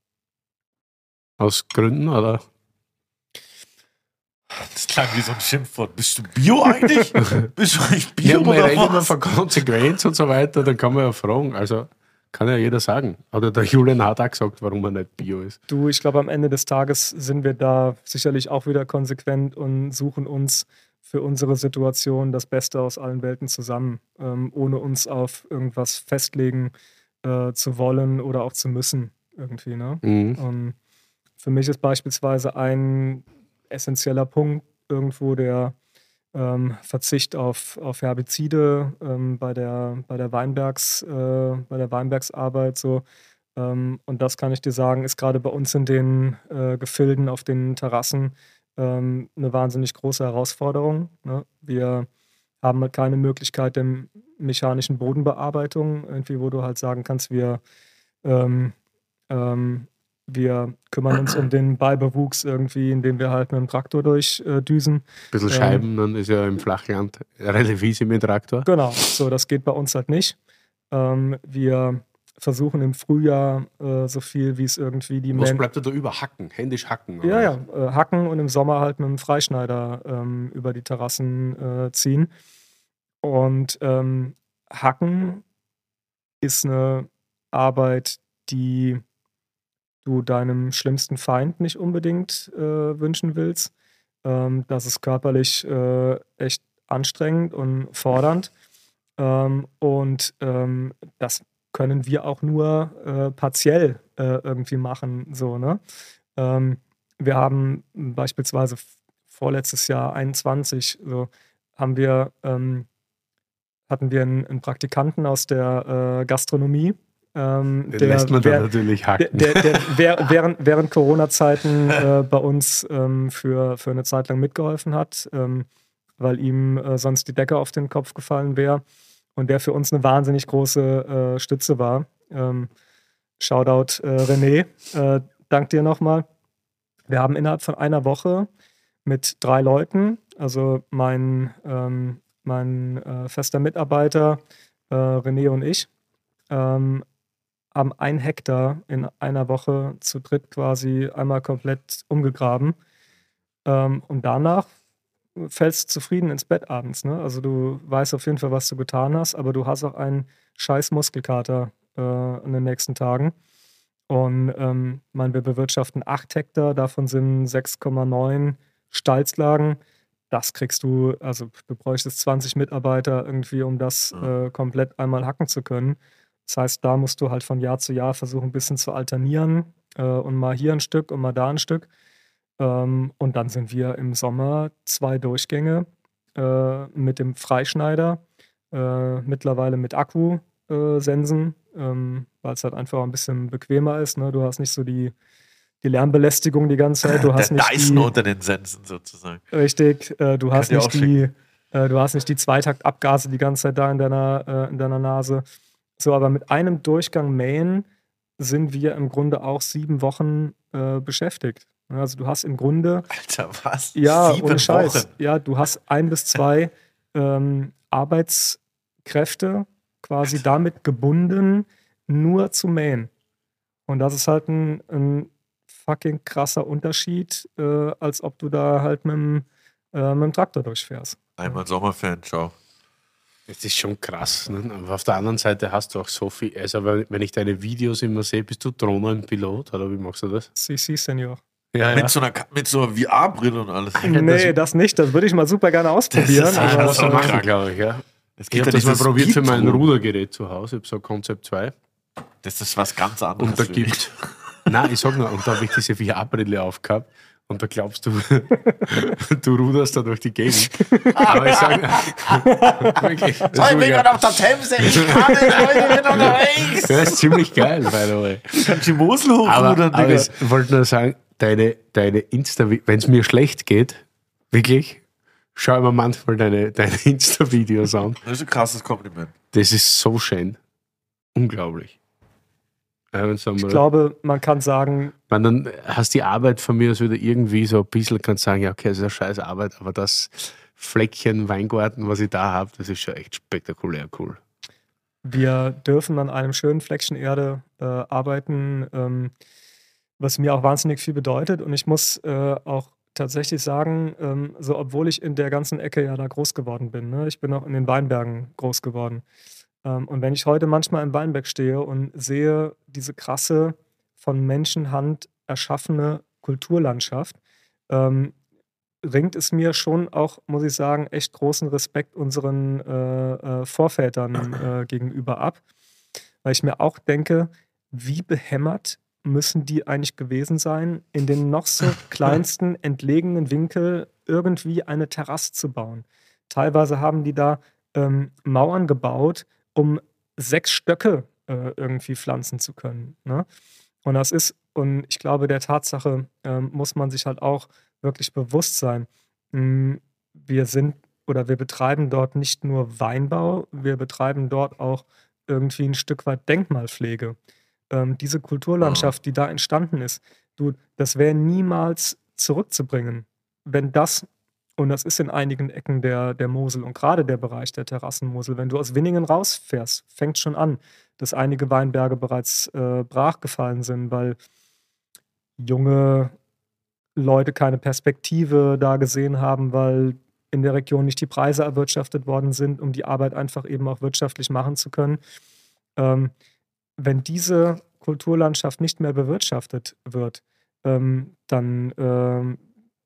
Aus Gründen, oder? Das klang wie so ein Schimpfwort. Bist du Bio eigentlich? Bist du eigentlich Ja, Bio wir oder reden immer was? von Konsequenz und so weiter, dann kann man ja fragen. Also kann ja jeder sagen. Oder der Julian hat auch gesagt, warum er nicht Bio ist. du, ich glaube, am Ende des Tages sind wir da sicherlich auch wieder konsequent und suchen uns für unsere Situation das Beste aus allen Welten zusammen, ähm, ohne uns auf irgendwas festlegen äh, zu wollen oder auch zu müssen irgendwie. Ne? Mhm. Und für mich ist beispielsweise ein essentieller Punkt irgendwo der ähm, Verzicht auf, auf Herbizide ähm, bei der, bei der Weinbergs, äh, bei der Weinbergsarbeit so. Ähm, und das kann ich dir sagen, ist gerade bei uns in den äh, Gefilden auf den Terrassen ähm, eine wahnsinnig große Herausforderung. Ne? Wir haben halt keine Möglichkeit der mechanischen Bodenbearbeitung, irgendwie, wo du halt sagen kannst, wir ähm, ähm, wir kümmern uns um den Beibewuchs irgendwie, indem wir halt mit dem Traktor durchdüsen. Ein bisschen Ähm, Scheiben, dann ist ja im Flachland relativ easy mit Traktor. Genau, so das geht bei uns halt nicht. Ähm, wir versuchen im Frühjahr äh, so viel, wie es irgendwie die Was Men bleibt da über? Hacken, händisch hacken. ja, oder? ja, äh, hacken und im Sommer halt mit dem Freischneider ähm, über die Terrassen äh, ziehen. Und ähm, Hacken ist eine Arbeit, die du deinem schlimmsten Feind nicht unbedingt äh, wünschen willst. Ähm, das ist körperlich äh, echt anstrengend und fordernd. Ähm, und ähm, das können wir auch nur äh, partiell äh, irgendwie machen. So, ne? ähm, wir haben beispielsweise f- vorletztes Jahr einundzwanzig, so, haben wir, ähm, hatten wir einen, einen Praktikanten aus der äh, Gastronomie. Ähm, Den lässt man wer- dann natürlich hacken. der, der, der wer- während, während Corona-Zeiten äh, bei uns ähm, für, für eine Zeit lang mitgeholfen hat, ähm, weil ihm äh, sonst die Decke auf den Kopf gefallen wäre und der für uns eine wahnsinnig große äh, Stütze war. Ähm, Shoutout äh, René, äh, dank dir nochmal. Wir haben innerhalb von einer Woche mit drei Leuten, also mein, ähm, mein äh, fester Mitarbeiter äh, René und ich, ähm, haben ein Hektar in einer Woche zu dritt quasi einmal komplett umgegraben. Ähm, und danach fällst du zufrieden ins Bett abends. Ne? Also du weißt auf jeden Fall, was du getan hast, aber du hast auch einen scheiß Muskelkater äh, in den nächsten Tagen. Und ähm, mein, wir bewirtschaften acht Hektar, davon sind sechs Komma neun Stalzlagen. Das kriegst du, also du bräuchtest zwanzig Mitarbeiter irgendwie, um das äh, komplett einmal hacken zu können. Das heißt, da musst du halt von Jahr zu Jahr versuchen, ein bisschen zu alternieren äh, und mal hier ein Stück und mal da ein Stück. Ähm, und dann sind wir im Sommer zwei Durchgänge äh, mit dem Freischneider, äh, mittlerweile mit Akku-Sensen, ähm, weil es halt einfach ein bisschen bequemer ist. Ne? Du hast nicht so die, die Lärmbelästigung die ganze Zeit. Du hast Der nicht Dyson die, unter den Sensen sozusagen. Richtig, äh, du hast ihr nicht auch die, äh, du hast nicht die Zweitaktabgase die ganze Zeit da in deiner, äh, in deiner Nase. So, aber mit einem Durchgang mähen sind wir im Grunde auch sieben Wochen äh, beschäftigt. Also du hast im Grunde, Alter, was? ja, Sieben ohne Scheiß, Wochen? ja, du hast ein bis zwei ähm, Arbeitskräfte quasi damit gebunden, nur zu mähen. Und das ist halt ein, ein fucking krasser Unterschied, äh, als ob du da halt mit dem, äh, mit dem Traktor durchfährst. Einmal Sommerfan, ciao. Das ist schon krass. Ne? Aber auf der anderen Seite hast du auch so viel. Also, wenn wenn ich deine Videos immer sehe, bist du Drohnenpilot oder wie machst du das? Si, si, Senor. Ja, Mit so einer, Ka- mit so einer V R-Brille und alles. Nee, das nicht. Das würde ich mal super gerne ausprobieren. ist Ah, aber, das so machen, krank. glaube ich. Ja. Es Ich gibt habe ja das mal dieses probiert für mein Speedboot. Rudergerät zu Hause. Ich habe so Concept zwei. Das ist was ganz anderes. Und da für mich. gibt. Nein, ich sag nur, und da habe ich diese V R-Brille aufgehabt. Und da glaubst du, du ruderst da durch die Gegend. Aber ich sage wirklich. So, ich bin gerade auf der Themse, ich kann nicht, heute bin unterwegs. Das ist ziemlich geil, by the way. Kannst du die Mosel hochrudern, Aber, aber Digga? ich wollte nur sagen, deine, deine Insta, wenn es mir schlecht geht, wirklich, schau mir manchmal deine, deine Insta-Videos an. Das ist ein krasses Kompliment. Das ist so schön. Unglaublich. Ja, wenn sagen Ich wir- glaube, man kann sagen, Man, dann hast die Arbeit von mir aus wieder irgendwie so ein bisschen, kannst sagen, ja, okay, das ist eine scheiß Arbeit, aber das Fleckchen Weingarten, was ich da habe, das ist schon echt spektakulär cool. wir dürfen an einem schönen Fleckchen Erde äh, arbeiten, ähm, was mir auch wahnsinnig viel bedeutet. Und ich muss äh, auch tatsächlich sagen, ähm, so obwohl ich in der ganzen Ecke ja da groß geworden bin, ne? Ich bin auch in den Weinbergen groß geworden. Ähm, und wenn ich heute manchmal im Weinberg stehe und sehe diese krasse, von Menschenhand erschaffene Kulturlandschaft, ähm, ringt es mir schon auch, muss ich sagen, echt großen Respekt unseren äh, äh, Vorvätern äh, gegenüber ab. Weil ich mir auch denke, wie behämmert müssen die eigentlich gewesen sein, in den noch so kleinsten, entlegenen Winkel irgendwie eine Terrasse zu bauen. Teilweise haben die da ähm, Mauern gebaut, um sechs Stöcke äh, irgendwie pflanzen zu können. Ne? Und das ist, und ich glaube, der Tatsache ähm, muss man sich halt auch wirklich bewusst sein. Mm, Wir sind oder wir betreiben dort nicht nur Weinbau, wir betreiben dort auch irgendwie ein Stück weit Denkmalpflege. Ähm, diese Kulturlandschaft, die da entstanden ist, du, das wäre niemals zurückzubringen, wenn das, und das ist in einigen Ecken der, der Mosel und gerade der Bereich der Terrassenmosel, wenn du aus Winningen rausfährst, fängt schon an, dass einige Weinberge bereits äh, brachgefallen sind, weil junge Leute keine Perspektive da gesehen haben, weil in der Region nicht die Preise erwirtschaftet worden sind, um die Arbeit einfach eben auch wirtschaftlich machen zu können. Ähm, wenn diese Kulturlandschaft nicht mehr bewirtschaftet wird, ähm, dann ähm,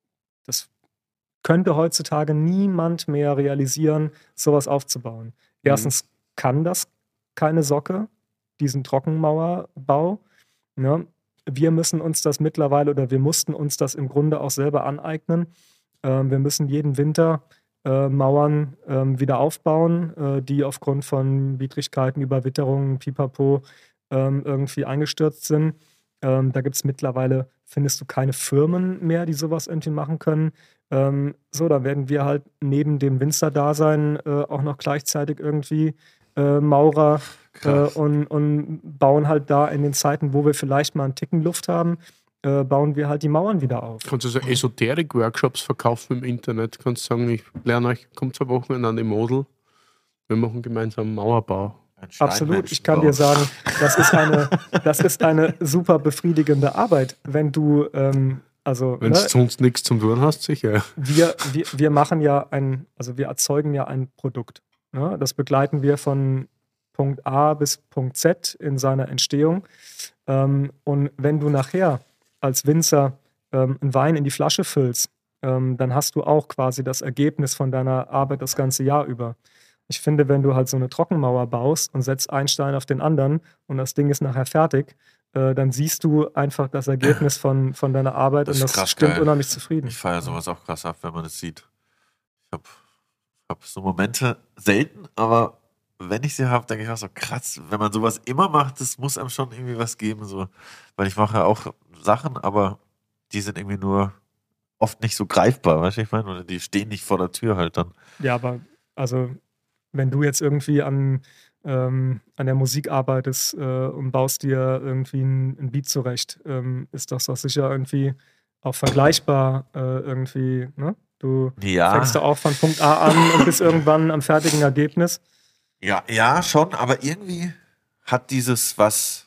das könnte heutzutage niemand mehr realisieren, sowas aufzubauen. Erstens kann das keine Socke, diesen Trockenmauerbau. Ne? Wir müssen uns das mittlerweile oder wir mussten uns das im Grunde auch selber aneignen. Ähm, wir müssen jeden Winter äh, Mauern ähm, wieder aufbauen, äh, die aufgrund von Widrigkeiten, Überwitterungen, Pipapo ähm, irgendwie eingestürzt sind. Ähm, da gibt es mittlerweile, findest du, keine Firmen mehr, die sowas irgendwie machen können. Ähm, so, dann werden wir halt neben dem Winzer-Dasein äh, auch noch gleichzeitig irgendwie äh, Maurer äh, und, und bauen halt da in den Zeiten, wo wir vielleicht mal einen Ticken Luft haben, äh, bauen wir halt die Mauern wieder auf. Kannst du so Esoterik-Workshops verkaufen im Internet? Kannst du sagen, ich lerne euch, kommt zwei Wochen an die Mosel, wir machen gemeinsam Mauerbau. Absolut, ich kann dir sagen, das ist eine, das ist eine super befriedigende Arbeit, wenn du, ähm, also Wenn du ne, sonst nichts zum tun hast, sicher. wir, wir, wir machen ja ein, also wir erzeugen ja ein Produkt. Ne? Das begleiten wir von Punkt A bis Punkt Z in seiner Entstehung. Ähm, und wenn du nachher als Winzer ähm, einen Wein in die Flasche füllst, ähm, dann hast du auch quasi das Ergebnis von deiner Arbeit das ganze Jahr über. Ich finde, wenn du halt so eine Trockenmauer baust und setzt einen Stein auf den anderen und das Ding ist nachher fertig, äh, dann siehst du einfach das Ergebnis von, von deiner Arbeit Das und ist das krass stimmt geil. unheimlich zufrieden. Ich feiere sowas auch krass ab, wenn man das sieht. Ich habe hab so Momente selten, aber wenn ich sie habe, denke ich auch so krass, wenn man sowas immer macht, das muss einem schon irgendwie was geben. So. Weil ich mache auch Sachen, aber die sind irgendwie nur oft nicht so greifbar, weißt du, ich meine? Oder die stehen nicht vor der Tür halt dann. Ja, aber also wenn du jetzt irgendwie an, ähm, an der Musik arbeitest äh, und baust dir irgendwie ein, ein Beat zurecht, ähm, ist das doch sicher irgendwie auch vergleichbar äh, irgendwie, ne? Du Ja. fängst da auch von Punkt A an und bist irgendwann am fertigen Ergebnis. Ja, ja, schon, aber irgendwie hat dieses was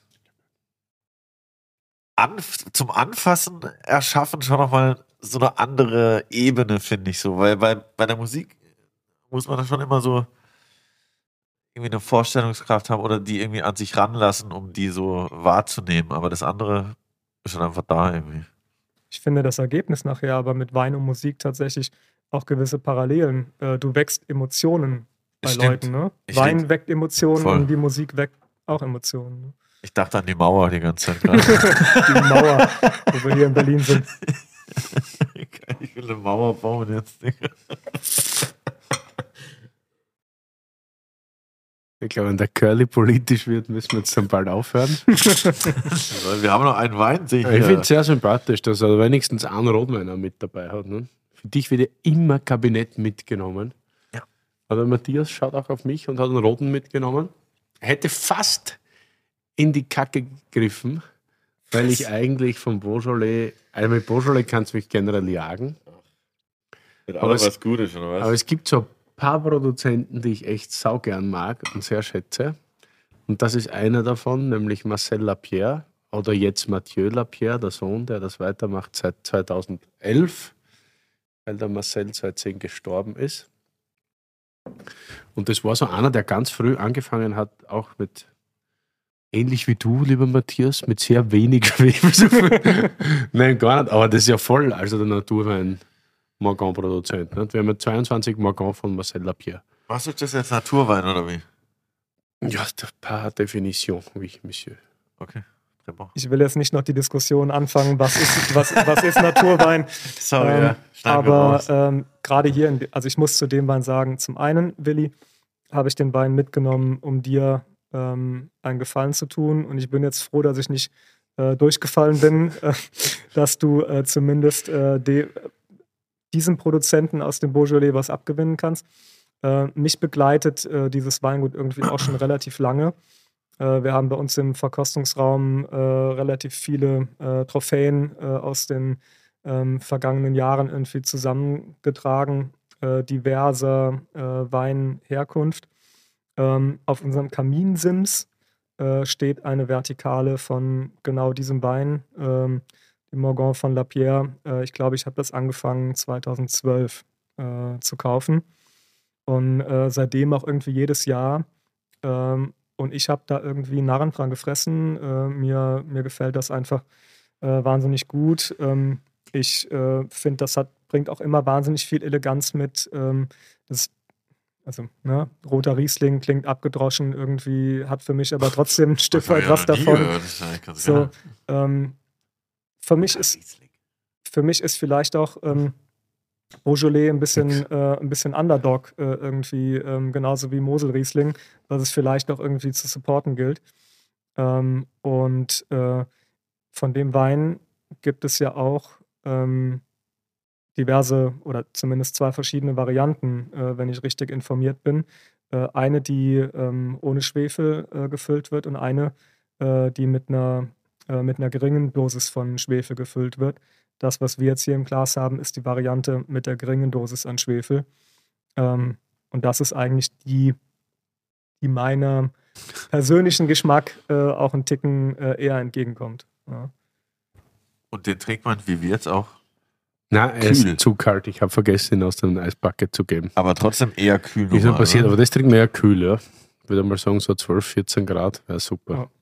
anf- zum Anfassen erschaffen schon nochmal so eine andere Ebene, finde ich so. Weil bei, bei der Musik muss man da schon immer so irgendwie eine Vorstellungskraft haben oder die irgendwie an sich ranlassen, um die so wahrzunehmen. Aber das andere ist schon einfach da irgendwie. Ich finde das Ergebnis nachher aber mit Wein und Musik tatsächlich auch gewisse Parallelen. Äh, du wächst Emotionen bei Stimmt. Leuten, ne? Ich Wein denk- weckt Emotionen Voll. und die Musik weckt auch Emotionen. Ne? Ich dachte an die Mauer die ganze Zeit gerade. Die Mauer, wo wir hier in Berlin sind. Ich will eine Mauer bauen jetzt. Ich glaube, wenn der Curly politisch wird, müssen wir jetzt dann bald aufhören. Wir haben noch einen Wein, sehe ich. Ich finde es sehr sympathisch, dass er wenigstens einen Rotwein mit dabei hat. Ne? Für dich wird ja immer Kabinett mitgenommen. Ja. Aber Matthias schaut auch auf mich und hat einen roten mitgenommen. Er hätte fast in die Kacke gegriffen, weil ich eigentlich vom Beaujolais, also mit Beaujolais kannst du mich generell jagen. Wird aber aber es, was Gutes, oder was? Aber es gibt so ein paar Produzenten, die ich echt saugern mag und sehr schätze. Und das ist einer davon, nämlich Marcel Lapierre oder jetzt Mathieu Lapierre, der Sohn, der das weitermacht seit zweitausendelf, weil der Marcel zweitausendzehn gestorben ist. Und das war so einer, der ganz früh angefangen hat, auch mit, ähnlich wie du, lieber Matthias, mit sehr wenig Schwefel. Nein, gar nicht, aber das ist ja voll, also der Naturwein. Morgon-Produzent. Ne? Wir haben zweiundzwanzig Morgon von Marcel Lapierre. Was ist das jetzt, Naturwein oder wie? Ja, par Definition, oui, Monsieur. Okay. Ich will jetzt nicht noch die Diskussion anfangen, was ist, was, was ist Naturwein. Sorry, ähm, ja. Aber ähm, gerade hier, in, also ich muss zu dem Wein sagen, zum einen, Willi, habe ich den Wein mitgenommen, um dir ähm, einen Gefallen zu tun. Und ich bin jetzt froh, dass ich nicht äh, durchgefallen bin, äh, dass du äh, zumindest äh, de, diesen Produzenten aus dem Beaujolais was abgewinnen kannst. Äh, mich begleitet äh, dieses Weingut irgendwie auch schon relativ lange. Äh, wir haben bei uns im Verkostungsraum äh, relativ viele äh, Trophäen äh, aus den ähm, vergangenen Jahren irgendwie zusammengetragen, äh, diverser äh, Weinherkunft. Ähm, auf unserem Kaminsims äh, steht eine Vertikale von genau diesem Wein, ähm, dem Morgon von Lapierre. Äh, ich glaube, ich habe das angefangen zweitausendzwölf äh, zu kaufen und äh, seitdem auch irgendwie jedes Jahr. Ähm, und ich habe da irgendwie einen Narren dran gefressen. Äh, mir, mir gefällt das einfach äh, wahnsinnig gut. Ähm, ich äh, finde, das hat, bringt auch immer wahnsinnig viel Eleganz mit. Ähm, das Also, ne, roter Riesling klingt abgedroschen, irgendwie hat für mich aber trotzdem ein Stück weit was davon. So, ähm, für, mich ist, für mich ist vielleicht auch ähm, Beaujolais ein bisschen, äh, ein bisschen Underdog äh, irgendwie, ähm, genauso wie Mosel Riesling, was es vielleicht auch irgendwie zu supporten gilt. Ähm, und äh, von dem Wein gibt es ja auch ähm, diverse oder zumindest zwei verschiedene Varianten, äh, wenn ich richtig informiert bin. Äh, eine, die ähm, ohne Schwefel äh, gefüllt wird und eine, äh, die mit einer, äh, mit einer geringen Dosis von Schwefel gefüllt wird. Das, was wir jetzt hier im Glas haben, ist die Variante mit der geringen Dosis an Schwefel. Ähm, und das ist eigentlich die, die meiner persönlichen Geschmack äh, auch einen Ticken äh, eher entgegenkommt. Ja. Und den trinkt man, wie wir jetzt auch, Nein, er ist zu kalt. Ich habe vergessen, ihn aus dem Eisbucket zu geben. aber trotzdem eher kühl. Ist noch passiert, aber das trinkt man ja kühl, ja. Ich würde mal sagen, so zwölf, vierzehn Grad wäre super. Ja.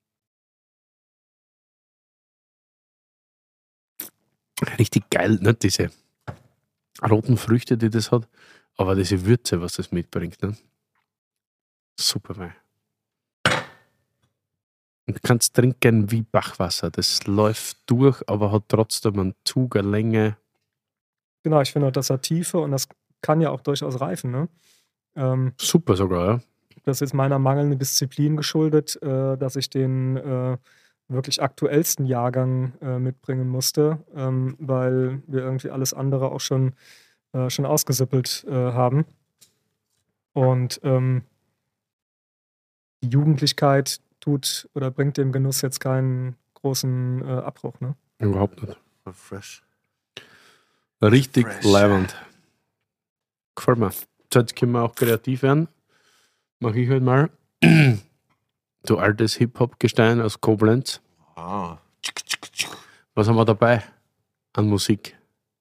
Richtig geil, ne? Diese roten Früchte, die das hat, aber diese Würze, was das mitbringt. Ne? Super Wein. Und du kannst trinken wie Bachwasser. Das läuft durch, aber hat trotzdem einen Zug, eine Länge. Genau, ich finde auch, das hat Tiefe und das kann ja auch durchaus reifen. Ne? Ähm, Super sogar, ja. Das ist meiner mangelnden Disziplin geschuldet, äh, dass ich den äh, wirklich aktuellsten Jahrgang äh, mitbringen musste, ähm, weil wir irgendwie alles andere auch schon, äh, schon ausgesippelt äh, haben. Und ähm, die Jugendlichkeit tut oder bringt dem Genuss jetzt keinen großen äh, Abbruch. Ne? Überhaupt nicht. Fresh. Richtig Fresh. leibend. Gefällt mir. Jetzt können wir auch kreativ werden. Mach ich halt mal. So altes Hip-Hop-Gestein aus Koblenz. Ah. Was haben wir dabei an Musik?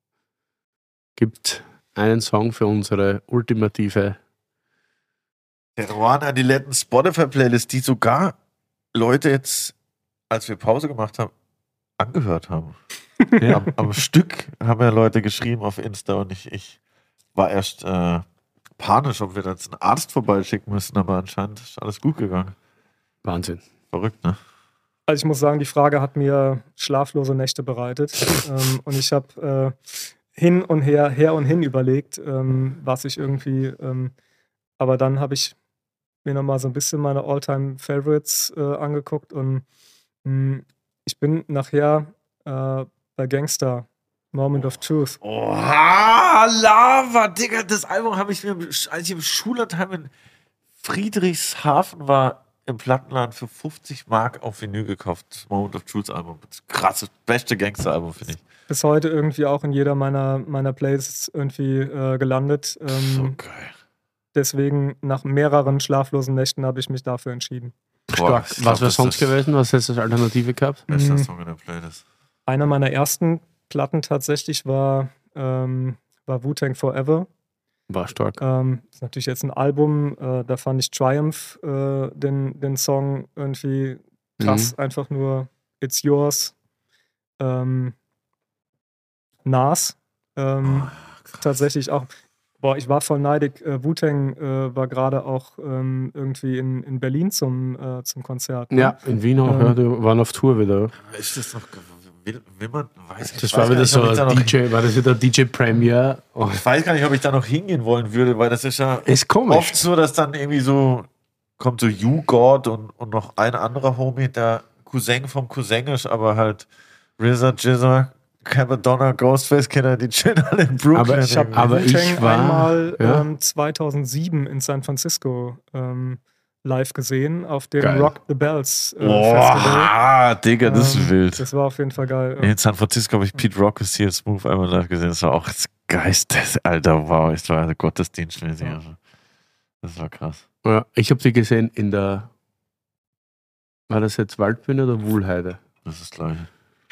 Gibt einen Song für unsere ultimative Terroir Adiletten Spotify-Playlist, die sogar Leute jetzt, als wir Pause gemacht haben, angehört haben. Ja. Am, am Stück haben ja Leute geschrieben auf Insta und ich, ich war erst äh, panisch, ob wir da jetzt einen Arzt vorbeischicken müssen, aber anscheinend ist alles gut gegangen. Wahnsinn. Verrückt, ne? Also ich muss sagen, die Frage hat mir schlaflose Nächte bereitet. ähm, und ich habe äh, hin und her, her und hin überlegt, ähm, was ich irgendwie, ähm, aber dann habe ich mir nochmal so ein bisschen meine All-Time-Favorites äh, angeguckt und mh, ich bin nachher äh, bei Gangster, Moment of Truth. Oha, Lava, Digga, das Album habe ich mir, als ich im Schullandheim in Friedrichshafen war, im Plattenladen für fünfzig Mark auf Vinyl gekauft. Das Moment of Truth Album. Das krasses, beste Gangster-Album, finde ich. Bis heute irgendwie auch in jeder meiner, meiner Playlists irgendwie äh, gelandet. Ähm, So geil. Deswegen, nach mehreren schlaflosen Nächten, habe ich mich dafür entschieden. Stark. ich glaub, Was wäre das sonst ist gewesen? Was hättest du als Alternative gehabt? Bester Mhm. Song in der Playlist. Einer meiner ersten Platten tatsächlich war, ähm, war Wu-Tang Forever. War stark. Ähm, ist natürlich jetzt ein Album, äh, da fand ich Triumph, äh, den, den Song irgendwie krass, einfach nur It's Yours. Ähm, Nas, ähm, tatsächlich auch, boah, ich war voll neidig, äh, Wu-Tang äh, war gerade auch ähm, irgendwie in, in Berlin zum, äh, zum Konzert. ne? Ja, in Wien auch. Ähm, Ja, die waren auf Tour wieder. Ist das noch, will, will man, weiß ich Das weiß war gar wieder nicht, so ob ich da ein noch, D J, war das wieder D J Premier. Oh, ich weiß gar nicht, ob ich da noch hingehen wollen würde, weil das ist ja ist komisch. oft so, dass dann irgendwie so kommt so You God und, und noch ein anderer Homie, der Cousin vom Cousin ist, aber halt R Z A, Jizza, Capadonna, Ghostface, Killer, die chillen alle in Brooklyn. Aber ich hab- irgendwie. aber ich Wu-Tang war- einmal ja. ähm, zweitausendsieben in San Francisco ähm, live gesehen auf dem Geil. Rock the Bells äh, Festival. Boah, Digga, das ist Ähm, wild. Das war auf jeden Fall geil. In San Francisco habe ich Pete Rock und Seal Smooth einmal live gesehen. Das war auch das Geistes, Alter, wow, es war gottesdienstmäßig. Also. Das war krass. Ja, ich habe die gesehen in der. War das jetzt Waldbühne oder Wuhlheide? Das ist das Gleiche.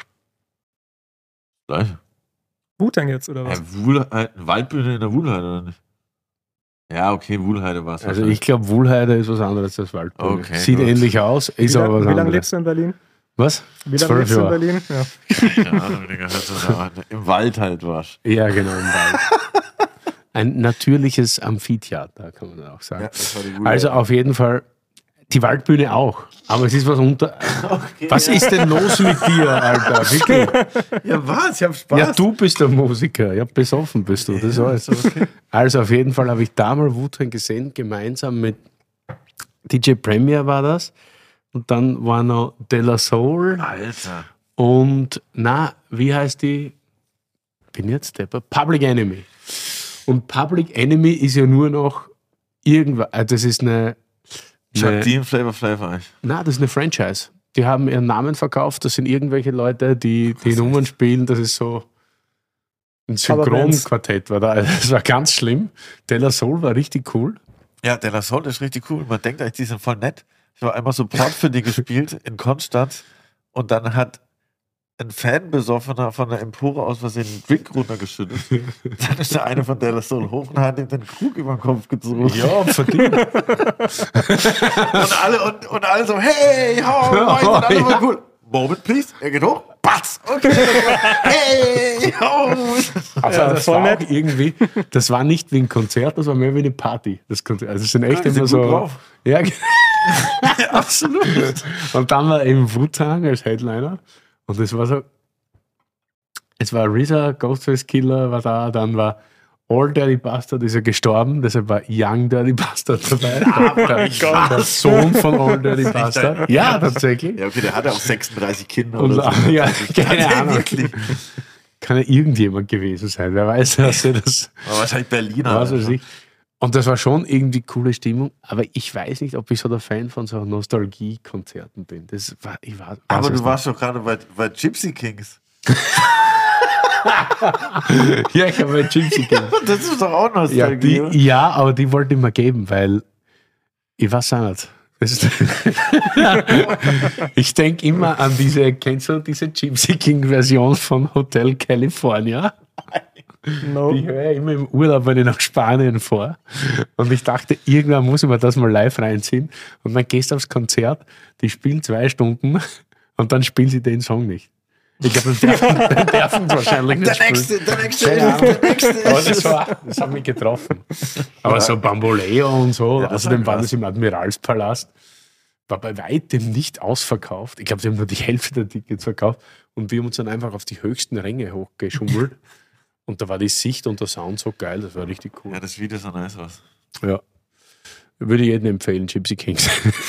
Gleiche. Wu-Tang jetzt, oder was? Ja, Wuhlheide, Waldbühne in der Wuhlheide, oder nicht? Ja, okay, Wuhlheide war es. Also ich glaube, Wuhlheide ist was anderes als Waldbühne. Okay, Sieht gut. ähnlich aus, ist wie aber lang- was wie lange anderes. lebst du in Berlin? Was? Wie lange Zwölf lebst du in Jahre. Berlin? Ja. Keine Ahnung, Digga, hört so da an. Im Wald halt warst. Ja, genau, im Wald. Ein natürliches Amphitheater, kann man auch sagen. das war die Wuhlheide. Also auf jeden Fall die Waldbühne auch. Aber es ist was unter. Okay, Was ja. ist denn los mit dir, Alter? Wirklich? Ja, was? Ich hab Spaß. Ja, du bist der Musiker. Ja, besoffen bist du. Das heißt. okay. Also auf jeden Fall habe ich da mal Wu-Tang gesehen, gemeinsam mit D J Premier war das. Und dann war noch De La Soul Alter. und, na, wie heißt die? Bin jetzt Depper? Public Enemy. Und Public Enemy ist ja nur noch irgendwas. Also das ist eine. Chuck eine D und Flavor Flav eigentlich. na, das ist eine Franchise. Die haben ihren Namen verkauft. Das sind irgendwelche Leute, die die Nummern spielen. Das ist so ein Coverbands. Synchronquartett. War da. Das war ganz schlimm. De La Soul war richtig cool. Ja, De La Soul ist richtig cool. Man denkt eigentlich, die sind voll nett. Ich habe einmal Support für die gespielt in Konstanz und dann hat ein Fanbesoffener von der Empore aus Versehen einen Drink runtergeschüttet. Dann ist der eine von De La Soul hoch und hat ihm den Krug über den Kopf gezogen. Ja, verdient. Und alle, und, und alle so, hey, ho, moin, und alle so cool. Moment, please. Er geht hoch. Batz. Okay. Hey, ho. Also Ja, das voll war nett. auch irgendwie, das war nicht wie ein Konzert, das war mehr wie eine Party. Das Konzert, also es sind echt Ja, die immer sind gut so. drauf. Ja, Ja, absolut. und dann war eben Wu-Tang als Headliner und das war so, es war R Z A, Ghostface Killer war da, dann war All Dirty Bastard ist ja gestorben, deshalb war Young Dirty Bastard dabei. der, der, der Sohn von All Dirty Bastard. Ja, tatsächlich. Ja, okay, der hatte auch sechsunddreißig Kinder Und, oder so. ja, keine Hat er Ahnung. wirklich. Kann ja irgendjemand gewesen sein. Wer weiß, dass er das. Aber wahrscheinlich Berliner. Was weiß ich. Und das war schon irgendwie coole Stimmung, aber ich weiß nicht, ob ich so der Fan von so Nostalgie-Konzerten bin. Das war, ich war, Aber weiß es du warst doch gerade bei, bei Gypsy Kings. nicht. Ja, ich habe bei Gypsy King. Das ist doch auch Ja, Nostalgie. oder? die, ja, aber die wollte ich mir geben, weil ich weiß auch nicht. Das ist ich denke immer an diese, kennst du diese Gypsy King-Version von Hotel California? No. Die höre ich immer im Urlaub, wenn ich nach Spanien fahre. Und ich dachte, irgendwann muss ich mir das mal live reinziehen. Und dann gehst du aufs Konzert, die spielen zwei Stunden und dann spielen sie den Song nicht. Ich glaube, den dürfen, den dürfen sie wahrscheinlich nicht Der spielen. nächste, der nächste, Keine der nächste. Aber das, war, das hat mich getroffen. Aber so Bamboleo und so, Ja, das außerdem war war das im Admiralspalast. war bei weitem nicht ausverkauft. Ich glaube, sie haben nur die Hälfte der Tickets verkauft und wir haben uns dann einfach auf die höchsten Ränge hochgeschummelt. Und da war die Sicht und der Sound so geil, das war richtig cool. Ja, das Video sah nice aus. Ja. Würde ich jedem empfehlen, Gypsy Kings.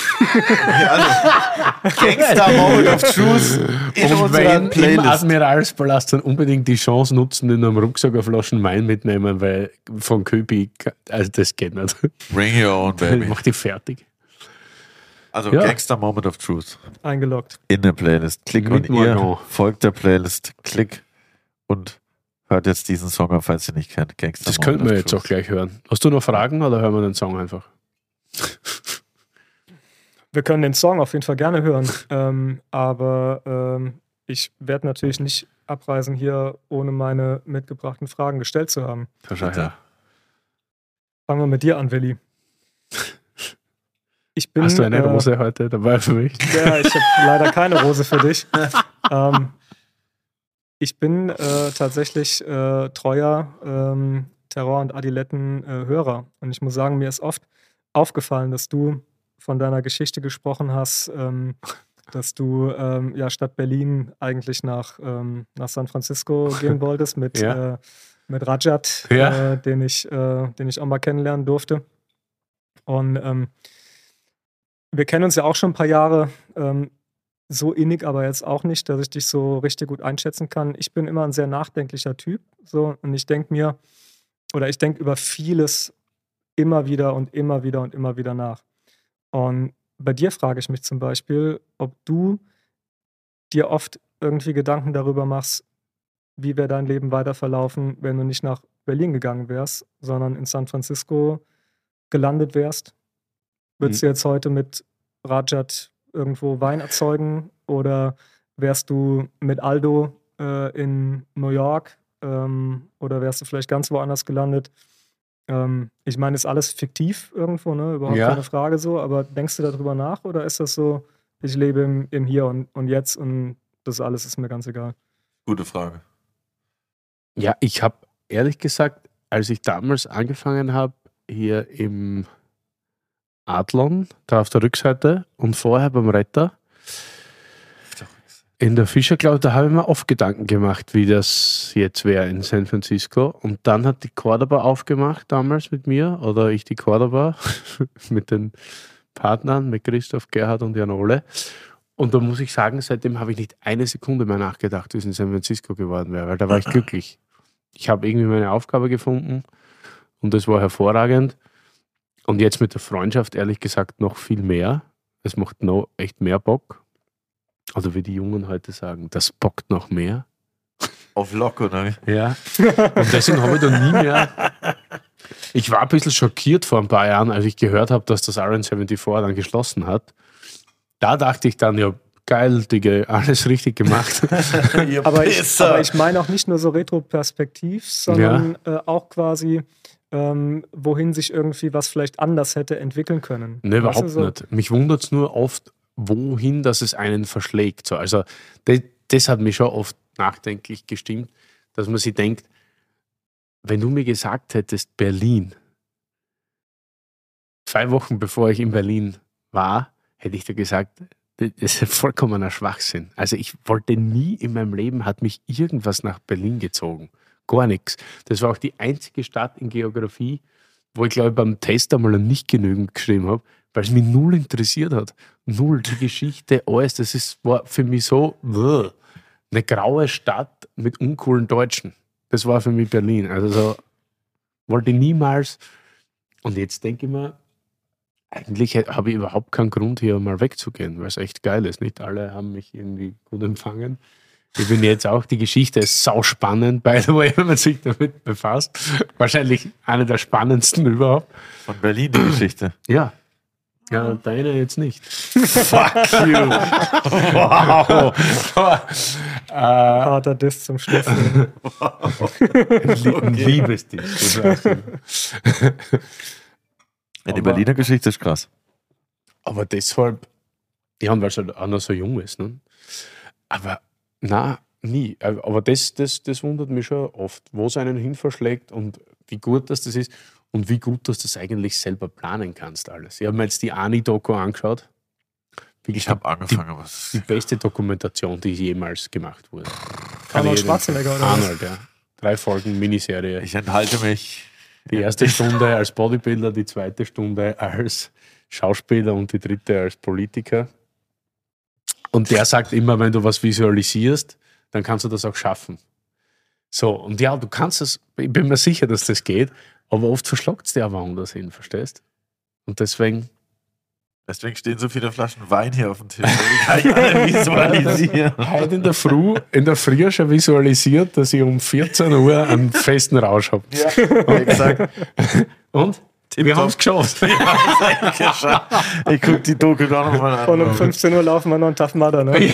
Ja, also, Gangster Moment of Truth in Und unserer wenn im Playlist. Admiralspalast dann unbedingt die Chance nutzen, in einem Rucksack eine Flaschen Wein mitnehmen, weil von Köpi, also das geht nicht. Bring your own baby. Mach die fertig. Also Ja. Gangster Moment of Truth Eingeloggt. in der Playlist. Klick Mit und ihr Morgan. folgt der Playlist. Klick und hört jetzt diesen Song auf, falls ihr nicht kennt. Gangster Das Moment könnten wir of jetzt Truth. auch gleich hören. Hast du noch Fragen oder hören wir den Song einfach? Wir können den Song auf jeden Fall gerne hören, ähm, aber ähm, ich werde natürlich nicht abreisen hier, ohne meine mitgebrachten Fragen gestellt zu haben. Schau her. Fangen wir mit dir an, Willi. Ich bin, Hast du eine äh, Rose heute dabei für mich? Ja, ich habe leider keine Rose für dich. ähm, ich bin äh, tatsächlich äh, treuer ähm, Terror- und Adiletten-Hörer. Und ich muss sagen, mir ist oft aufgefallen, dass du von deiner Geschichte gesprochen hast, ähm, dass du ähm, ja statt Berlin eigentlich nach, ähm, nach San Francisco gehen wolltest mit, Ja. äh, mit Rajat, Ja. äh, den, ich, äh, den ich auch mal kennenlernen durfte. Und ähm, wir kennen uns ja auch schon ein paar Jahre, ähm, so innig aber jetzt auch nicht, dass ich dich so richtig gut einschätzen kann. Ich bin immer ein sehr nachdenklicher Typ, so, und ich denke mir, oder ich denke über vieles immer wieder und immer wieder und immer wieder nach. Und bei dir frage ich mich zum Beispiel, ob du dir oft irgendwie Gedanken darüber machst, wie wäre dein Leben weiter verlaufen, wenn du nicht nach Berlin gegangen wärst, sondern in San Francisco gelandet wärst. Würdest du jetzt heute mit Rajat irgendwo Wein erzeugen oder wärst du mit Aldo äh, in New York ähm, oder wärst du vielleicht ganz woanders gelandet? Ähm, ich meine, ist alles fiktiv irgendwo, ne? Überhaupt Ja. keine Frage so, aber denkst du darüber nach oder ist das so, ich lebe im, im Hier und, und Jetzt und das alles ist mir ganz egal? Gute Frage. Ja, ich habe ehrlich gesagt, als ich damals angefangen habe, hier im Adlon, da auf der Rückseite und vorher beim Retter, in der Fischerklau, da habe ich mir oft Gedanken gemacht, wie das jetzt wäre in San Francisco. Und dann hat die Cordoba aufgemacht damals mit mir, oder ich die Cordoba mit den Partnern, mit Christoph, Gerhard und Jan Ole. Und da muss ich sagen, seitdem habe ich nicht eine Sekunde mehr nachgedacht, wie es in San Francisco geworden wäre, weil da war ich glücklich. Ich habe irgendwie meine Aufgabe gefunden und das war hervorragend. Und jetzt mit der Freundschaft, ehrlich gesagt, noch viel mehr. Es macht noch echt mehr Bock. Oder wie die Jungen heute sagen, das bockt noch mehr. Auf Lock, oder? Ja. Und deswegen habe ich da nie mehr. Ich war ein bisschen schockiert vor ein paar Jahren, als ich gehört habe, dass das R N vierundsiebzig dann geschlossen hat. Da dachte ich dann, ja, geil, Digga, alles richtig gemacht. Aber ich, aber ich meine auch nicht nur so retroperspektiv, sondern äh, auch quasi, ähm, wohin sich irgendwie was vielleicht anders hätte entwickeln können. Ne, Weißt du, überhaupt so? nicht. Mich wundert es nur oft, wohin, dass es einen verschlägt. So, also das, das hat mich schon oft nachdenklich gestimmt, dass man sich denkt, wenn du mir gesagt hättest, Berlin, zwei Wochen bevor ich in Berlin war, hätte ich dir gesagt, das ist vollkommener Schwachsinn. Also ich wollte nie in meinem Leben, hat mich irgendwas nach Berlin gezogen. Gar nichts. Das war auch die einzige Stadt in Geografie, wo ich glaube ich beim Test einmal nicht genügend geschrieben habe, weil es mich null interessiert hat. Null, die Geschichte, alles, das ist, war für mich so wuh, eine graue Stadt mit uncoolen Deutschen. Das war für mich Berlin. Also so, wollte ich niemals. Und jetzt denke ich mir, eigentlich habe ich überhaupt keinen Grund, hier mal wegzugehen, weil es echt geil ist. Nicht alle haben mich irgendwie gut empfangen. Ich bin jetzt auch, die Geschichte ist sauspannend, by the way, wenn man sich damit befasst. Wahrscheinlich eine der spannendsten überhaupt. Von Berlin die Geschichte. Ja. Ja, deine jetzt nicht. Fuck you. Wow. äh, Harter Diss zum Schluss. Ein Liebesdienst. Ja, die Berliner Geschichte ist krass. Aber deshalb, ja, und weil es halt auch noch so jung ist. Ne? Aber na, nie. Aber das, das, das wundert mich schon oft, wo es einen hin verschlägt und wie gut das, das ist und wie gut, dass du das eigentlich selber planen kannst alles. Ich habe mir jetzt die Ani-Doku angeschaut Wirklich Ich habe angefangen, was. die beste Dokumentation, die jemals gemacht wurde. Kann Arnold ich- Schwarzenegger, oder was? Arnold, ja. Drei Folgen Miniserie. Ich enthalte mich. Die erste Stunde als Bodybuilder, die zweite Stunde als Schauspieler und die dritte als Politiker. Und der sagt immer, wenn du was visualisierst, dann kannst du das auch schaffen. So, und ja, du kannst es, ich bin mir sicher, dass das geht, aber oft verschlagt es dir aber woanders hin, verstehst? Und deswegen, Deswegen stehen so viele Flaschen Wein hier auf dem Tisch. weil ich alle visualisieren. heute in der Früh, in der Früh schon visualisiert, dass ich um vierzehn Uhr einen festen Rausch habe. Ja, exakt. Und? Wir haben es geschafft. Ich gucke die Doku da nochmal an. Und um fünfzehn Uhr laufen wir noch einen Tough Mudder, ne?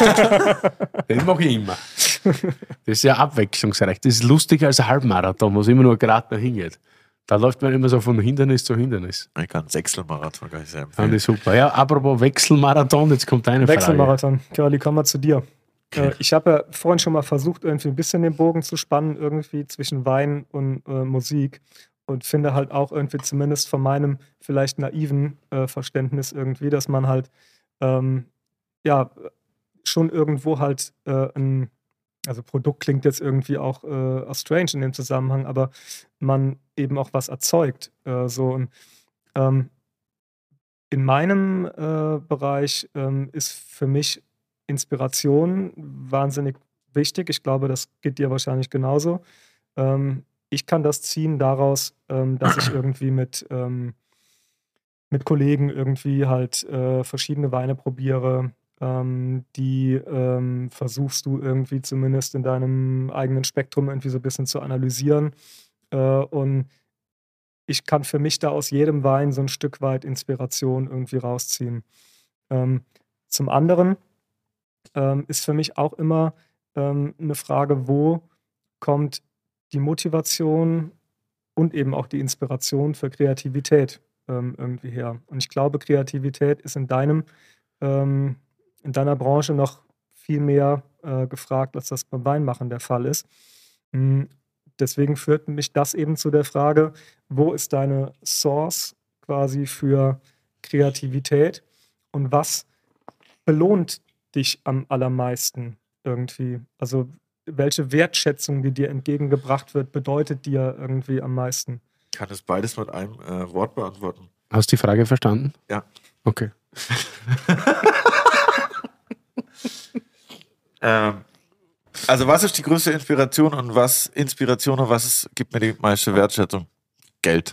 Das mache ich immer. Das ist ja abwechslungsreich. Das ist lustiger als ein Halbmarathon, wo es immer nur gerade noch hingeht. Da läuft man immer so von Hindernis zu Hindernis. Ich kann Sechselmarathon gar nicht sehr Fand empfehlen. ich super. Ja, apropos Wechselmarathon, jetzt kommt eine Frage. Wechselmarathon. Curly, kommen wir zu dir. Okay. Äh, ich habe ja vorhin schon mal versucht, irgendwie ein bisschen den Bogen zu spannen, irgendwie zwischen Wein und äh, Musik. Und finde halt auch irgendwie, zumindest von meinem vielleicht naiven äh, Verständnis irgendwie, dass man halt ähm, ja schon irgendwo halt äh, ein, also Produkt klingt jetzt irgendwie auch, äh, auch strange in dem Zusammenhang, aber man eben auch was erzeugt. Äh, so und ähm, in meinem äh, Bereich ähm, ist für mich Inspiration wahnsinnig wichtig. Ich glaube, das geht dir wahrscheinlich genauso. Ähm, ich kann das ziehen daraus, ähm, dass ich irgendwie mit, ähm, mit Kollegen irgendwie halt äh, verschiedene Weine probiere. Ähm, die ähm, versuchst du irgendwie zumindest in deinem eigenen Spektrum irgendwie so ein bisschen zu analysieren. Äh, und ich kann für mich da aus jedem Wein so ein Stück weit Inspiration irgendwie rausziehen. Ähm, zum anderen ähm, ist für mich auch immer ähm, eine Frage, wo kommt die Motivation und eben auch die Inspiration für Kreativität ähm, irgendwie her. Und ich glaube, Kreativität ist in deinem, ähm, in deiner Branche noch viel mehr äh, gefragt, als das beim Weinmachen der Fall ist. Mm, Deswegen führt mich das eben zu der Frage, wo ist deine Source quasi für Kreativität und was belohnt dich am allermeisten irgendwie? Also welche Wertschätzung, die dir entgegengebracht wird, bedeutet dir irgendwie am meisten? Ich kann es beides mit einem äh, Wort beantworten. Hast du die Frage verstanden? Ja. Okay. Ähm, also was ist die größte Inspiration und was Inspiration und was ist, gibt mir die meiste Wertschätzung? Geld.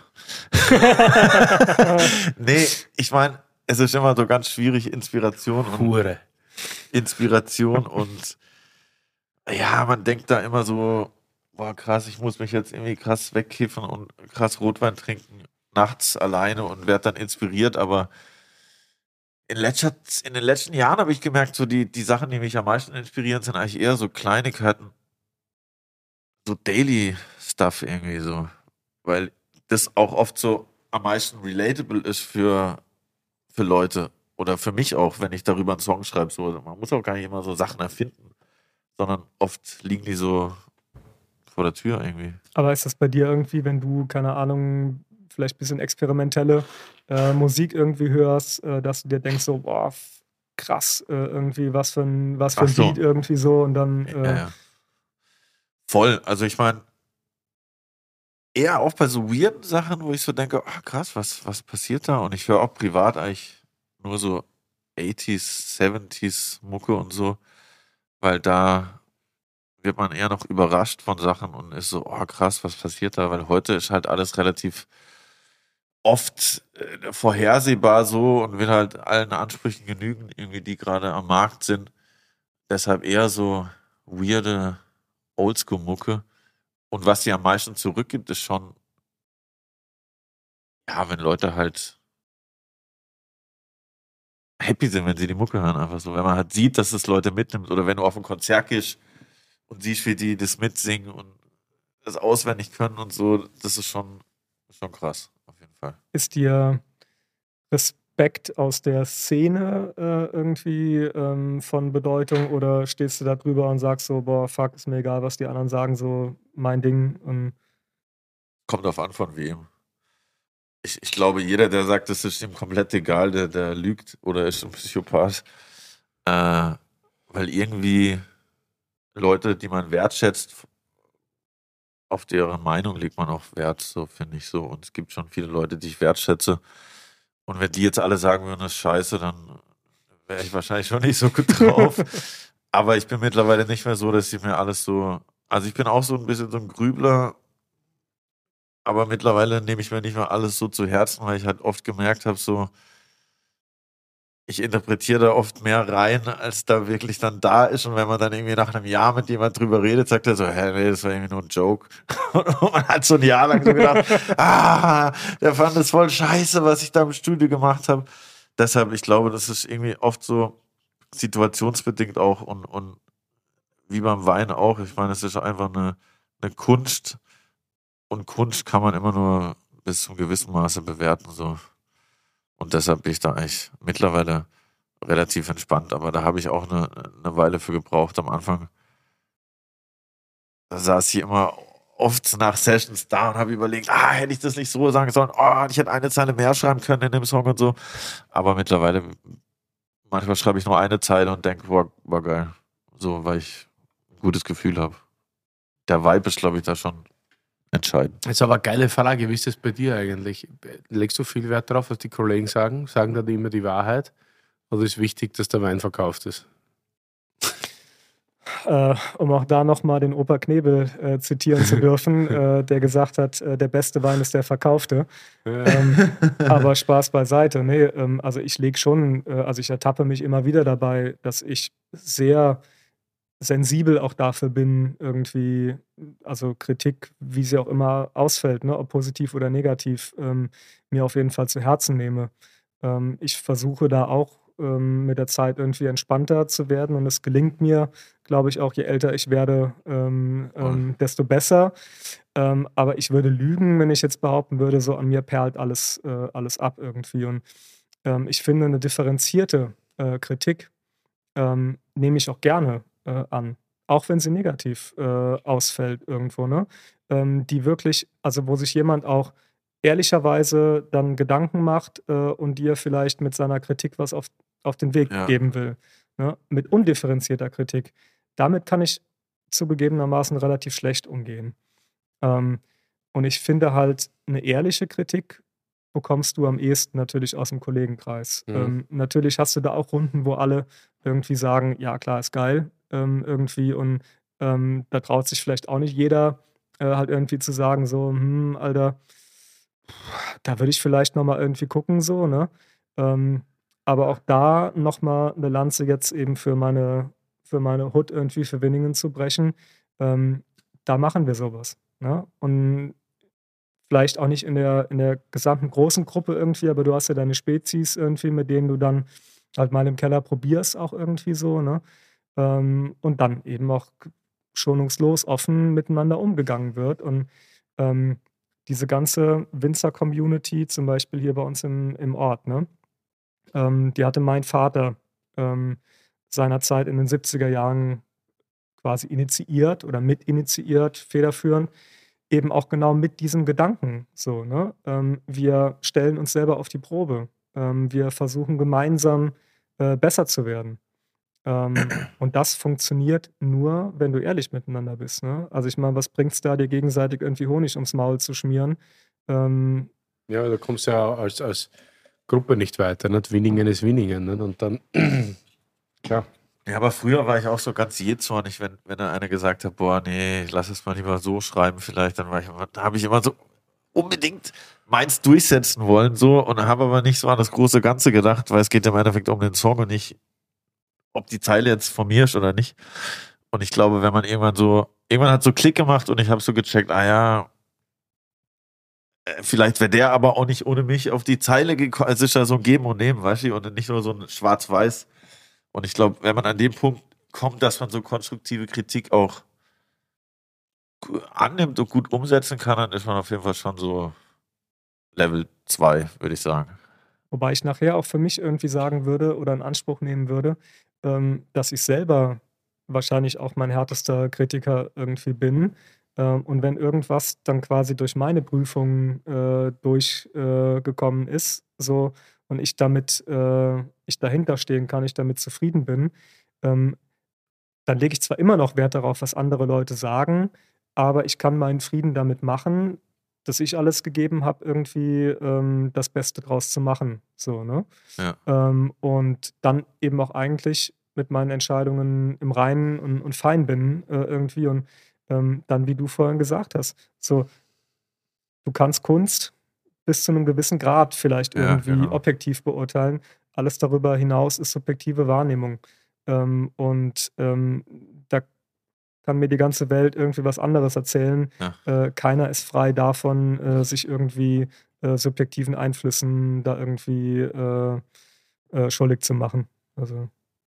Nee, ich meine, es ist immer so ganz schwierig, Inspiration und Hure. Inspiration und ja, man denkt da immer so, boah krass, ich muss mich jetzt irgendwie krass wegkiffen und krass Rotwein trinken, nachts alleine und werde dann inspiriert, aber in, letzter, in den letzten Jahren habe ich gemerkt, so die, die Sachen, die mich am meisten inspirieren, sind eigentlich eher so Kleinigkeiten, so Daily Stuff irgendwie so, weil das auch oft so am meisten relatable ist für, für Leute oder für mich auch, wenn ich darüber einen Song schreibe. So, man muss auch gar nicht immer so Sachen erfinden, sondern oft liegen die so vor der Tür irgendwie. Aber ist das bei dir irgendwie, wenn du, keine Ahnung, vielleicht ein bisschen experimentelle äh, Musik irgendwie hörst, äh, dass du dir denkst so, boah, f- krass, äh, irgendwie was für ein, was für ein Ach so. Beat irgendwie so und dann Ja, äh, ja. Voll. Also ich meine, eher auch bei so weirden Sachen, wo ich so denke, ah, krass, was, was passiert da? Und ich höre auch privat eigentlich nur so achtziger, siebziger Mucke und so, weil da wird man eher noch überrascht von Sachen und ist so, oh krass, was passiert da? Weil heute ist halt alles relativ oft äh, vorhersehbar so und will halt allen Ansprüchen genügen, irgendwie, die gerade am Markt sind. Deshalb eher so weirde Oldschool-Mucke. Und was sie am meisten zurückgibt, ist schon, ja, wenn Leute halt happy sind, wenn sie die Mucke hören, einfach so. Wenn man halt sieht, dass es Leute mitnimmt oder wenn du auf ein Konzert gehst und siehst, wie die das mitsingen und das auswendig können und so, das ist schon, schon krass, auf jeden Fall. ist dir Respekt aus der Szene äh, irgendwie ähm, von Bedeutung oder stehst du da drüber und sagst so, boah, fuck, ist mir egal, was die anderen sagen, so mein Ding und Kommt drauf an, von wem. ich, ich glaube, jeder, der sagt, das ist ihm komplett egal, der, der lügt oder ist ein Psychopath. Äh, weil irgendwie Leute, die man wertschätzt, auf deren Meinung legt man auch Wert, so finde ich so. Und es gibt schon viele Leute, die ich wertschätze. Und wenn die jetzt alle sagen würden, das ist scheiße, dann wäre ich wahrscheinlich schon nicht so gut drauf. Aber ich bin mittlerweile nicht mehr so, dass ich mir alles so. Also ich bin auch so ein bisschen so ein Grübler, aber mittlerweile nehme ich mir nicht mehr alles so zu Herzen, weil ich halt oft gemerkt habe, so, ich interpretiere da oft mehr rein, als da wirklich dann da ist. Und wenn man dann irgendwie nach einem Jahr mit jemand drüber redet, sagt er so, hä, nee, das war irgendwie nur ein Joke. Und man hat so ein Jahr lang so gedacht, ah, der fand es voll scheiße, was ich da im Studio gemacht habe. Deshalb, ich glaube, das ist irgendwie oft so situationsbedingt auch und, und wie beim Wein auch. Ich meine, es ist einfach eine, eine Kunst und Kunst kann man immer nur bis zum gewissen Maße bewerten, so. Und deshalb bin ich da eigentlich mittlerweile relativ entspannt. Aber da habe ich auch eine, eine Weile für gebraucht am Anfang. Da saß ich immer oft nach Sessions da und habe überlegt, ah, hätte ich das nicht so sagen sollen? Oh, ich hätte eine Zeile mehr schreiben können in dem Song und so. Aber mittlerweile, manchmal schreibe ich nur eine Zeile und denke, boah, war geil. So, weil ich ein gutes Gefühl habe. Der Vibe ist, glaube ich, da schon entscheidend. Jetzt aber eine geile Frage, wie ist das bei dir eigentlich? Legst du viel Wert darauf, was die Kollegen sagen? Sagen da die immer die Wahrheit? Oder ist wichtig, dass der Wein verkauft ist? Äh, um auch da nochmal den Opa Knebel äh, zitieren zu dürfen, äh, der gesagt hat, äh, der beste Wein ist der verkaufte. Ähm, aber Spaß beiseite. Nee, ähm, also ich lege schon, äh, also ich ertappe mich immer wieder dabei, dass ich sehr sensibel auch dafür bin, irgendwie, also Kritik, wie sie auch immer ausfällt, ne, ob positiv oder negativ, ähm, mir auf jeden Fall zu Herzen nehme. Ähm, ich versuche da auch ähm, mit der Zeit irgendwie entspannter zu werden und es gelingt mir, glaube ich, auch je älter ich werde, ähm, ähm, desto besser. Ähm, aber ich würde lügen, wenn ich jetzt behaupten würde, so an mir perlt alles, äh, alles ab irgendwie. Und ähm, ich finde, eine differenzierte äh, Kritik ähm, nehme ich auch gerne äh, an, auch wenn sie negativ äh, ausfällt irgendwo, ne? Ähm, die wirklich, also wo sich jemand auch ehrlicherweise dann Gedanken macht äh, und dir vielleicht mit seiner Kritik was auf, auf den Weg Ja. geben will. Ne? Mit undifferenzierter Kritik. Damit kann ich zugegebenermaßen relativ schlecht umgehen. Ähm, und ich finde halt, eine ehrliche Kritik bekommst du am ehesten natürlich aus dem Kollegenkreis. Mhm. Ähm, natürlich hast du da auch Runden, wo alle irgendwie sagen, ja klar, ist geil, ähm, irgendwie. Und ähm, da traut sich vielleicht auch nicht jeder, äh, halt irgendwie zu sagen, so, hm, Alter, da würde ich vielleicht nochmal irgendwie gucken, so, ne? Ähm, aber auch da nochmal eine Lanze jetzt eben für meine, für meine Hood irgendwie für Winningen zu brechen, ähm, da machen wir sowas. Ne? Und vielleicht auch nicht in der, in der gesamten großen Gruppe irgendwie, aber du hast ja deine Spezies irgendwie, mit denen du dann halt mal im Keller probierst, auch irgendwie so, ne? Ähm, und dann eben auch schonungslos offen miteinander umgegangen wird. Und ähm, diese ganze Winzer-Community, zum Beispiel hier bei uns im, im Ort, ne? Ähm, die hatte mein Vater ähm, seinerzeit in den siebziger Jahren quasi initiiert oder mitinitiiert, federführend, eben auch genau mit diesem Gedanken. So, ne? Ähm, wir stellen uns selber auf die Probe. Ähm, wir versuchen gemeinsam äh, besser zu werden. Ähm, und das funktioniert nur, wenn du ehrlich miteinander bist. Ne? Also ich meine, was bringt es da, dir gegenseitig irgendwie Honig ums Maul zu schmieren? Ähm, Ja, da kommst du ja als, als Gruppe nicht weiter. Nicht? Winningen ist Winningen. Nicht? Und dann, klar. Ja, aber früher war ich auch so ganz jähzornig, wenn, wenn dann einer gesagt hat, boah, nee, lass es mal lieber so schreiben vielleicht, dann war ich immer, da habe ich immer so unbedingt meins durchsetzen wollen, so, und habe aber nicht so an das große Ganze gedacht, weil es geht im Endeffekt um den Song und nicht, ob die Zeile jetzt von mir ist oder nicht. Und ich glaube, wenn man irgendwann so, irgendwann hat so Klick gemacht und ich habe so gecheckt, ah ja, äh, vielleicht wäre der aber auch nicht ohne mich auf die Zeile gekommen. Es ist ja so ein Geben und Nehmen, weißt du, und nicht nur so ein Schwarz-Weiß. Und ich glaube, wenn man an dem Punkt kommt, dass man so konstruktive Kritik auch gu- annimmt und gut umsetzen kann, dann ist man auf jeden Fall schon so Level zwei, würde ich sagen. Wobei ich nachher auch für mich irgendwie sagen würde oder in Anspruch nehmen würde, ähm, dass ich selber wahrscheinlich auch mein härtester Kritiker irgendwie bin. Ähm, und wenn irgendwas dann quasi durch meine Prüfung äh, durchgekommen äh, ist, so und ich damit, äh, ich dahinter stehen kann, ich damit zufrieden bin, ähm, dann lege ich zwar immer noch Wert darauf, was andere Leute sagen, aber ich kann meinen Frieden damit machen, dass ich alles gegeben habe, irgendwie ähm, das Beste draus zu machen. So, ne? Ja. Ähm, und dann eben auch eigentlich mit meinen Entscheidungen im Reinen und, und fein bin äh, irgendwie. Und ähm, dann, wie du vorhin gesagt hast, so, du kannst Kunst bis zu einem gewissen Grad vielleicht Ja, irgendwie genau. objektiv beurteilen. Alles darüber hinaus ist subjektive Wahrnehmung. Ähm, und ähm, da kann mir die ganze Welt irgendwie was anderes erzählen. Ja. Äh, keiner ist frei davon, äh, sich irgendwie äh, subjektiven Einflüssen da irgendwie äh, äh, schuldig zu machen. Also.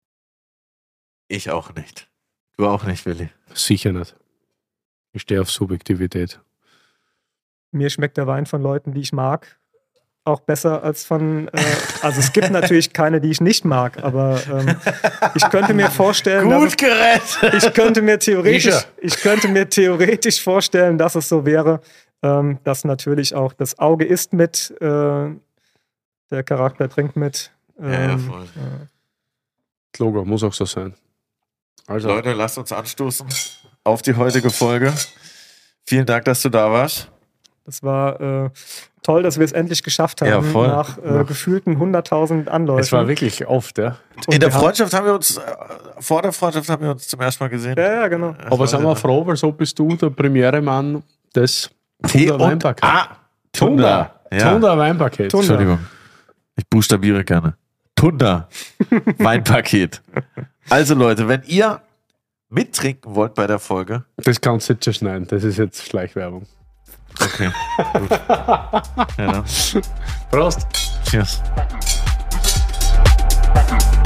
Ich auch nicht. Du auch nicht, Willi. Sicher nicht. Ich stehe auf Subjektivität. Mir schmeckt der Wein von Leuten, die ich mag, auch besser als von, äh, also es gibt natürlich keine, die ich nicht mag, aber ähm, ich könnte mir vorstellen, dass Gut gerettet! es, ich könnte mir theoretisch, Mischa. ich könnte mir theoretisch vorstellen, dass es so wäre, ähm, dass natürlich auch das Auge isst mit, äh, der Charakter trinkt mit. Ähm, Ja, ja, voll. äh, Das Logo muss auch so sein. Also, Leute, lasst uns anstoßen auf die heutige Folge. Vielen Dank, dass du da warst. Das war äh, toll, dass wir es endlich geschafft haben, Ja, voll. nach äh, gefühlten hunderttausend Anläufen. es war wirklich oft, ja. Und In der wir haben- Freundschaft haben wir uns, äh, vor der Freundschaft haben wir uns zum ersten Mal gesehen. Ja, ja, genau. Das Aber war sind sehr- wir froh, weil so bist du der Premieremann des Tee Tunda und Weinpaket. Ah, Tunda. Ja. Tunda Weinpaket. Tunda. Entschuldigung. Ich buchstabiere gerne. Tunda. Weinpaket. Also Leute, wenn ihr mittrinken wollt bei der Folge. Das kannst du jetzt schon schneiden. Das ist jetzt Schleichwerbung. Okay. Gut. Ja, dann. Prost! Cheers. Thank you.